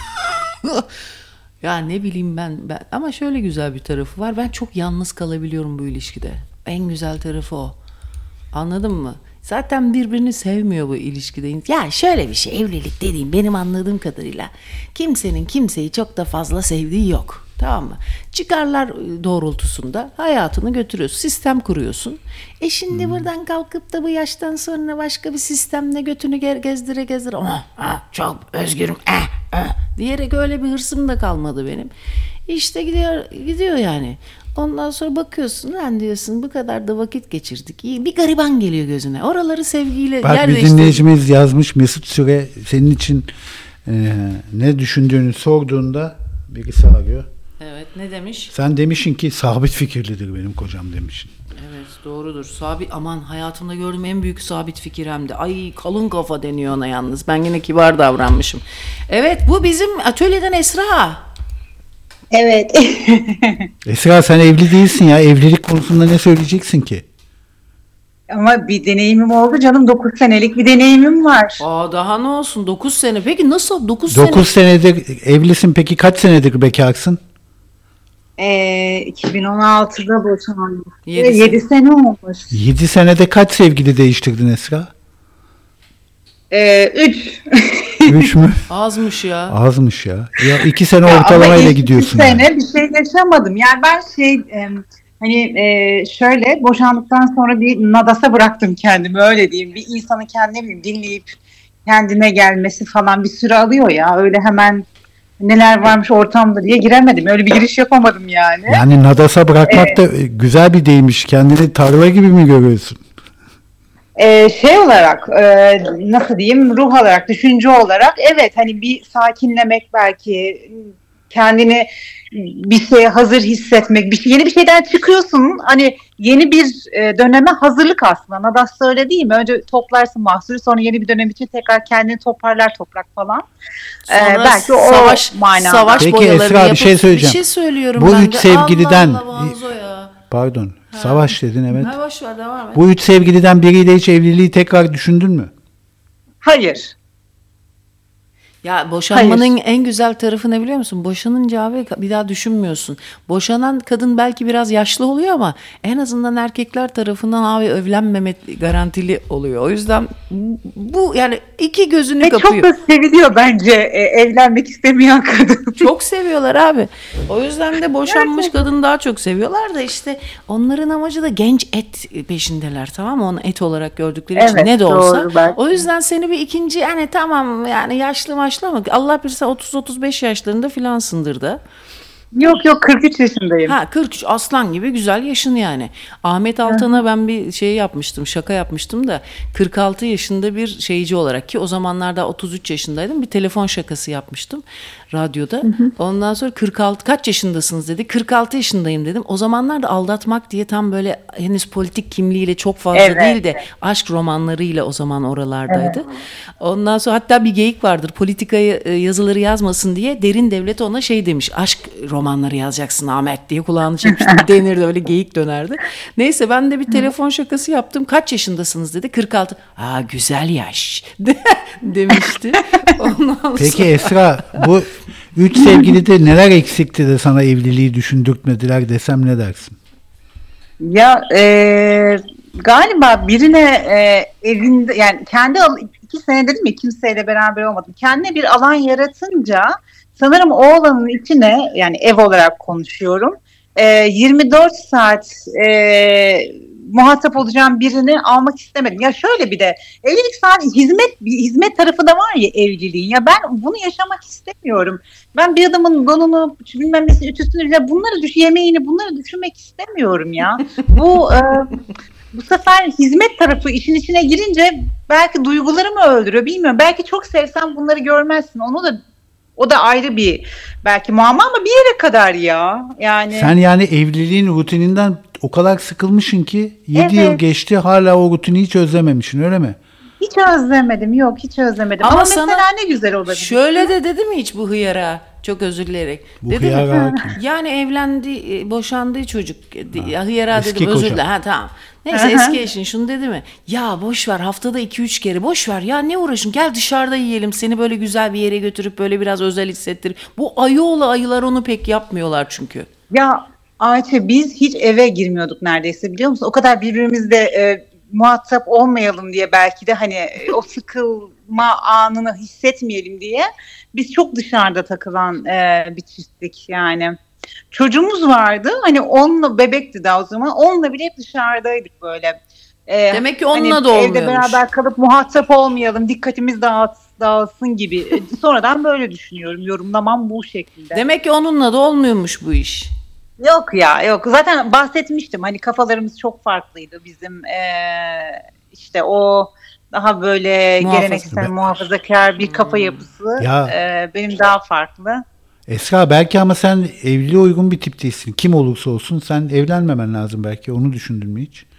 Ya ne bileyim ben ama şöyle güzel bir tarafı var. Ben çok yalnız kalabiliyorum bu ilişkide. En güzel tarafı o. Anladın mı? Zaten birbirini sevmiyor bu ilişkide. Ya şöyle bir şey, evlilik dediğim benim anladığım kadarıyla kimsenin kimseyi çok da fazla sevdiği yok. Tamam mı? Çıkarlar doğrultusunda hayatını götürüyorsun. Sistem kuruyorsun. Şimdi buradan kalkıp da bu yaştan sonra başka bir sistemle götünü gezdire çok özgürüm diyerek öyle bir hırsım da kalmadı benim. İşte gidiyor yani. Ondan sonra bakıyorsun, lan diyorsun bu kadar da vakit geçirdik. İyi, bir gariban geliyor gözüne. Oraları sevgiyle bak, bir dinleyicimiz yazmış, Mesut Süre senin için ne düşündüğünü sorduğunda birisi arıyor. Evet, ne demiş? Sen demişsin ki sabit fikirlidir benim kocam demişsin. Evet, doğrudur. Aman hayatımda gördüğüm en büyük sabit fikir hem de. Ay kalın kafa deniyor ona yalnız. Ben yine kibar davranmışım. Evet, bu bizim atölyeden Esra. Evet. Esra sen evli değilsin ya. Evlilik konusunda ne söyleyeceksin ki? Ama bir deneyimim oldu canım. 9 senelik bir deneyimim var. Daha ne olsun, 9 sene. Peki nasıl 9 senedir evlisin, peki kaç senedir bekarsın? 2016'da boşandım. 7 sene olmuş. 7 senede kaç sevgili değiştirdin Esra? 3. 3 mü? Azmış ya. Azmış ya. Ya 2 sene ortalamayla gidiyorsun. 2 sene yani. Bir şey yaşamadım. Yani ben şöyle boşandıktan sonra bir nadasa bıraktım kendimi, öyle diyeyim. Bir insanın kendini dinleyip kendine gelmesi falan bir süre alıyor ya. Öyle hemen neler varmış ortamda diye giremedim. Öyle bir giriş yapamadım yani. Yani nadasa bırakmak da güzel bir deymiş. Kendini tarla gibi mi görüyorsun? Olarak nasıl diyeyim, ruh olarak, düşünce olarak evet, hani bir sakinlemek, belki kendini bir şeye hazır hissetmek, yeni bir şeyden çıkıyorsun, hani yeni bir döneme hazırlık aslında. Nadas da öyle değil mi? Önce toplarsın mahsulü, sonra yeni bir dönem için tekrar kendini toparlar toprak falan. Belki o manada. Savaş peki boyaları Esra yapıp, bir şey söyleyeceğim. Bir şey söylüyorum bu ben de. 3 sevgiliden Allah, pardon, savaş dedin evet. Boş ver, devam et. Bu 3 sevgiliden biriyle hiç evliliği tekrar düşündün mü? Hayır. Ya boşanmanın en güzel tarafı ne biliyor musun? Boşanınca abi bir daha düşünmüyorsun. Boşanan kadın belki biraz yaşlı oluyor ama en azından erkekler tarafından abi evlenmemek garantili oluyor. O yüzden bu yani iki gözünü kapıyor. Çok da seviliyor bence evlenmek istemeyen kadın. Çok seviyorlar abi. O yüzden de boşanmış kadını daha çok seviyorlar da işte onların amacı da genç et peşindeler, tamam mı? Onu et olarak gördükleri için ne de olsa. O yüzden seni bir ikinci, yani tamam yani yaşlı başlama. Allah bilirse 30-35 yaşlarında filansındır da. Yok 43 yaşındayım. 43 aslan gibi güzel yaşın yani. Ahmet Altan'a ben bir şey yapmıştım, şaka yapmıştım da 46 yaşında bir şeyci olarak, ki o zamanlarda 33 yaşındaydım, bir telefon şakası yapmıştım radyoda. Ondan sonra 46 kaç yaşındasınız dedi. 46 yaşındayım dedim. O zamanlarda aldatmak diye tam böyle henüz politik kimliğiyle çok fazla değil de aşk romanlarıyla o zaman oralardaydı. Ondan sonra hatta bir geyik vardır. Politikayı yazıları yazmasın diye Derin Devlet ona şey demiş. Aşk romanları yazacaksın Ahmet diye kulağını çekmiş. Denirdi, öyle geyik dönerdi. Neyse ben de bir telefon şakası yaptım. Kaç yaşındasınız dedi. 46. Güzel yaş demişti. Ondan Peki sonra... Esra, bu 3 sevgilide neler eksikti de sana evliliği düşündürtmediler desem ne dersin? Ya galiba birine evinde, yani kendi 2 sene dedim ya, kimseyle beraber olmadım. Kendine bir alan yaratınca sanırım o alanın içine, yani ev olarak konuşuyorum, 24 saat muhatap olacağım birini almak istemedim. Ya şöyle, bir de evlilik sadece hizmet tarafı da var ya evliliğin. Ya ben bunu yaşamak istemiyorum. Ben bir adamın donunu, bilmem nesini, ütüsünü, bunları yemeğini, bunları düşünmek istemiyorum ya. Bu sefer hizmet tarafı işin içine girince belki duygularımı öldürüyor, bilmiyorum. Belki çok sevsem bunları görmezsin. O da ayrı bir belki muamma, ama bir yere kadar ya. Yani sen yani evliliğin rutininden o kadar sıkılmışsın ki 7 yıl geçti, hala o rutini hiç özlememişsin, öyle mi? Hiç özlemedim. Yok, hiç özlemedim. Ama mesela ne güzel olabilir. Şöyle de dedi mi hiç bu hıyara? Çok özür dileyerek. Bu dedi hıyara mi? Yani evlendi, boşandığı çocuk. Hıyara dedim, koca. özür dilerim. Tamam. Neyse, eski eşin şunu dedi mi? Ya boş ver, haftada 2-3 kere boş ver ya, ne uğraşın, gel dışarıda yiyelim, seni böyle güzel bir yere götürüp böyle biraz özel hissettir. Bu ayılar onu pek yapmıyorlar çünkü. Ya Ayça, biz hiç eve girmiyorduk neredeyse, biliyor musun? O kadar birbirimizle muhatap olmayalım diye, belki de hani o sıkılma anını hissetmeyelim diye biz çok dışarıda takılan bir çiftlik yani. Çocuğumuz vardı, hani onunla, bebekti daha o zaman, onunla bile hep dışarıdaydık böyle. Demek ki onunla hani da olmuyormuş. Evde beraber kalıp muhatap olmayalım, dikkatimiz dağılsın gibi. Sonradan böyle düşünüyorum, yorumlamam bu şekilde. Demek ki onunla da olmuyormuş bu iş. Yok. Zaten bahsetmiştim, hani kafalarımız çok farklıydı bizim. İşte o daha böyle geleneksel, muhafazakar bir kafa yapısı. Benim daha farklı. Esra, belki ama sen evliliğe uygun bir tip değilsin. Kim olursa olsun sen evlenmemen lazım belki. Onu düşündün mü hiç?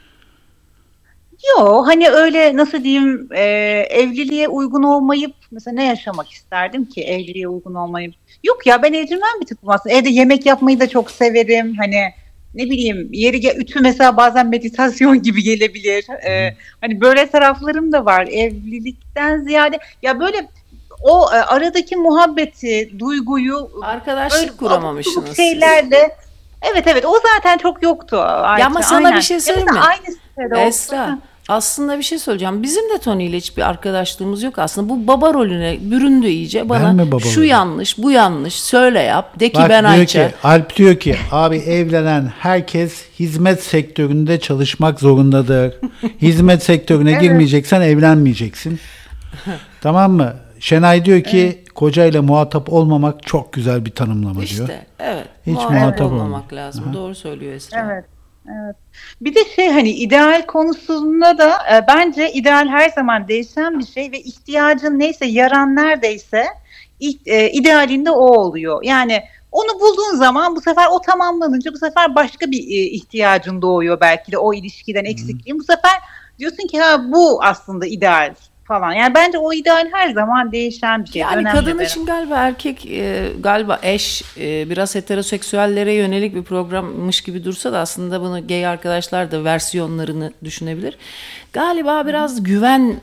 Yok, hani öyle, nasıl diyeyim, evliliğe uygun olmayıp mesela ne yaşamak isterdim ki evliliğe uygun olmayıp? Yok ya, ben evlenmem bir tipim aslında. Evde yemek yapmayı da çok severim. Hani ne bileyim, ütü mesela bazen meditasyon gibi gelebilir. Hani böyle taraflarım da var. Evlilikten ziyade ya böyle o aradaki muhabbeti, duyguyu, arkadaşlık kuramamışsınız. Şeylerle. Evet, o zaten çok yoktu. Ya ama sana bir şey söyleyeyim mi? Aynı Esra, aslında bir şey söyleyeceğim. Bizim de Tony ile hiçbir arkadaşlığımız yok aslında. Bu baba rolüne büründü iyice. Bana şu yanlış, bu yanlış, söyle yap. De ki bak, ben Ayça. Alp diyor ki abi, evlenen herkes hizmet sektöründe çalışmak zorundadır. Hizmet sektörüne girmeyeceksen evlenmeyeceksin. Tamam mı? Şenay diyor ki kocayla muhatap olmamak çok güzel bir tanımlama diyor. İşte evet. Hiç muhatap olmamak lazım. Aha. Doğru söylüyor Esra. Evet. Bir de hani ideal konusunda da bence ideal her zaman değişen bir şey ve ihtiyacın neyse, yaran neredeyse idealinde o oluyor. Yani onu bulduğun zaman bu sefer o tamamlanınca bu sefer başka bir ihtiyacın doğuyor, belki de o ilişkiden eksikliğin. Bu sefer diyorsun ki bu aslında ideal falan. Yani bence o ideal her zaman değişen bir şey. Yani kadın için galiba erkek, galiba eş biraz heteroseksüellere yönelik bir programmış gibi dursa da aslında bunu gay arkadaşlar da versiyonlarını düşünebilir. Galiba biraz güven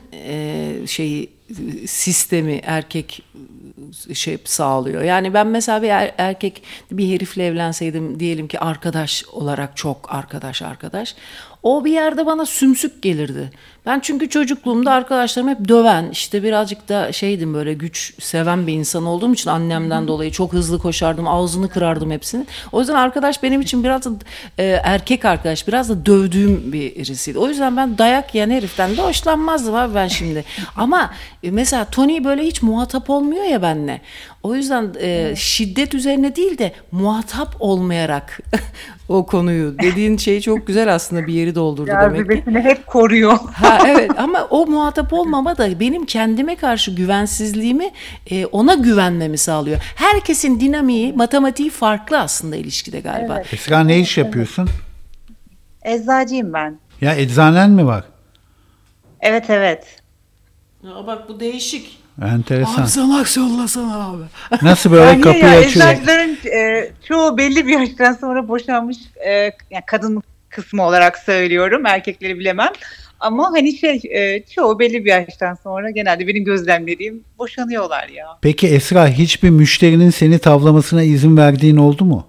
sistemi erkek sağlıyor. Yani ben mesela bir erkek bir herifle evlenseydim, diyelim ki arkadaş olarak, çok arkadaş. O bir yerde bana sümsük gelirdi. Ben çünkü çocukluğumda arkadaşlarım hep döven, işte birazcık da şeydim, böyle güç seven bir insan olduğum için annemden dolayı çok hızlı koşardım, ağzını kırardım hepsini. O yüzden arkadaş benim için biraz da erkek arkadaş, biraz da dövdüğüm birisiydi. O yüzden ben dayak yiyen heriften de hoşlanmazdım abi ben şimdi. Ama mesela Tony böyle hiç muhatap olmuyor ya benimle. O yüzden şiddet üzerine değil de muhatap olmayarak o konuyu, dediğin şey çok güzel aslında, bir yeri doldurdu demek ki. Cazibesini hep koruyor. Ha evet, ama o muhatap olmama da benim kendime karşı güvensizliğimi ona güvenmemi sağlıyor. Herkesin dinamiği, matematiği farklı aslında ilişkide galiba. Evet. Esra ne iş yapıyorsun? Eczacıyım ben. Ya eczanen mi var? Evet. Ya bak bu değişik. Enteresan. Abi salak yollasana abi. Nasıl böyle Yani kapıyı ya, açıyor? eczacıların çoğu belli bir yaştan sonra boşanmış, yani kadın kısmı olarak söylüyorum, erkekleri bilemem. Ama hani çoğu belli bir yaştan sonra genelde benim gözlemlediğim boşanıyorlar ya. Peki Esra, hiçbir müşterinin seni tavlamasına izin verdiğin oldu mu?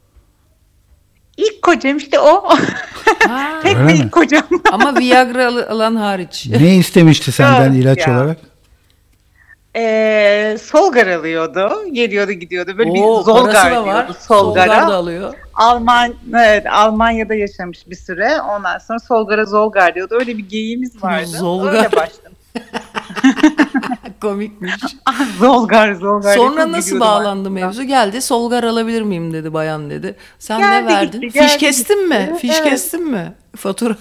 İlk kocam işte o. Tek Öyle bir mi? ilk kocam. Ama Viagra alan hariç. Ne istemişti senden Yok ilaç ya. olarak? Solgar alıyordu. Geliyordu gidiyordu. Böyle Oo, bir Zolgar parası da var. diyordu Solgar'a. Solgar da alıyor. Evet, Almanya'da yaşamış bir süre. Ondan sonra Solgar'a Zolgar diyordu. Öyle bir geyiğimiz vardı. Zolgar. Öyle başladım. Komikmiş. Zolgar. Sonra Çok nasıl gülüyordum bağlandı aslında. mevzu? Geldi, Solgar alabilir miyim dedi bayan dedi. Sen Geldi ne verdin? gitti, Fiş geldi kestin mi? gitti. Fiş Evet. kestin mi? Fatura.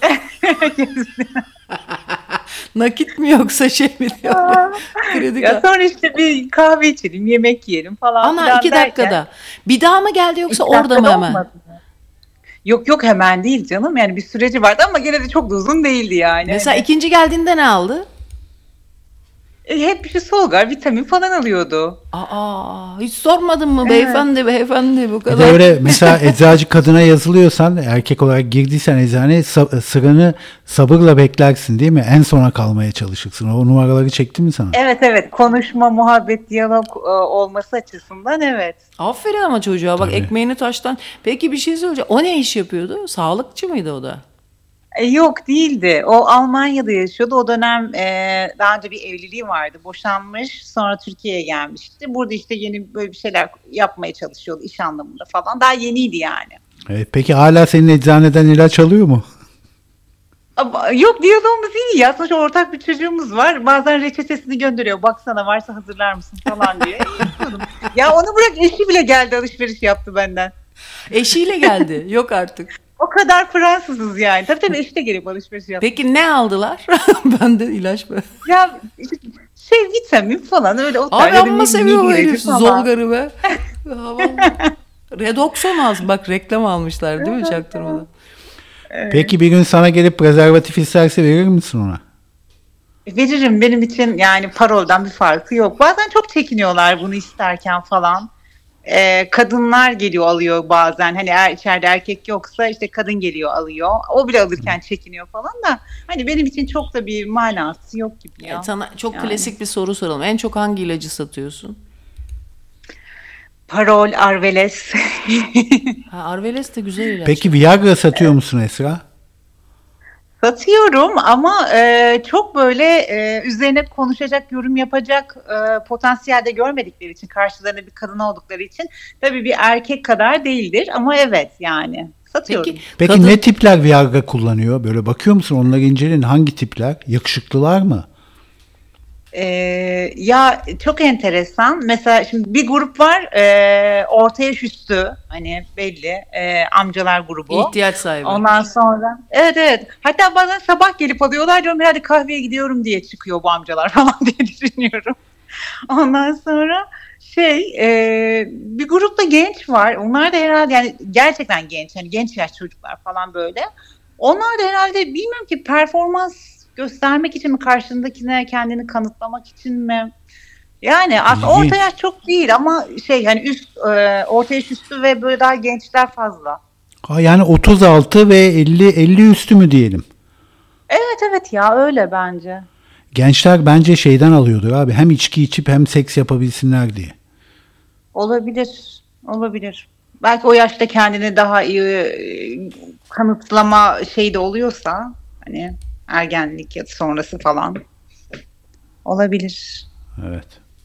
Nakit mi yoksa şey mi diyor? Kredi Ya kartı. sonra işte bir kahve içelim, yemek yiyelim falan Ana filan 2 derken, dakikada. Bir daha mı geldi yoksa 2 orada mı dakikada hemen? olmadı mı? Yok hemen değil canım. Yani bir süreci vardı ama gene de çok da uzun değildi yani. Mesela Hani, ikinci geldiğinde ne aldı? hep bir şey Solgar, vitamin falan alıyordu. Aa, hiç sormadın mı beyefendi bu Bir de kadar? öyle mesela eczacı kadına yazılıyorsan, erkek olarak girdiysen eczaneye, sıranı sabırla beklersin değil mi? En sona kalmaya çalışırsın. O numaraları çekti mi sana? Evet. Konuşma, muhabbet, diyalog olması açısından evet. Aferin ama çocuğa bak, Tabii. ekmeğini taştan. Peki bir şey söyleyeceğim. O ne iş yapıyordu? Sağlıkçı mıydı o da? Yok değildi. O Almanya'da yaşıyordu. O dönem daha önce bir evliliği vardı. Boşanmış. Sonra Türkiye'ye gelmişti. Burada işte yeni böyle bir şeyler yapmaya çalışıyordu iş anlamında falan. Daha yeniydi yani. Peki hala senin eczaneden ilaç alıyor mu? Ama yok, diyalogumuz iyi ya. Sonuçta ortak bir çocuğumuz var. Bazen reçetesini gönderiyor. Baksana varsa hazırlar mısın falan diye. Yapıyordum. Ya onu bırak, eşi bile geldi alışveriş yaptı benden. Eşiyle geldi. Yok artık. O kadar Fransızız yani. Tabii eşi de gelip alışveriş yaptı. Peki ne aldılar? Ben de ilaç mı? Ya işte vitamin falan öyle o Abi tarz. amma seviyor bu herif falan. Zolgar'ı be. Ya vallahi. Redoxon alsın. Bak reklam almışlar değil mi çaktırmadan? Peki bir gün sana gelip prezervatif isterse verir misin ona? Veririm, benim için yani paroldan bir farkı yok. Bazen çok çekiniyorlar bunu isterken falan. Kadınlar geliyor alıyor bazen. Hani içeride erkek yoksa işte kadın geliyor alıyor. O bile alırken çekiniyor falan da. Hani benim için çok da bir manası yok gibi ya. Sana çok Yani. klasik bir soru soralım. En çok hangi ilacı satıyorsun? Parol, Arveles. Arveles de güzel ilaç. Peki Viagra satıyor musun Esra? Satıyorum ama çok böyle üzerine konuşacak, yorum yapacak potansiyelde görmedikleri için, karşılarında bir kadın oldukları için tabii bir erkek kadar değildir ama evet yani satıyorum. Peki kadın- ne tipler Viagra kullanıyor? Böyle bakıyor musun? Onları inceleyin. Hangi tipler? Yakışıklılar mı? Ya çok enteresan. Mesela şimdi bir grup var, orta yaş üstü, hani belli, amcalar grubu. İhtiyaç sahibi. Ondan sonra evet. Hatta bazen sabah gelip alıyorlar, diyorum herhalde kahveye gidiyorum diye çıkıyor bu amcalar falan diye düşünüyorum. Ondan sonra bir grupta genç var. Onlar da herhalde yani gerçekten genç, hani genç yaş çocuklar falan böyle. Onlar da herhalde bilmiyorum ki, performans göstermek için mi, karşındakine kendini kanıtlamak için mi? Yani aslında İlginç. orta yaş çok değil ama hani orta yaş üstü ve böyle daha gençler fazla. Ha, yani 36 ve 50 üstü mü diyelim? Evet ya, öyle bence. Gençler bence şeyden alıyordur abi. Hem içki içip hem seks yapabilsinler diye. Olabilir. Belki o yaşta kendini daha iyi kanıtlama şeyi de oluyorsa, hani ergenlik ya da sonrası falan olabilir. Evet.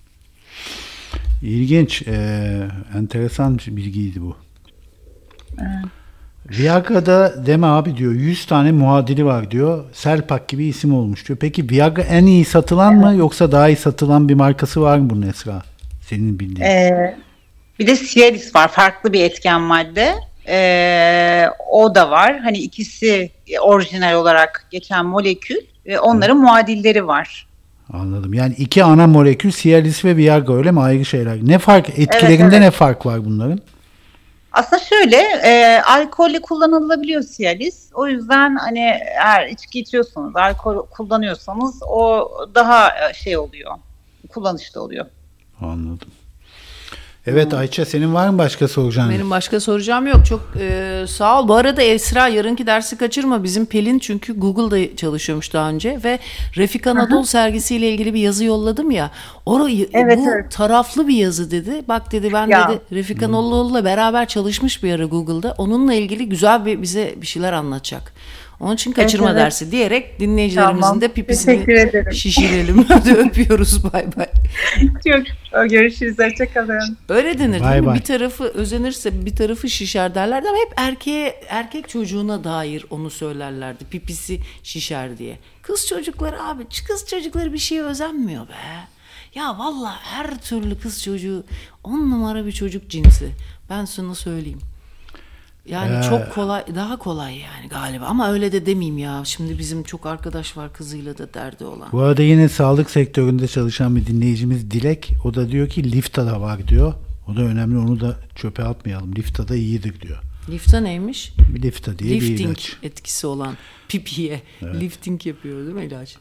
İlginç, enteresan bir bilgiydi bu. Evet. Viagra'da deme abi diyor 100 tane muadili var diyor. Selpak gibi isim olmuş diyor. Peki Viagra en iyi satılan mı yoksa daha iyi satılan bir markası var mı bunun Esra? Senin bildiğin. Bir de Cialis var, farklı bir etken madde. O da var. Hani ikisi orijinal olarak geçen molekül ve onların muadilleri var. Anladım. Yani iki ana molekül Cialis ve Viagra, öyle mi? Ayrı şeyler. Ne fark? Etkilerinde ne fark var bunların? Aslında şöyle, alkolle kullanılabiliyor Cialis. O yüzden hani eğer içki içiyorsanız, alkol kullanıyorsanız o daha şey oluyor, kullanışlı oluyor. Anladım. Evet Ayça, senin var mı başka soracağın? Benim başka soracağım yok. Çok sağ ol. Bu arada Esra, yarınki dersi kaçırma. Bizim Pelin çünkü Google'da çalışıyormuş daha önce ve Refik Anadolu sergisiyle ilgili bir yazı yolladım ya. Orayı bu taraflı bir yazı dedi. Bak dedi, ben dedi Refik Anadolu'yla beraber çalışmış bir ara Google'da. Onunla ilgili güzel bize bir şeyler anlatacak. Onun için kaçırma dersi diyerek dinleyicilerimizin de pipisini şişirelim. Hadi öpüyoruz. Bay bay. Çok görüşürüz. Hoşçakalın. Öyle denir değil mi? Bir tarafı özenirse bir tarafı şişer derlerdi ama hep erkek çocuğuna dair onu söylerlerdi. Pipisi şişer diye. Kız çocukları bir şeye özenmiyor be. Ya vallahi her türlü kız çocuğu 10 numara bir çocuk cinsi. Ben sana söyleyeyim. Yani çok kolay, daha kolay yani galiba, ama öyle de demeyeyim ya. Şimdi bizim çok arkadaş var kızıyla da derdi olan. Bu arada yine sağlık sektöründe çalışan bir dinleyicimiz Dilek. O da diyor ki Lifta da var diyor. O da önemli, onu da çöpe atmayalım. Lifta da iyidir diyor. Lifta neymiş? Lifta diye bir ilaç. Lifting etkisi olan pipiye. Evet. Lifting yapıyor değil mi ilaç?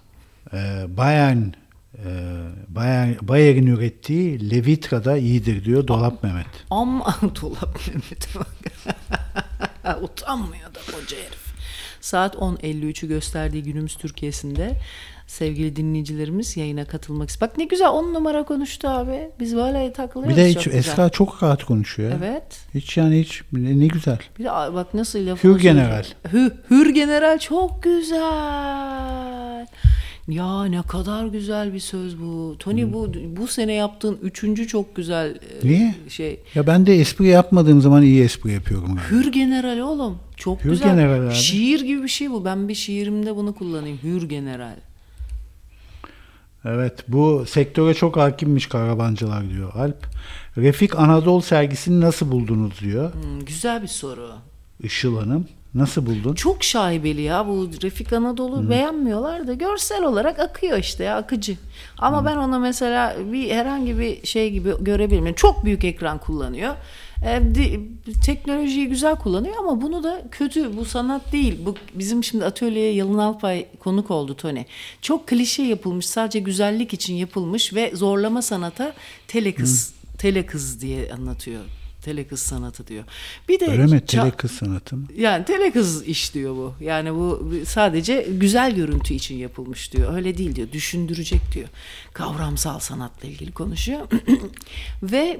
Bayer'in ürettiği Levitra da iyidir diyor Dolap Mehmet. Ama Dolap Mehmet'e bak. Utanmıyor da koca herif. Saat 10.53'ü gösterdiği günümüz Türkiye'sinde sevgili dinleyicilerimiz yayına katılmak istiyor. Bak ne güzel 10 numara konuştu abi. Biz böyle takılıyoruz. Bir de hiç Esra çok rahat konuşuyor. Evet. Hiç ne güzel. Bir de bak nasıl lafı. Hür General. Hür General çok güzel. Ya ne kadar güzel bir söz bu. Tony, bu sene yaptığın 3. çok güzel Niye? şey. Ya ben de espri yapmadığım zaman iyi espri yapıyorum. Yani. Hür General oğlum. Çok Hür güzel. General abi. Şiir gibi bir şey bu. Ben bir şiirimde bunu kullanayım. Hür General. Evet, bu sektöre çok hakimmiş Karabancılar diyor Alp. Refik Anadolu sergisini nasıl buldunuz diyor. Güzel bir soru. Işıl Hanım. Nasıl buldun? Çok şaibeli ya bu Refik Anadolu, beğenmiyorlar da görsel olarak akıyor işte ya, akıcı. Ama ben ona mesela herhangi bir şey gibi görebilirim. Çok büyük ekran kullanıyor. Teknolojiyi güzel kullanıyor ama bunu da kötü, bu sanat değil. Bu bizim şimdi atölyeye Yalın Alpay konuk oldu Tony. Çok klişe yapılmış, sadece güzellik için yapılmış ve zorlama sanata telekız diye anlatıyor. Telekız sanatı diyor. Bir de öyle mi? Telekız sanatı mı? Yani telekız iş diyor bu. Yani bu sadece güzel görüntü için yapılmış diyor. Öyle değil diyor. Düşündürecek diyor. Kavramsal sanatla ilgili konuşuyor. Ve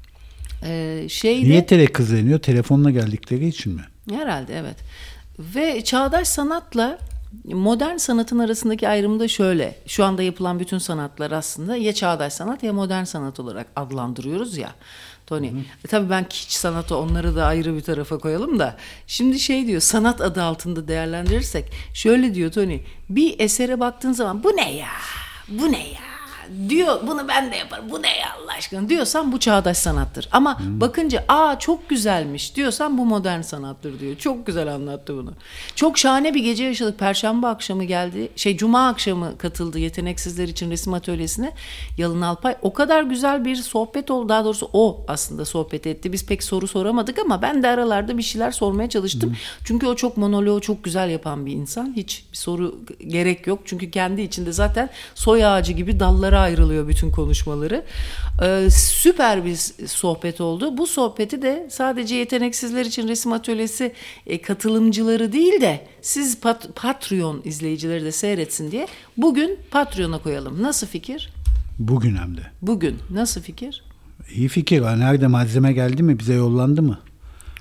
niye telekız deniyor? Telefonla geldikleri için mi? Herhalde evet. Ve çağdaş sanatla modern sanatın arasındaki ayrım da şöyle. Şu anda yapılan bütün sanatlar aslında ya çağdaş sanat ya modern sanat olarak adlandırıyoruz ya. Tony. Tabii ben hiç sanatı, onları da ayrı bir tarafa koyalım da. Şimdi diyor, sanat adı altında değerlendirirsek şöyle diyor Tony. Bir esere baktığın zaman bu ne ya? Bu ne ya? Diyor, bunu ben de yaparım. Bu ne ya Allah aşkına diyorsan bu çağdaş sanattır. Ama bakınca çok güzelmiş diyorsan bu modern sanattır diyor. Çok güzel anlattı bunu. Çok şahane bir gece yaşadık. Perşembe akşamı geldi. Cuma akşamı katıldı yeteneksizler için resim atölyesine Yalın Alpay. O kadar güzel bir sohbet oldu. Daha doğrusu o aslında sohbet etti. Biz pek soru soramadık ama ben de aralarda bir şeyler sormaya çalıştım. Çünkü o çok monoloğu çok güzel yapan bir insan. Hiç bir soru gerek yok. Çünkü kendi içinde zaten soy ağacı gibi dallara ayrılıyor bütün konuşmaları. Süper bir sohbet oldu. Bu sohbeti de sadece yeteneksizler için resim atölyesi katılımcıları değil de siz Patreon izleyicileri de seyretsin diye bugün Patreon'a koyalım. Nasıl fikir? Bugün hem de. Bugün. Nasıl fikir? İyi fikir. Nerede malzeme geldi mi? Bize yollandı mı?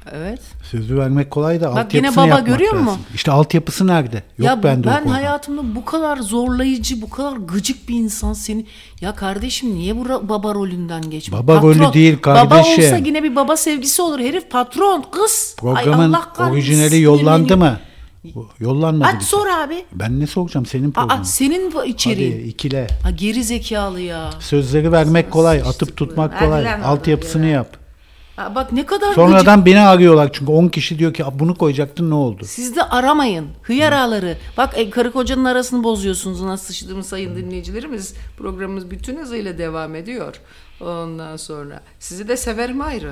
Evet. Sözü vermek kolay da Bak altyapısını yine baba yapmak görüyor lazım. musun? İşte altyapısı nerede? Yok Ya bende o ben program. hayatımda bu kadar zorlayıcı, bu kadar gıcık bir insan seni... Ya kardeşim niye bu baba rolünden geçme? Baba rolü değil kardeşim. Baba olsa yine bir baba sevgisi olur. Herif patron, kız. Programın Ay Allah kahretsin, orijinali yollandı sinirleniyor. mı? Yollanmadı. Hadi bir sor şey. abi. Ben ne soracağım senin programın? Senin bu Hadi içeriğin. ikile. Ha, geri zekalı ya. Sözleri vermek kolay, atıp tutmak kolay. Hadi lan Altyapısını oradan ya. yap. Ha, bak ne kadar gıcık. Sonradan beni arıyorlar çünkü 10 kişi diyor ki bunu koyacaktın ne oldu? Siz de aramayın. Hıyar ağları. Bak karı kocanın arasını bozuyorsunuz. Nasıl sıçtığımı sayın dinleyicilerimiz. Programımız bütün hızıyla devam ediyor. Ondan sonra. Sizi de severim ayrı.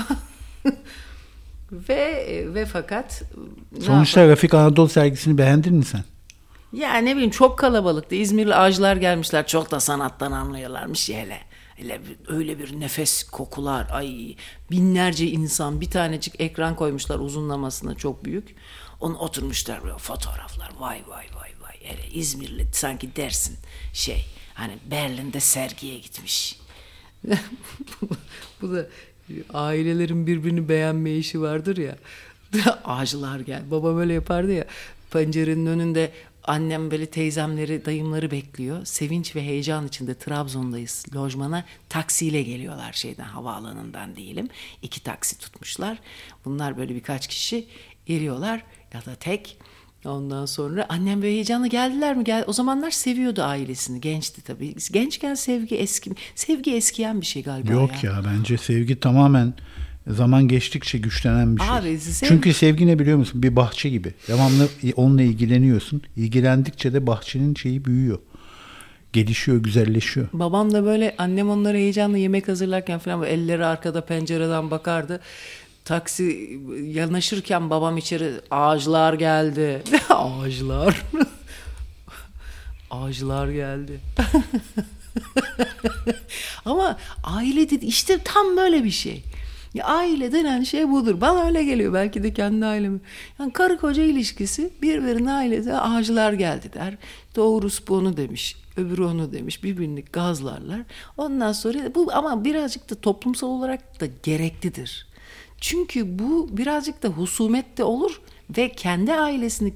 ve fakat Sonuçta Rafik Anadolu sergisini beğendin mi sen? ya ne bileyim çok kalabalıktı. İzmirli ağacılar gelmişler. Çok da sanattan anlıyorlarmış ya hele. Öyle bir nefes kokular. Ay binlerce insan bir tanecik ekran koymuşlar uzunlamasına çok büyük. Onu oturmuşlar böyle fotoğraflar. Vay vay vay vay. Hele İzmirli sanki dersin hani Berlin'de sergiye gitmiş. Bu da ailelerin birbirini beğenme işi vardır ya. Ağacılar gel. Babam öyle yapardı ya. Pencerenin önünde annem böyle teyzemleri, dayımları bekliyor. Sevinç ve heyecan içinde Trabzon'dayız. Lojmana taksiyle geliyorlar havaalanından diyelim. 2 taksi tutmuşlar. Bunlar böyle birkaç kişi geliyorlar ya da tek. Ondan sonra annem böyle heyecanla geldiler mi? O zamanlar seviyordu ailesini. Gençti tabii. Gençken sevgi eskiyen bir şey galiba. Yok ya bence sevgi tamamen zaman geçtikçe güçlenen bir şey. Abi, Çünkü sevgi ne biliyor musun? Bir bahçe gibi. Devamlı onunla ilgileniyorsun. İlgilendikçe de bahçenin büyüyor. Gelişiyor, güzelleşiyor. Babam da böyle annem onlara heyecanla yemek hazırlarken falan böyle elleri arkada pencereden bakardı. Taksi yanaşırken babam içeri ağaçlar geldi. Ağaçlar. Ağaçlar geldi. Ama aile dedi işte tam böyle bir şey. Ya aile denen şey budur. Bana öyle geliyor. Belki de kendi ailemi. Yani karı koca ilişkisi birbirinin ailesi ağaçlar geldi der. Doğrusu bu onu demiş. Öbürü onu demiş. Birbirini gazlarlar. Ondan sonra bu ama birazcık da toplumsal olarak da gereklidir. Çünkü bu birazcık da husumet de olur ve kendi ailesini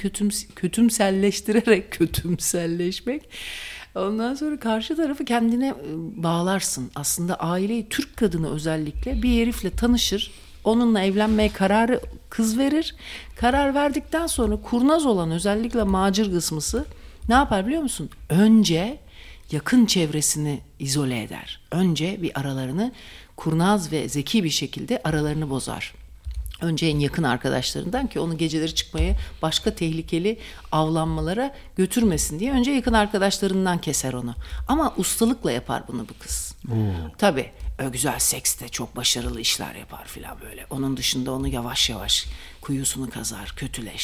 kötümselleşmek ondan sonra karşı tarafı kendine bağlarsın. Aslında aileyi Türk kadını özellikle bir herifle tanışır. Onunla evlenmeye kararı kız verir. Karar verdikten sonra kurnaz olan özellikle macir kısmısı ne yapar biliyor musun? Önce yakın çevresini izole eder. Önce bir aralarını kurnaz ve zeki bir şekilde aralarını bozar. Önce en yakın arkadaşlarından ki onu geceleri çıkmaya başka tehlikeli avlanmalara götürmesin diye önce yakın arkadaşlarından keser onu. Ama ustalıkla yapar bunu bu kız. Tabii güzel sekste çok başarılı işler yapar filan böyle. Onun dışında onu yavaş yavaş kuyusunu kazar,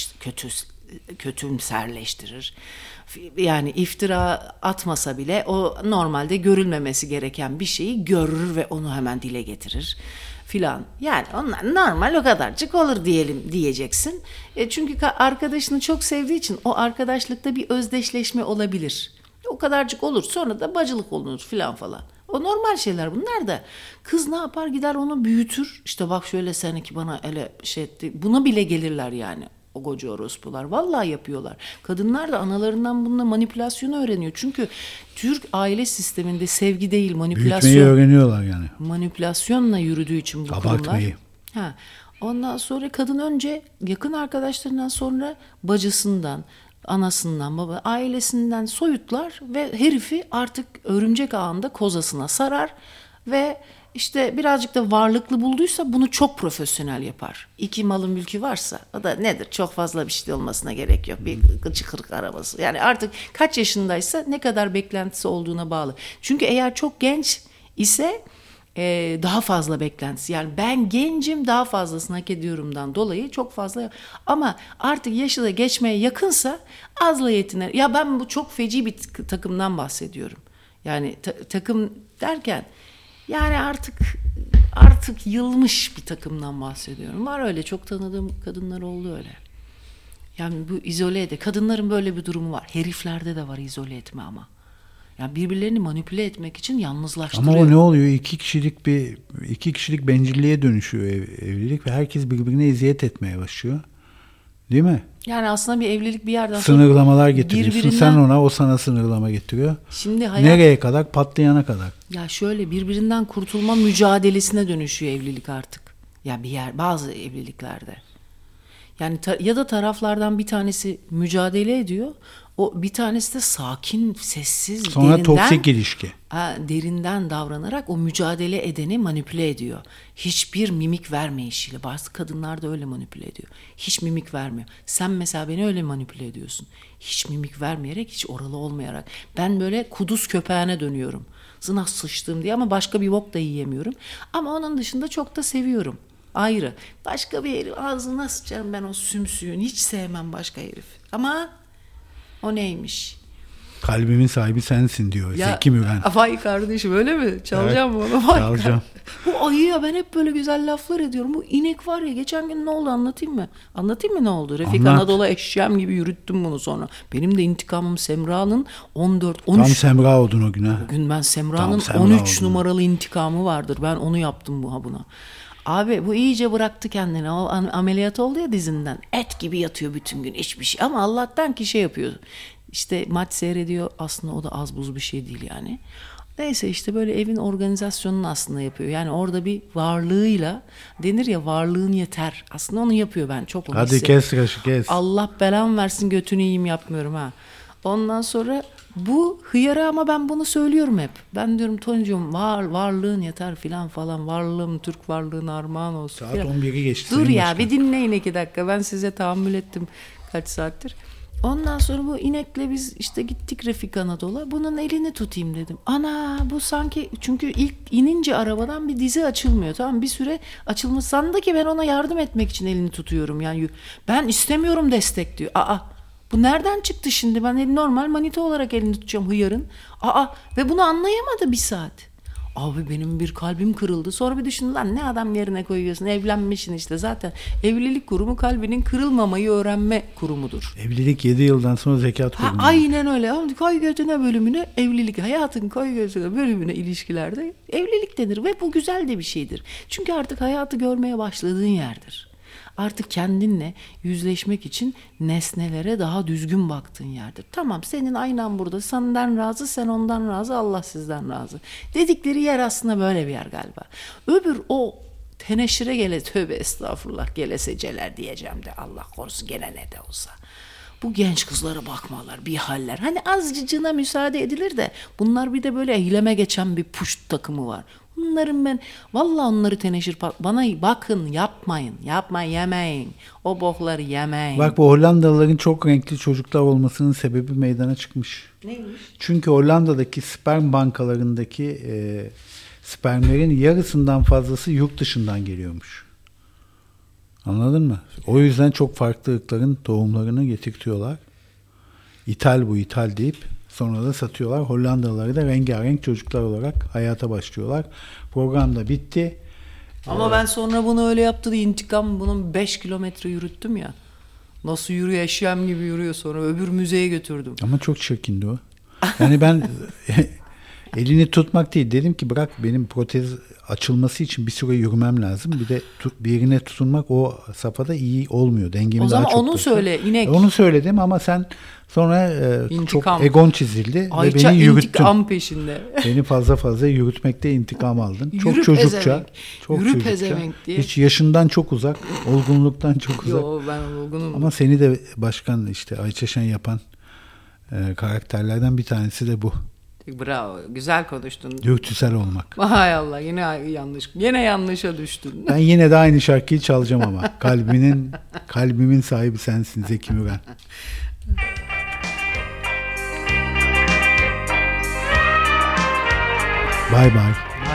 kötümserleştirir. Yani iftira atmasa bile o normalde görülmemesi gereken bir şeyi görür ve onu hemen dile getirir filan. Yani onlar normal o kadarcık olur diyeceksin. Çünkü arkadaşını çok sevdiği için o arkadaşlıkta bir özdeşleşme olabilir. O kadarcık olur. Sonra da bacılık olunur filan falan. O normal şeyler bunlar da. Kız ne yapar gider onu büyütür. İşte bak şöyle seninki bana öyle etti. Buna bile gelirler yani. O koca orospular. Vallahi yapıyorlar. Kadınlar da analarından bununla manipülasyonu öğreniyor. Çünkü Türk aile sisteminde sevgi değil manipülasyon. Büyütmeyi öğreniyorlar yani. Manipülasyonla yürüdüğü için bu Abartmayı. kurumlar. Ondan sonra kadın önce yakın arkadaşlarından sonra bacısından, anasından, ailesinden soyutlar ve herifi artık örümcek ağında kozasına sarar ve İşte birazcık da varlıklı bulduysa bunu çok profesyonel yapar. 2 malı mülkü varsa o da nedir? Çok fazla bir şey olmasına gerek yok. Bir çıkırık arabası. Yani artık kaç yaşındaysa ne kadar beklentisi olduğuna bağlı. Çünkü eğer çok genç ise daha fazla beklentisi. Yani ben gencim daha fazlasını hak ediyorumdan dolayı çok fazla. Ama artık yaşı da geçmeye yakınsa azla yetiner. Ya ben bu çok feci bir takımdan bahsediyorum. Yani takım derken yani artık yılmış bir takımdan bahsediyorum. Var öyle çok tanıdığım kadınlar oldu öyle. Yani bu izole de kadınların böyle bir durumu var. Heriflerde de var izole etme ama. Yani birbirlerini manipüle etmek için yalnızlaştırıyor. Ama o ne oluyor? İki kişilik bencilliğe dönüşüyor evlilik ve herkes birbirine eziyet etmeye başlıyor. Değil mi? Yani aslında bir evlilik bir yerden sonra sınırlamalar getiriyorsun. Sen ona, o sana sınırlama getiriyor. Şimdi nereye kadar? Patlayana kadar. Ya şöyle birbirinden kurtulma mücadelesine dönüşüyor evlilik artık. Ya bazı evliliklerde. Yani ya da taraflardan bir tanesi mücadele ediyor. O bir tanesi de sakin, sessiz, sonra toksik ilişki. Derinden davranarak o mücadele edeni manipüle ediyor. Hiçbir mimik vermeyişiyle. Bazı kadınlar da öyle manipüle ediyor. Hiç mimik vermiyor. Sen mesela beni öyle manipüle ediyorsun. Hiç mimik vermeyerek, hiç oralı olmayarak. Ben böyle kuduz köpeğine dönüyorum. Zına sıçtım diye ama başka bir bok da yiyemiyorum. Ama onun dışında çok da seviyorum. Ayrı. Başka bir herif ağzına sıçarım ben o sümsüğün. Hiç sevmem başka herif. Ama o neymiş? Kalbimin sahibi sensin diyor Zeki Müren. Vay kardeşim öyle mi? Çalacağım mı onu? Çalacağım. Bu ayıya ben hep böyle güzel laflar ediyorum. Bu inek var ya, geçen gün ne oldu anlatayım mı? Anlatayım mı ne oldu? Refik Anadolu eşeğim gibi yürüttüm bunu sonra. Benim de intikamım Semra'nın 13. Tam Semra oldun o gün ha. O gün ben Semra'nın 13 numaralı intikamı vardır. Ben onu yaptım buna. Abi bu iyice bıraktı kendini. O ameliyat oldu ya dizinden. Et gibi yatıyor bütün gün, hiçbir şey. Ama Allah'tan ki şey yapıyor. İşte maç seyrediyor. Aslında o da az buz bir şey değil yani. Neyse işte böyle evin organizasyonunu aslında yapıyor. Yani orada bir varlığıyla, denir ya varlığın yeter. Aslında onu yapıyor, ben çok onu hadi hissediyorum. kes. Allah belamı versin, götünü yiyeyim yapmıyorum ha. Ondan sonra bu hıyara ama ben bunu söylüyorum hep. Ben diyorum Toncuğum varlığın yeter filan falan. Varlığım Türk varlığına armağan olsun. Saat 11'i geçti. Dur ya bir dinleyin 2 dakika. Ben size tahammül ettim kaç saattir. Ondan sonra bu inekle biz işte gittik Refik Anadolu'ya. Bunun elini tutayım dedim. Ana bu sanki, çünkü ilk inince arabadan bir dizi açılmıyor. Tamam, bir süre açılmış. Sandı ki ben ona yardım etmek için elini tutuyorum. Yani ben istemiyorum destek diyor. Bu nereden çıktı şimdi? Ben normal manita olarak elini tutacağım hıyarın. Ve bunu anlayamadı bir saat. Abi benim bir kalbim kırıldı. Sonra bir düşündüm, lan ne adam yerine koyuyorsun? Evlenmişsin işte zaten. Evlilik kurumu kalbinin kırılmamayı öğrenme kurumudur. Evlilik 7 yıldan sonra zekat kurumu. Aynen öyle. Koy götüne bölümüne evlilik. Hayatın koy götüne bölümüne ilişkilerde evlilik denir. Ve bu güzel de bir şeydir. Çünkü artık hayatı görmeye başladığın yerdir. Artık kendinle yüzleşmek için nesnelere daha düzgün baktığın yerdir. Tamam, senin aynan burada. Senden razı, sen ondan razı, Allah sizden razı. Dedikleri yer aslında böyle bir yer galiba. Öbür o teneşire tövbe estağfurullah geleseceler diyeceğim de Allah korusun, gene ne de olsa. Bu genç kızlara bakmalar, bir haller. Hani azıcığına müsaade edilir de bunlar bir de böyle eyleme geçen bir puşt takımı var. Bunların ben vallahi onları teneşir bana bakın, yapmayın yemeyin, o bokları yemeyin. Bak bu Hollandalıların çok renkli çocuklar olmasının sebebi meydana çıkmış. Neymiş? Çünkü Hollanda'daki sperm bankalarındaki spermlerin yarısından fazlası yurt dışından geliyormuş. Anladın mı? O yüzden çok farklı ırkların tohumlarını getirtiyorlar. İthal deyip sonra da satıyorlar. Hollandalıları da rengarenk çocuklar olarak hayata başlıyorlar. Program da bitti. Ama ben sonra bunu öyle yaptı diye intikam, bunun 5 kilometre yürüttüm ya. Nasıl yürüyor, eşeğim gibi yürüyor, sonra öbür müzeye götürdüm. Ama çok çirkindi o. Yani ben elini tutmak değil, dedim ki bırak, benim protez açılması için bir süre yürümem lazım. Bir de bir yerine tutunmak o safhada iyi olmuyor. Dengemi o daha çok zaman onu tutuyor. söyle inek. Onu söyledim ama sen sonra çok egon çizildi ve beni yürüttün. İntikam peşinde. Beni fazla yürütmekte intikam aldın. Çok Yürü çocukça. Yürü pezevenk diye. Hiç yaşından çok uzak, olgunluktan çok uzak. Yo, ben olgunum. Ama seni de başkan işte Ayça Şen yapan karakterlerden bir tanesi de bu. Bravo, güzel konuştun. Dürtüsel olmak. Hay Allah, yine yanlışa düştün. Ben yine de aynı şarkıyı çalacağım ama kalbimin sahibi sensin Zeki Müren. Bye bye.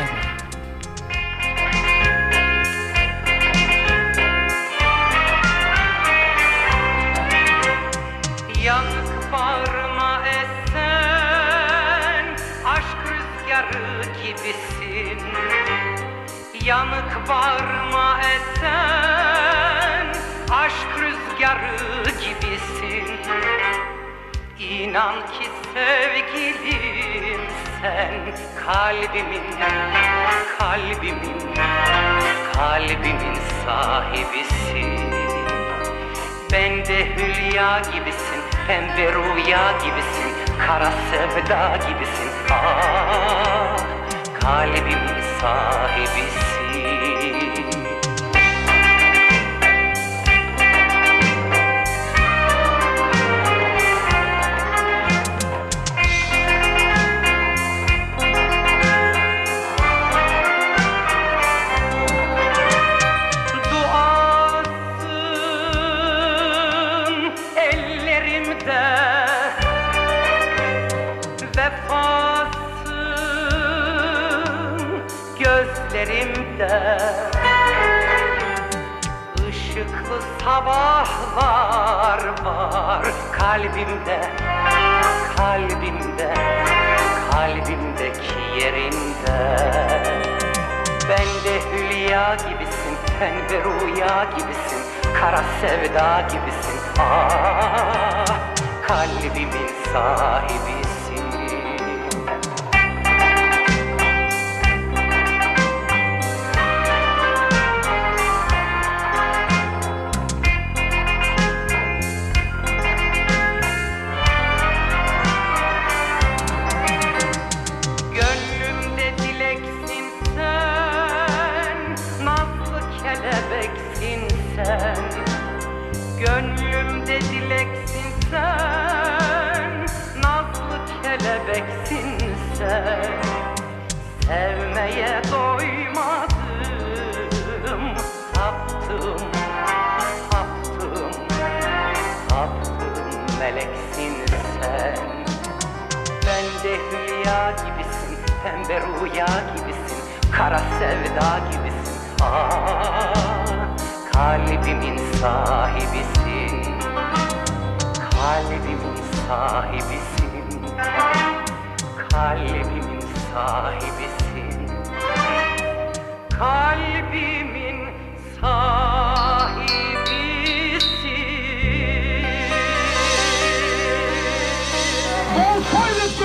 Yanık bağrıma esen aşk rüzgarı gibisin. Yanık bağrıma esen aşk rüzgarı gibisin. İnan ki sevgilim sen kalbimin, kalbimin, kalbimin sahibisin. Ben de hülya gibisin, pembe rüya gibisin, kara sevda gibisin. Ah, kalbimin sahibisin. Gözlerimde ışıklı sabahlar var kalbimde, kalbimde, kalbimdeki yerinde. Ben de hülya gibisin, pembe rüya gibisin, kara sevda gibisin. Ah, kalbimin sahibisin. Gönlümde dileksin sen, nazlı kelebeksin sen. Sevmeye doymadım, saptım, saptım, saptım, meleksin sen. Ben de hülya gibisin, pembe rüya gibisin, kara sevda gibisin. Ah, kalbimin sahibisin, kalbimin sahibisin, kalbimin sahibisin.